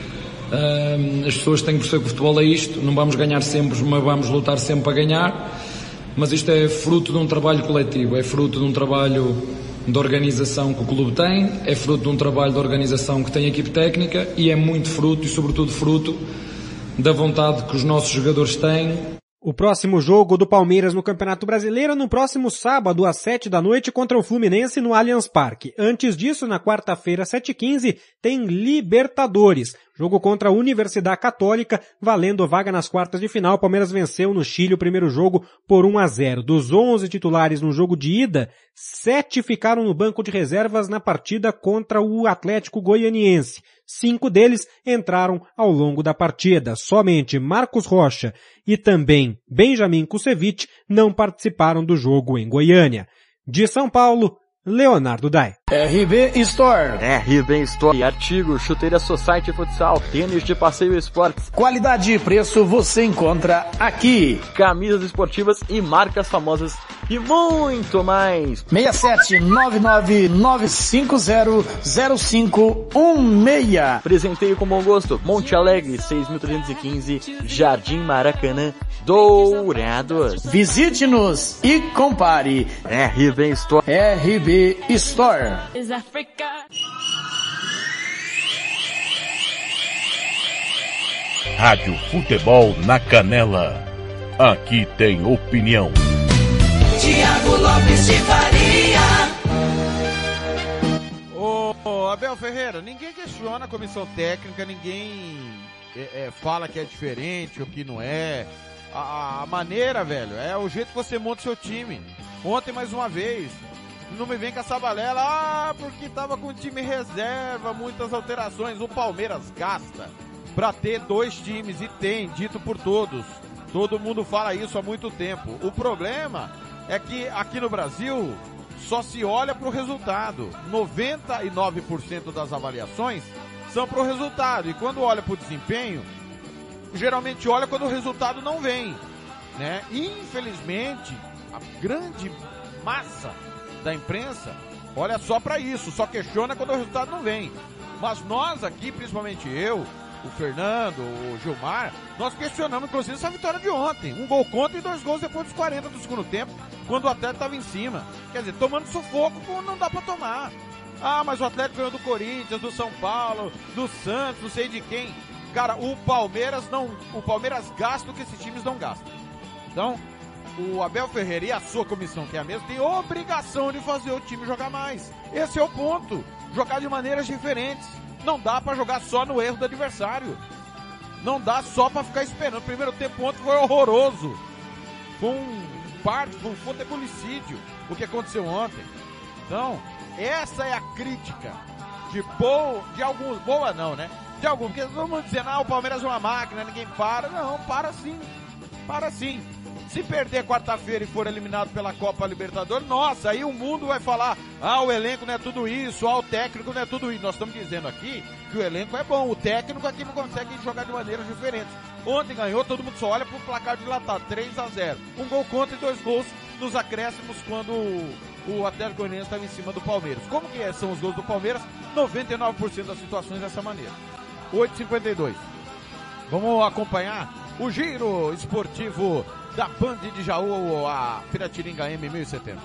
As pessoas têm que perceber que o futebol é isto, não vamos ganhar sempre, mas vamos lutar sempre para ganhar, mas isto é fruto de um trabalho coletivo, é fruto de um trabalho de organização que o clube tem, é fruto de um trabalho de organização que tem a equipe técnica e é muito fruto e sobretudo fruto da vontade que os nossos jogadores têm. O próximo jogo do Palmeiras no Campeonato Brasileiro no próximo sábado às sete da noite contra o Fluminense no Allianz Parque. Antes disso, na quarta-feira, sete e quinze, tem Libertadores. Jogo contra a Universidade Católica, valendo vaga nas quartas de final. O Palmeiras venceu no Chile o primeiro jogo por um a zero. Dos onze titulares no jogo de ida, sete ficaram no banco de reservas na partida contra o Atlético Goianiense. Cinco deles entraram ao longo da partida. Somente Marcos Rocha e também Benjamin Kusevich não participaram do jogo em Goiânia. De São Paulo, Leonardo Dai. R B Store. R B Store. Artigos, chuteira Society Futsal, tênis de passeio e esportes. Qualidade e preço você encontra aqui. Camisas esportivas e marcas famosas e muito mais. seis sete nove nove nove cinco zero zero cinco um seis. Presenteio com bom gosto. Monte Alegre, seis mil trezentos e quinze, Jardim Maracanã, Dourados. Visite-nos e compare. R B Store. R B Store. Rádio Futebol na Canela. Aqui tem opinião. Thiago Lopes de Faria. Abel Ferreira, ninguém questiona a comissão técnica, ninguém é, é, fala que é diferente ou que não é. A, a maneira, velho, é o jeito que você monta o seu time. Ontem, mais uma vez, não me vem com essa balela, ah, porque tava com o time reserva, muitas alterações. O Palmeiras gasta pra ter dois times, e tem, dito por todos. Todo mundo fala isso há muito tempo. O problema é que aqui no Brasil só se olha pro resultado. noventa e nove por cento das avaliações são pro resultado. E quando olha pro desempenho, geralmente olha quando o resultado não vem, né? Infelizmente, a grande massa da imprensa olha só para isso, só questiona quando o resultado não vem. Mas nós aqui, principalmente eu, o Fernando, o Gilmar, nós questionamos inclusive essa vitória de ontem. Um gol contra e dois gols depois dos quarenta do segundo tempo, quando o Atlético estava em cima. Quer dizer, tomando sufoco quando não dá para tomar. Ah, mas o Atlético ganhou do Corinthians, do São Paulo, do Santos, não sei de quem. Cara, o Palmeiras não, o Palmeiras gasta o que esses times não gastam. Então, o Abel Ferreira e a sua comissão, que é a mesma, tem obrigação de fazer o time jogar mais. Esse é o ponto. Jogar de maneiras diferentes. Não dá pra jogar só no erro do adversário. Não dá só pra ficar esperando. O primeiro tempo ontem foi horroroso. Foi um parto, foi um futebolicídio o que aconteceu ontem. Então, essa é a crítica de boa, de alguns, boa não, né? De alguns, porque todo mundo dizendo, ah, o Palmeiras é uma máquina, ninguém para. Não, para sim. Para sim. Se perder quarta-feira e for eliminado pela Copa Libertadores, nossa, aí o mundo vai falar, ah, o elenco não é tudo isso, ah, o técnico não é tudo isso. Nós estamos dizendo aqui que o elenco é bom, o técnico aqui não consegue jogar de maneiras diferentes. Ontem ganhou, todo mundo só olha pro placar dilatado, três a zero. Um gol contra e dois gols nos acréscimos quando o Atlético Goianiense estava em cima do Palmeiras. Como que é? São os gols do Palmeiras? noventa e nove por cento das situações dessa maneira. oito e cinquenta e dois. Vamos acompanhar o giro esportivo da Band de Jaú, a Piratininga M mil e setenta.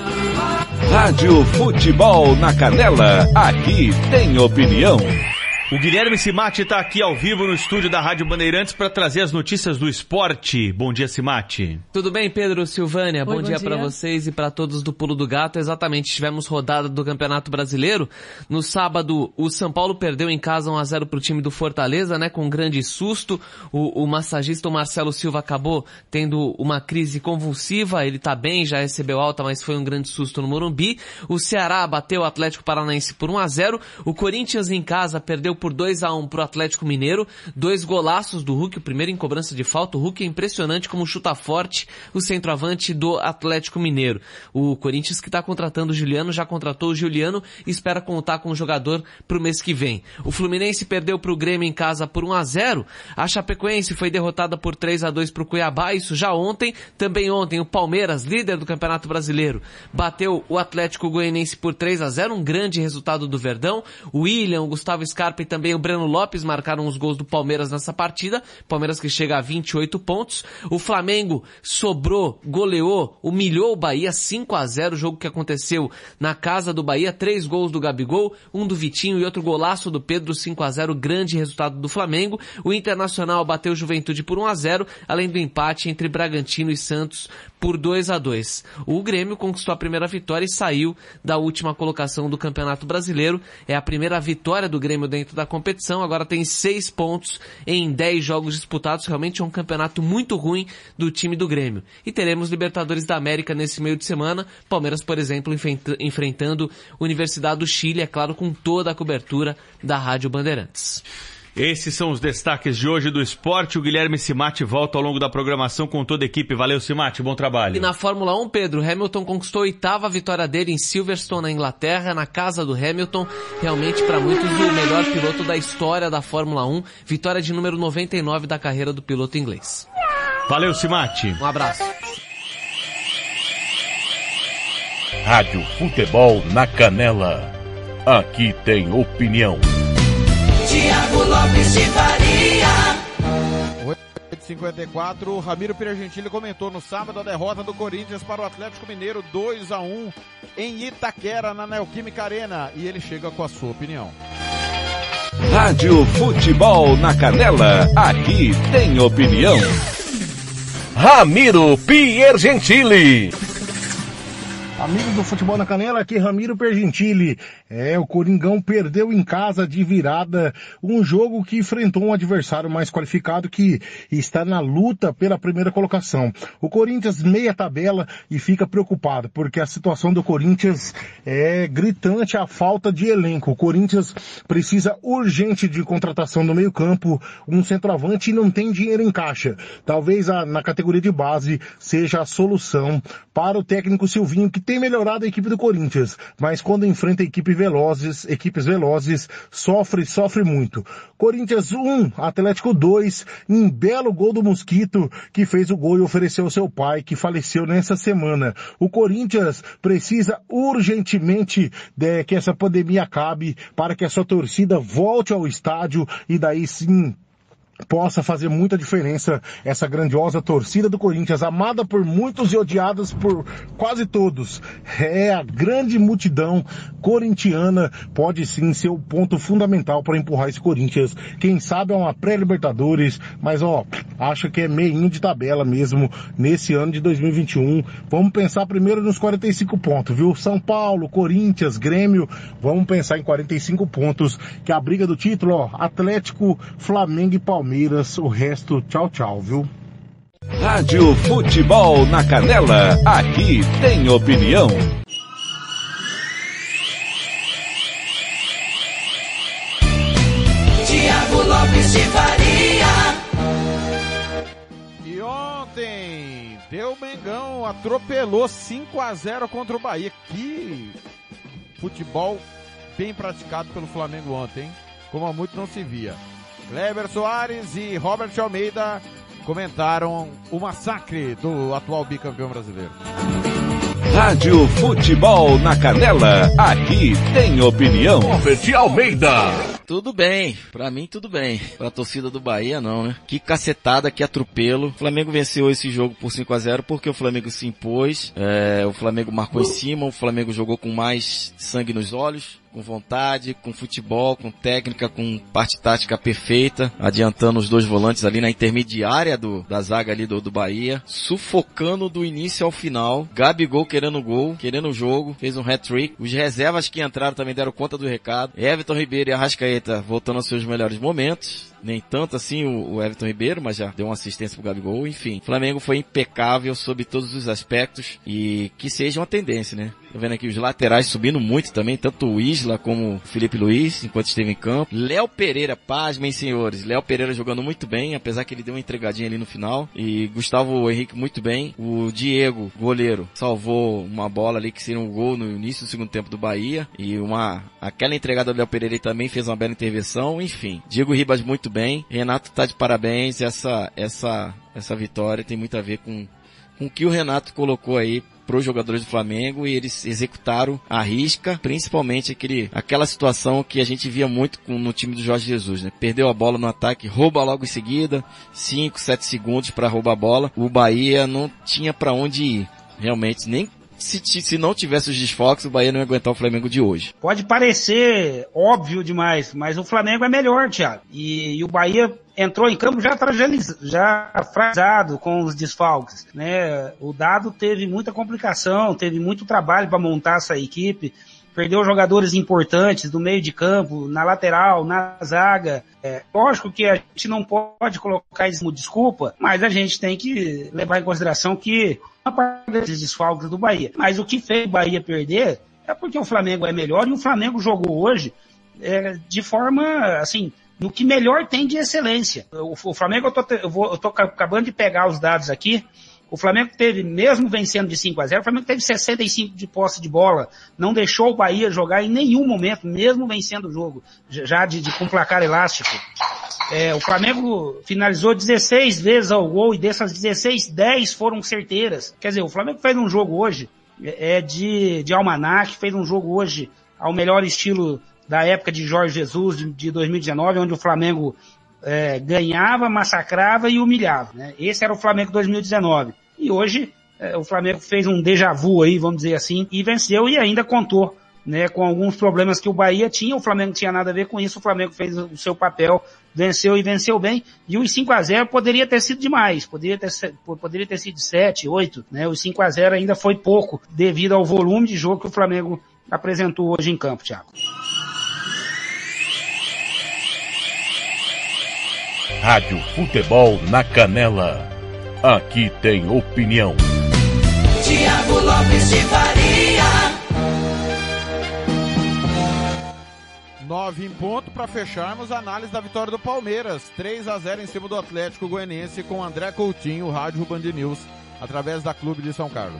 Rádio Futebol na Canela, aqui tem opinião. O Guilherme Cimatti está aqui ao vivo no estúdio da Rádio Bandeirantes para trazer as notícias do esporte. Bom dia, Cimatti. Tudo bem, Pedro, Silvânia? Oi, bom, bom dia, dia. para vocês e para todos do Pulo do Gato. Exatamente, tivemos rodada do Campeonato Brasileiro. No sábado, o São Paulo perdeu em casa um a zero para o time do Fortaleza, né, com um grande susto. O, o massagista o Marcelo Silva acabou tendo uma crise convulsiva. Ele está bem, já recebeu alta, mas foi um grande susto no Morumbi. O Ceará bateu o Atlético Paranaense por um a zero. O Corinthians em casa perdeu por dois a um pro Atlético Mineiro, dois golaços do Hulk, o primeiro em cobrança de falta. O Hulk é impressionante como chuta forte, o centroavante do Atlético Mineiro. O Corinthians, que está contratando o Juliano, já contratou o Juliano e espera contar com o jogador pro mês que vem. O Fluminense perdeu pro Grêmio em casa por um a zero, a Chapecoense foi derrotada por três a dois pro Cuiabá, isso já ontem. Também ontem o Palmeiras, líder do Campeonato Brasileiro, bateu o Atlético Goianiense por três a zero, um grande resultado do Verdão. O William, o Gustavo Scarpa e também o Breno Lopes marcaram os gols do Palmeiras nessa partida. Palmeiras que chega a vinte e oito pontos. O Flamengo sobrou, goleou, humilhou o Bahia cinco a zero, jogo que aconteceu na casa do Bahia. Três gols do Gabigol, um do Vitinho e outro golaço do Pedro, cinco a zero, grande resultado do Flamengo. O Internacional bateu o Juventude por um a zero, além do empate entre Bragantino e Santos por dois a dois. O Grêmio conquistou a primeira vitória e saiu da última colocação do Campeonato Brasileiro. É a primeira vitória do Grêmio dentro da competição. Agora tem seis pontos em dez jogos disputados. Realmente é um campeonato muito ruim do time do Grêmio. E teremos Libertadores da América nesse meio de semana. Palmeiras, por exemplo, enfrentando Universidade do Chile, é claro, com toda a cobertura da Rádio Bandeirantes. Esses são os destaques de hoje do esporte. O Guilherme Cimatti volta ao longo da programação com toda a equipe. Valeu, Cimatti, bom trabalho. E na Fórmula um, Pedro, Hamilton conquistou a oitava vitória dele em Silverstone, na Inglaterra, na casa do Hamilton. Realmente, para muitos, o melhor piloto da história da Fórmula um. Vitória de número noventa e nove da carreira do piloto inglês. Valeu, Cimatti. Um abraço. Rádio Futebol na Canela. Aqui tem opinião. Tiago Lopes de Faria. oito e cinquenta e quatro, o Ramiro Piragentili comentou no sábado a derrota do Corinthians para o Atlético Mineiro dois a um em Itaquera, na Neoquímica Arena, e ele chega com a sua opinião. Rádio Futebol na Canela, aqui tem opinião. Ramiro Piergentili. Amigos do Futebol na Canela, aqui Ramiro Pergentili. É, o Coringão perdeu em casa de virada um jogo que enfrentou um adversário mais qualificado que está na luta pela primeira colocação. O Corinthians meia tabela e fica preocupado, porque a situação do Corinthians é gritante, a falta de elenco. O Corinthians precisa urgente de contratação no meio campo, um centroavante e não tem dinheiro em caixa. Talvez a, na categoria de base seja a solução para o técnico Silvinho, que tem melhorado a equipe do Corinthians, mas quando enfrenta equipe velozes, equipes velozes, sofre, sofre muito. Corinthians um, Atlético dois, em belo gol do Mosquito, que fez o gol e ofereceu ao seu pai, que faleceu nessa semana. O Corinthians precisa urgentemente de que essa pandemia acabe, para que a sua torcida volte ao estádio e daí sim possa fazer muita diferença essa grandiosa torcida do Corinthians, amada por muitos e odiadas por quase todos. É a grande multidão corintiana, pode sim ser o ponto fundamental para empurrar esse Corinthians. Quem sabe é uma pré-Libertadores, mas ó, acho que é meinho de tabela mesmo nesse ano de dois mil e vinte e um. Vamos pensar primeiro nos quarenta e cinco pontos, viu? São Paulo, Corinthians, Grêmio, vamos pensar em quarenta e cinco pontos, que a briga do título, ó, Atlético, Flamengo e Palmeiras. O resto, tchau, tchau, viu? Rádio Futebol na Canela, aqui tem opinião. Tiago Lopes de Faria. E ontem, deu Mengão, atropelou cinco a zero contra o Bahia. Que futebol bem praticado pelo Flamengo ontem, hein? Como há muito não se via. Kleber Soares e Robert Almeida comentaram o massacre do atual bicampeão brasileiro. Rádio Futebol na Canela, aqui tem opinião. Robert Almeida. Tudo bem, pra mim tudo bem. Pra torcida do Bahia não, né? Que cacetada, que atropelo. O Flamengo venceu esse jogo por cinco a zero porque o Flamengo se impôs. É, o Flamengo marcou em cima, o Flamengo jogou com mais sangue nos olhos, com vontade, com futebol, com técnica, com parte tática perfeita, adiantando os dois volantes ali na intermediária do, da zaga ali do, do Bahia, sufocando do início ao final. Gabigol querendo gol, querendo o jogo, fez um hat-trick. Os reservas que entraram também deram conta do recado. Everton Ribeiro e Arrascaeta voltando aos seus melhores momentos. Nem tanto assim o, o Everton Ribeiro, mas já deu uma assistência pro Gabigol. Enfim, o Flamengo foi impecável sob todos os aspectos e que seja uma tendência, né? Tô vendo aqui os laterais subindo muito também, tanto o Isla como o Felipe Luiz, enquanto esteve em campo. Léo Pereira, pasmem senhores, Léo Pereira jogando muito bem, apesar que ele deu uma entregadinha ali no final. E Gustavo Henrique muito bem. O Diego, goleiro, salvou uma bola ali que seria um gol no início do segundo tempo do Bahia. E uma, aquela entregada do Léo Pereira também fez uma bela intervenção. Enfim, Diego Ribas muito bem. Renato tá de parabéns. Essa, essa, essa vitória tem muito a ver com, com o que o Renato colocou aí para os jogadores do Flamengo, e eles executaram à risca, principalmente aquele, aquela situação que a gente via muito com, no time do Jorge Jesus, né? Perdeu a bola no ataque, rouba logo em seguida, cinco, sete segundos para roubar a bola. O Bahia não tinha para onde ir, realmente, nem se, se não tivesse os desfoques, o Bahia não ia aguentar o Flamengo de hoje. Pode parecer óbvio demais, mas o Flamengo é melhor, Thiago. E, e o Bahia entrou em campo já, já fragilizado com os desfalques, né? O Dado teve muita complicação, teve muito trabalho para montar essa equipe, perdeu jogadores importantes do meio de campo, na lateral, na zaga. É, lógico que a gente não pode colocar isso como desculpa, mas a gente tem que levar em consideração que uma parte desses desfalques do Bahia. Mas o que fez o Bahia perder é porque o Flamengo é melhor, e o Flamengo jogou hoje é, de forma, assim, no que melhor tem de excelência. O, o Flamengo, eu tô, eu, vou, eu tô acabando de pegar os dados aqui. O Flamengo teve, mesmo vencendo de cinco a zero, o Flamengo teve sessenta e cinco de posse de bola, não deixou o Bahia jogar em nenhum momento, mesmo vencendo o jogo, já de, de com placar elástico. É, o Flamengo finalizou dezesseis vezes ao gol, e dessas dezesseis, dez foram certeiras. Quer dizer, o Flamengo fez um jogo hoje é, de, de almanaque, fez um jogo hoje ao melhor estilo da época de Jorge Jesus, de, de dois mil e dezenove, onde o Flamengo é, ganhava, massacrava e humilhava, né? Esse era o Flamengo dois mil e dezenove. E hoje é, o Flamengo fez um déjà vu aí, vamos dizer assim, e venceu, e ainda contou né, com alguns problemas que o Bahia tinha, o Flamengo não tinha nada a ver com isso, o Flamengo fez o seu papel, venceu e venceu bem, e os cinco a zero poderia ter sido demais, poderia ter, poderia ter sido sete, oito, né, os cinco a zero ainda foi pouco, devido ao volume de jogo que o Flamengo apresentou hoje em campo, Thiago. Rádio Futebol na Canela. Aqui tem opinião. Thiago Lopes de Faria. nove em ponto para fecharmos a análise da vitória do Palmeiras. três a zero em cima do Atlético Goianiense com André Coutinho, Rádio Band News, através da Clube de São Carlos.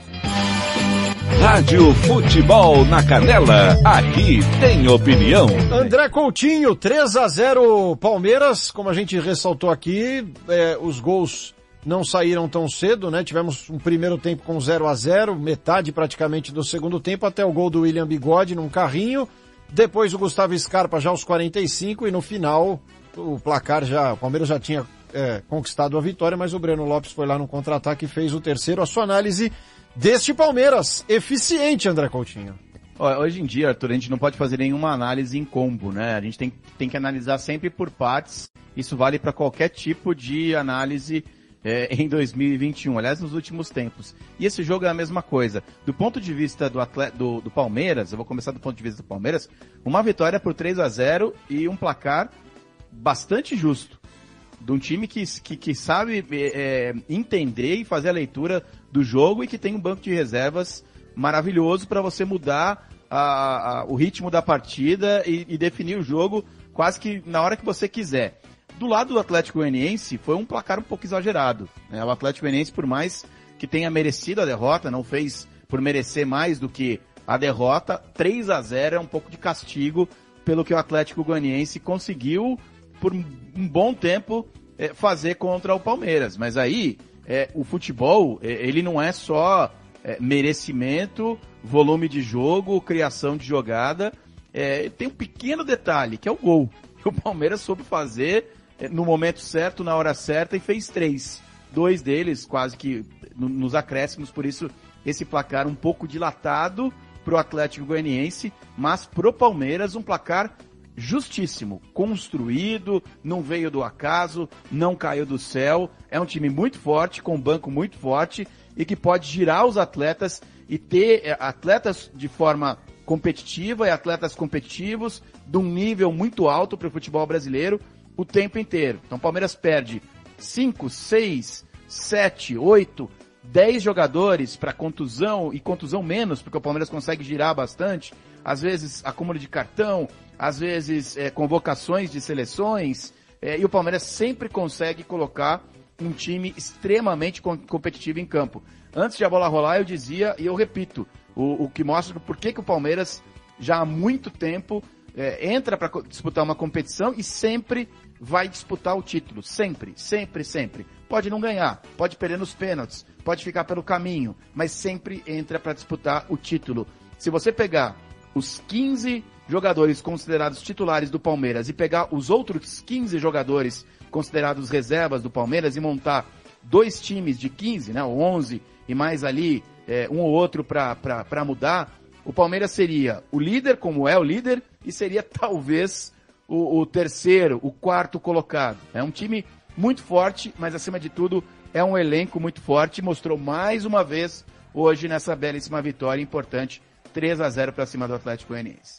Rádio Futebol na Canela. Aqui tem opinião. André Coutinho, três a zero Palmeiras. Como a gente ressaltou aqui, é, os gols não saíram tão cedo, né? Tivemos um primeiro tempo com zero a zero, metade praticamente do segundo tempo, até o gol do William Bigode num carrinho. Depois o Gustavo Scarpa já aos quarenta e cinco e no final o placar já, o Palmeiras já tinha é, conquistado a vitória, mas o Breno Lopes foi lá no contra-ataque e fez o terceiro. A sua análise deste Palmeiras eficiente, André Coutinho. Hoje em dia, Arthur, a gente não pode fazer nenhuma análise em combo, né? A gente tem, tem que analisar sempre por partes. Isso vale para qualquer tipo de análise é, em dois mil e vinte e um, aliás, nos últimos tempos. E esse jogo é a mesma coisa. Do ponto de vista do, atleta, do, do Palmeiras, eu vou começar do ponto de vista do Palmeiras, uma vitória por três a zero e um placar bastante justo. De um time que, que, que sabe é, entender e fazer a leitura do jogo e que tem um banco de reservas maravilhoso para você mudar a, a, o ritmo da partida e, e definir o jogo quase que na hora que você quiser. Do lado do Atlético Goianiense, foi um placar um pouco exagerado, né? O Atlético Goianiense, por mais que tenha merecido a derrota, não fez por merecer mais do que a derrota, três a zero é um pouco de castigo pelo que o Atlético Goianiense conseguiu por um bom tempo é, fazer contra o Palmeiras. Mas aí, é, o futebol, é, ele não é só é, merecimento, volume de jogo, criação de jogada, é, tem um pequeno detalhe, que é o gol. O Palmeiras soube fazer no momento certo, na hora certa, e fez três. Dois deles quase que nos acréscimos, por isso esse placar um pouco dilatado pro Atlético Goianiense, mas pro Palmeiras um placar justíssimo, construído, não veio do acaso, não caiu do céu, é um time muito forte, com um banco muito forte, e que pode girar os atletas e ter atletas de forma competitiva e atletas competitivos de um nível muito alto para o futebol brasileiro o tempo inteiro. Então o Palmeiras perde cinco, seis, sete, oito, dez jogadores para contusão e contusão menos, porque o Palmeiras consegue girar bastante, às vezes acúmulo de cartão, às vezes é, convocações de seleções, é, e o Palmeiras sempre consegue colocar um time extremamente com, competitivo em campo. Antes de a bola rolar, eu dizia, e eu repito, o, o que mostra por que, que o Palmeiras já há muito tempo é, entra para disputar uma competição e sempre vai disputar o título. Sempre, sempre, sempre. Pode não ganhar, pode perder nos pênaltis, pode ficar pelo caminho, mas sempre entra para disputar o título. Se você pegar os quinze jogadores considerados titulares do Palmeiras e pegar os outros quinze jogadores considerados reservas do Palmeiras e montar dois times de quinze, né, ou onze, e mais ali é, um ou outro para mudar, o Palmeiras seria o líder, como é o líder, e seria talvez o, o terceiro, o quarto colocado. É um time muito forte, mas acima de tudo é um elenco muito forte, mostrou mais uma vez hoje nessa belíssima vitória importante, três a zero para cima do Atlético Goianiense.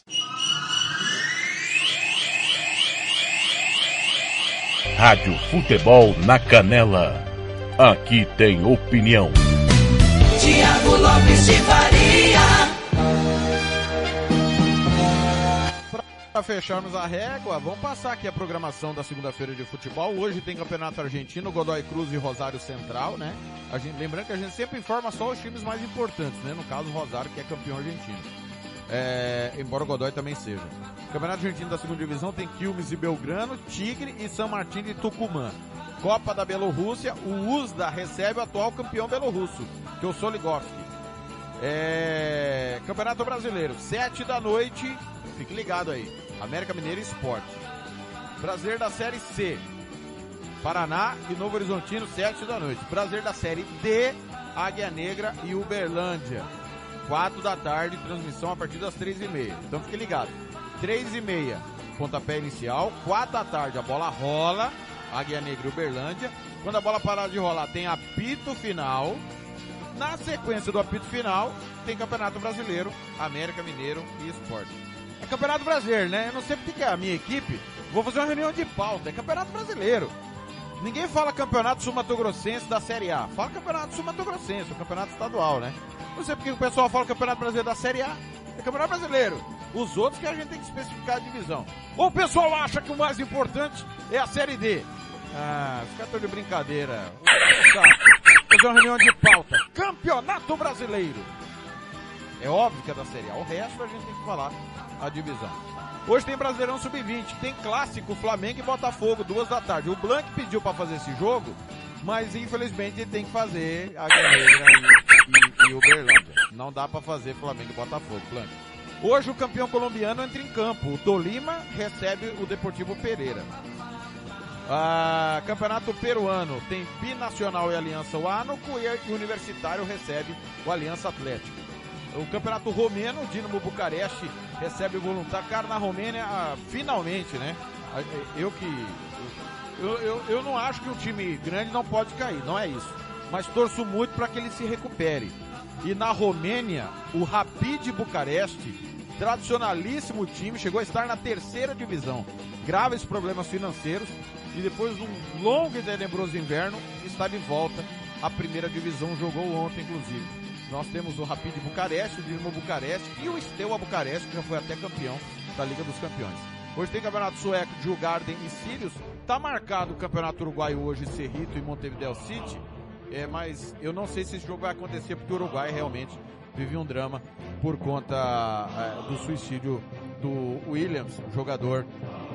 Rádio Futebol na Canela. Aqui tem opinião. Thiago Lopes de Faria. Para fecharmos a régua, vamos passar aqui a programação da segunda-feira de futebol. Hoje tem Campeonato Argentino, Godoy Cruz e Rosário Central, né? A gente, lembrando que a gente sempre informa só os times mais importantes, né? No caso, o Rosário, que é campeão argentino. É, embora o Godoy também seja. Campeonato Argentino da segunda divisão tem Quilmes e Belgrano, Tigre e San Martín de Tucumã. Copa da Bielorrússia, o U S D A recebe o atual campeão belorrusso, que é o Soligovski. É, Campeonato Brasileiro, sete da noite, fique ligado aí. América Mineiro Esporte. Brasileiro da Série C, Paraná e Novo Horizontino, sete da noite. Brasileiro da Série D, Águia Negra e Uberlândia. quatro da tarde, transmissão a partir das três e meia. Então fique ligado. três e meia, pontapé inicial. quatro da tarde, a bola rola. Águia Negra e Uberlândia. Quando a bola parar de rolar, tem apito final. Na sequência do apito final, tem Campeonato Brasileiro, América Mineiro e Sport. É Campeonato Brasileiro, né? Eu não sei porque que é a minha equipe. Vou fazer uma reunião de pauta. É Campeonato Brasileiro. Ninguém fala Campeonato Sul-Mato-Grossense da Série A. Fala Campeonato Sul-Mato-Grossense, o Campeonato Estadual, né? Não sei porque o pessoal fala Campeonato Brasileiro da Série A. É Campeonato Brasileiro. Os outros que a gente tem que especificar a divisão. Ou o pessoal acha que o mais importante é a Série D. Ah, os caras estão de brincadeira. Vou fazer uma reunião de pauta. Campeonato Brasileiro. É óbvio que é da Série A. O resto a gente tem que falar a divisão. Hoje tem Brasileirão sub vinte. Tem clássico Flamengo e Botafogo, duas da tarde. O Blanc pediu para fazer esse jogo, mas infelizmente ele tem que fazer a Guerreira e, e, e Uberlândia. Não dá para fazer Flamengo e Botafogo, Blanc. Hoje o campeão colombiano entra em campo. O Tolima recebe o Deportivo Pereira. Ah, campeonato peruano tem Binacional e Aliança Huánuco e o Universitário recebe o Aliança Atlético. O campeonato romeno, o Dinamo Bucareste recebe o Voluntário. Cara, na Romênia, ah, finalmente, né? Eu que... Eu, eu, eu não acho que um time grande não pode cair, não é isso. Mas torço muito para que ele se recupere. E na Romênia, o Rapid Bucareste, tradicionalíssimo time, chegou a estar na terceira divisão. Graves problemas financeiros e depois de um longo e tenebroso inverno, está de volta à primeira divisão, jogou ontem inclusive. Nós temos o Rapid Bucareste, o Dinamo Bucareste e o Steaua Bucareste, que já foi até campeão da Liga dos Campeões. Hoje tem campeonato sueco, Djurgården e Sirius. Tá marcado o campeonato uruguaio hoje, Cerrito e Montevideo City. É, mas eu não sei se esse jogo vai acontecer porque o Uruguai realmente vive um drama por conta é, do suicídio do Williams, jogador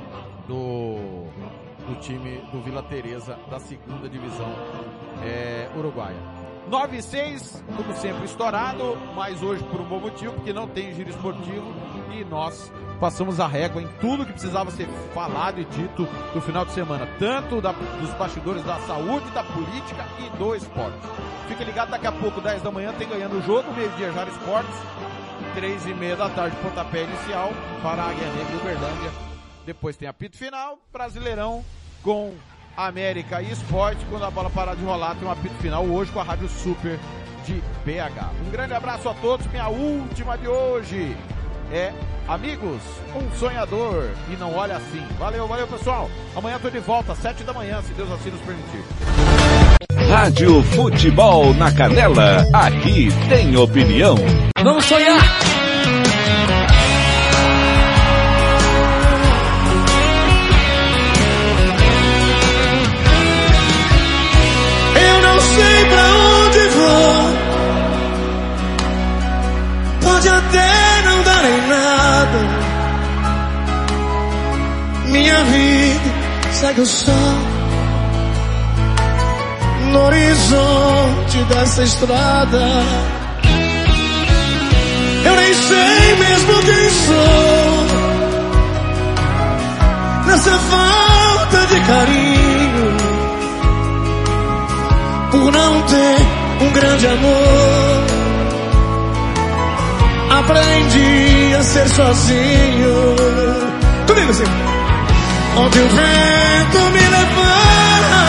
do, do time do Vila Teresa da segunda divisão é, uruguaia. nove e seis, como sempre estourado, mas hoje por um bom motivo, porque não tem giro esportivo e nós passamos a régua em tudo que precisava ser falado e dito no final de semana, tanto da, dos bastidores da saúde, da política e do esporte. Fique ligado, daqui a pouco, dez da manhã, tem ganhando o jogo, meio-dia Jara Esportes, três e meia da tarde, pontapé inicial para a Águia Negra e Uberlândia. Depois tem apito final, Brasileirão com América e Esporte. Quando a bola parar de rolar, tem um apito final hoje com a Rádio Super de B H. Um grande abraço a todos, minha última de hoje é amigos, um sonhador e não olha assim. Valeu, valeu pessoal. Amanhã tô de volta, sete da manhã, se Deus assim nos permitir. Rádio Futebol na Canela, aqui tem opinião. Vamos sonhar! Eu não sei pra onde vou, pode até não dar em nada. Minha vida segue o sol no horizonte dessa estrada. Eu nem sei mesmo quem sou nessa falta de carinho, por não ter um grande amor. Aprendi a ser sozinho. Comigo assim. Onde o vento me levar,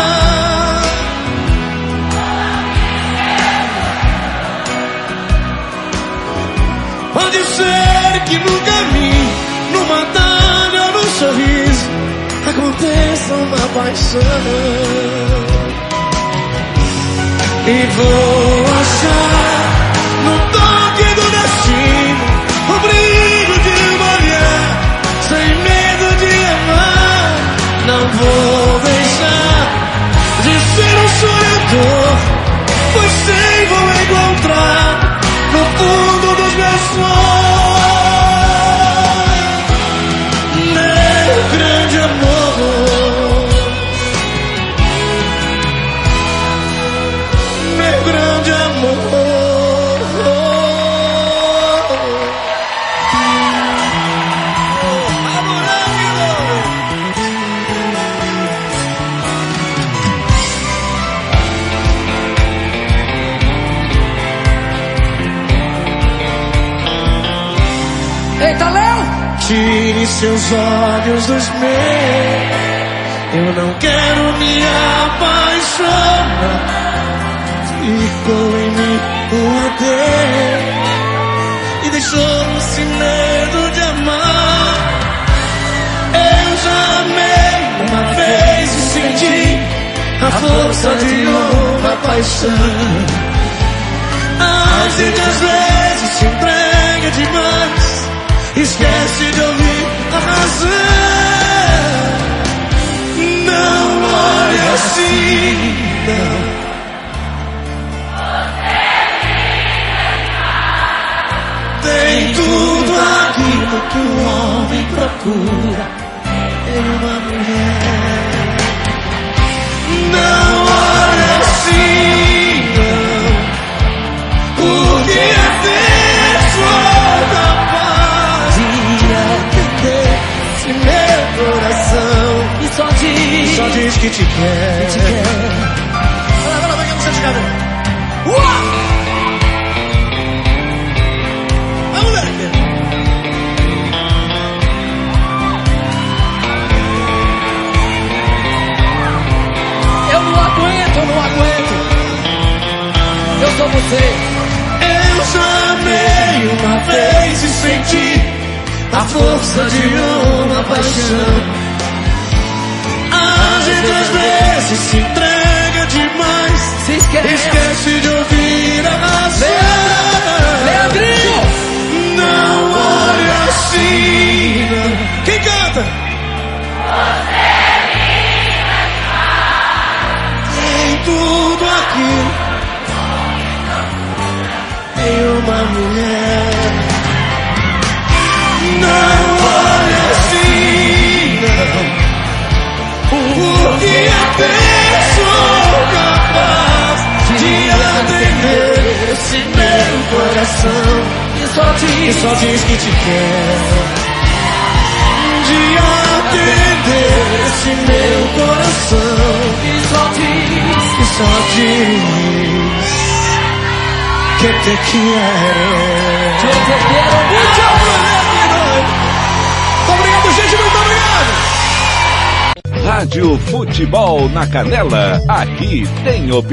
pode ser que no caminho, numa batalha ou num sorriso, aconteça uma paixão. E vou achar no toque do destino o brilho de um olhar, sem medo de amar. Não vou deixar de ser um sonhador, pois sei vou encontrar no fundo dos meus sonhos meu grande amor, meu grande amor. seus olhos dos meus. Eu não quero me apaixonar. Ficou em mim um adeus e deixou-se medo de amar. Eu já amei uma vez e senti a força de uma paixão. A gente às vezes se entrega demais, esquece de ouvir a razão. Não olhe assim, não. Tem tudo aquilo que o homem procura em uma mulher. Não olhe assim, não, porque até sou capaz de atender esse meu coração. E só diz, só diz que te quer. Que te quer. Olha, olha, olha, você de cabelo. Uau! Vamos ver aqui. Eu não aguento, eu não aguento. Eu sou você. Eu já amei uma vez e senti a força de uma paixão. A gente às vezes se entrega demais, se esquece, esquece de ouvir a razão. Leandrinho! Não olhe assim, não. Quem canta? Você tem tudo aquilo em uma mulher. Não olhe assim, não, porque até sou capaz de atender esse meu coração. E só diz, e só diz que te quer. De atender esse meu coração. E só diz, e só diz que te quero. Que te quero muito. Obrigado, gente, muito obrigado. Rádio Futebol na Canela, aqui tem opinião.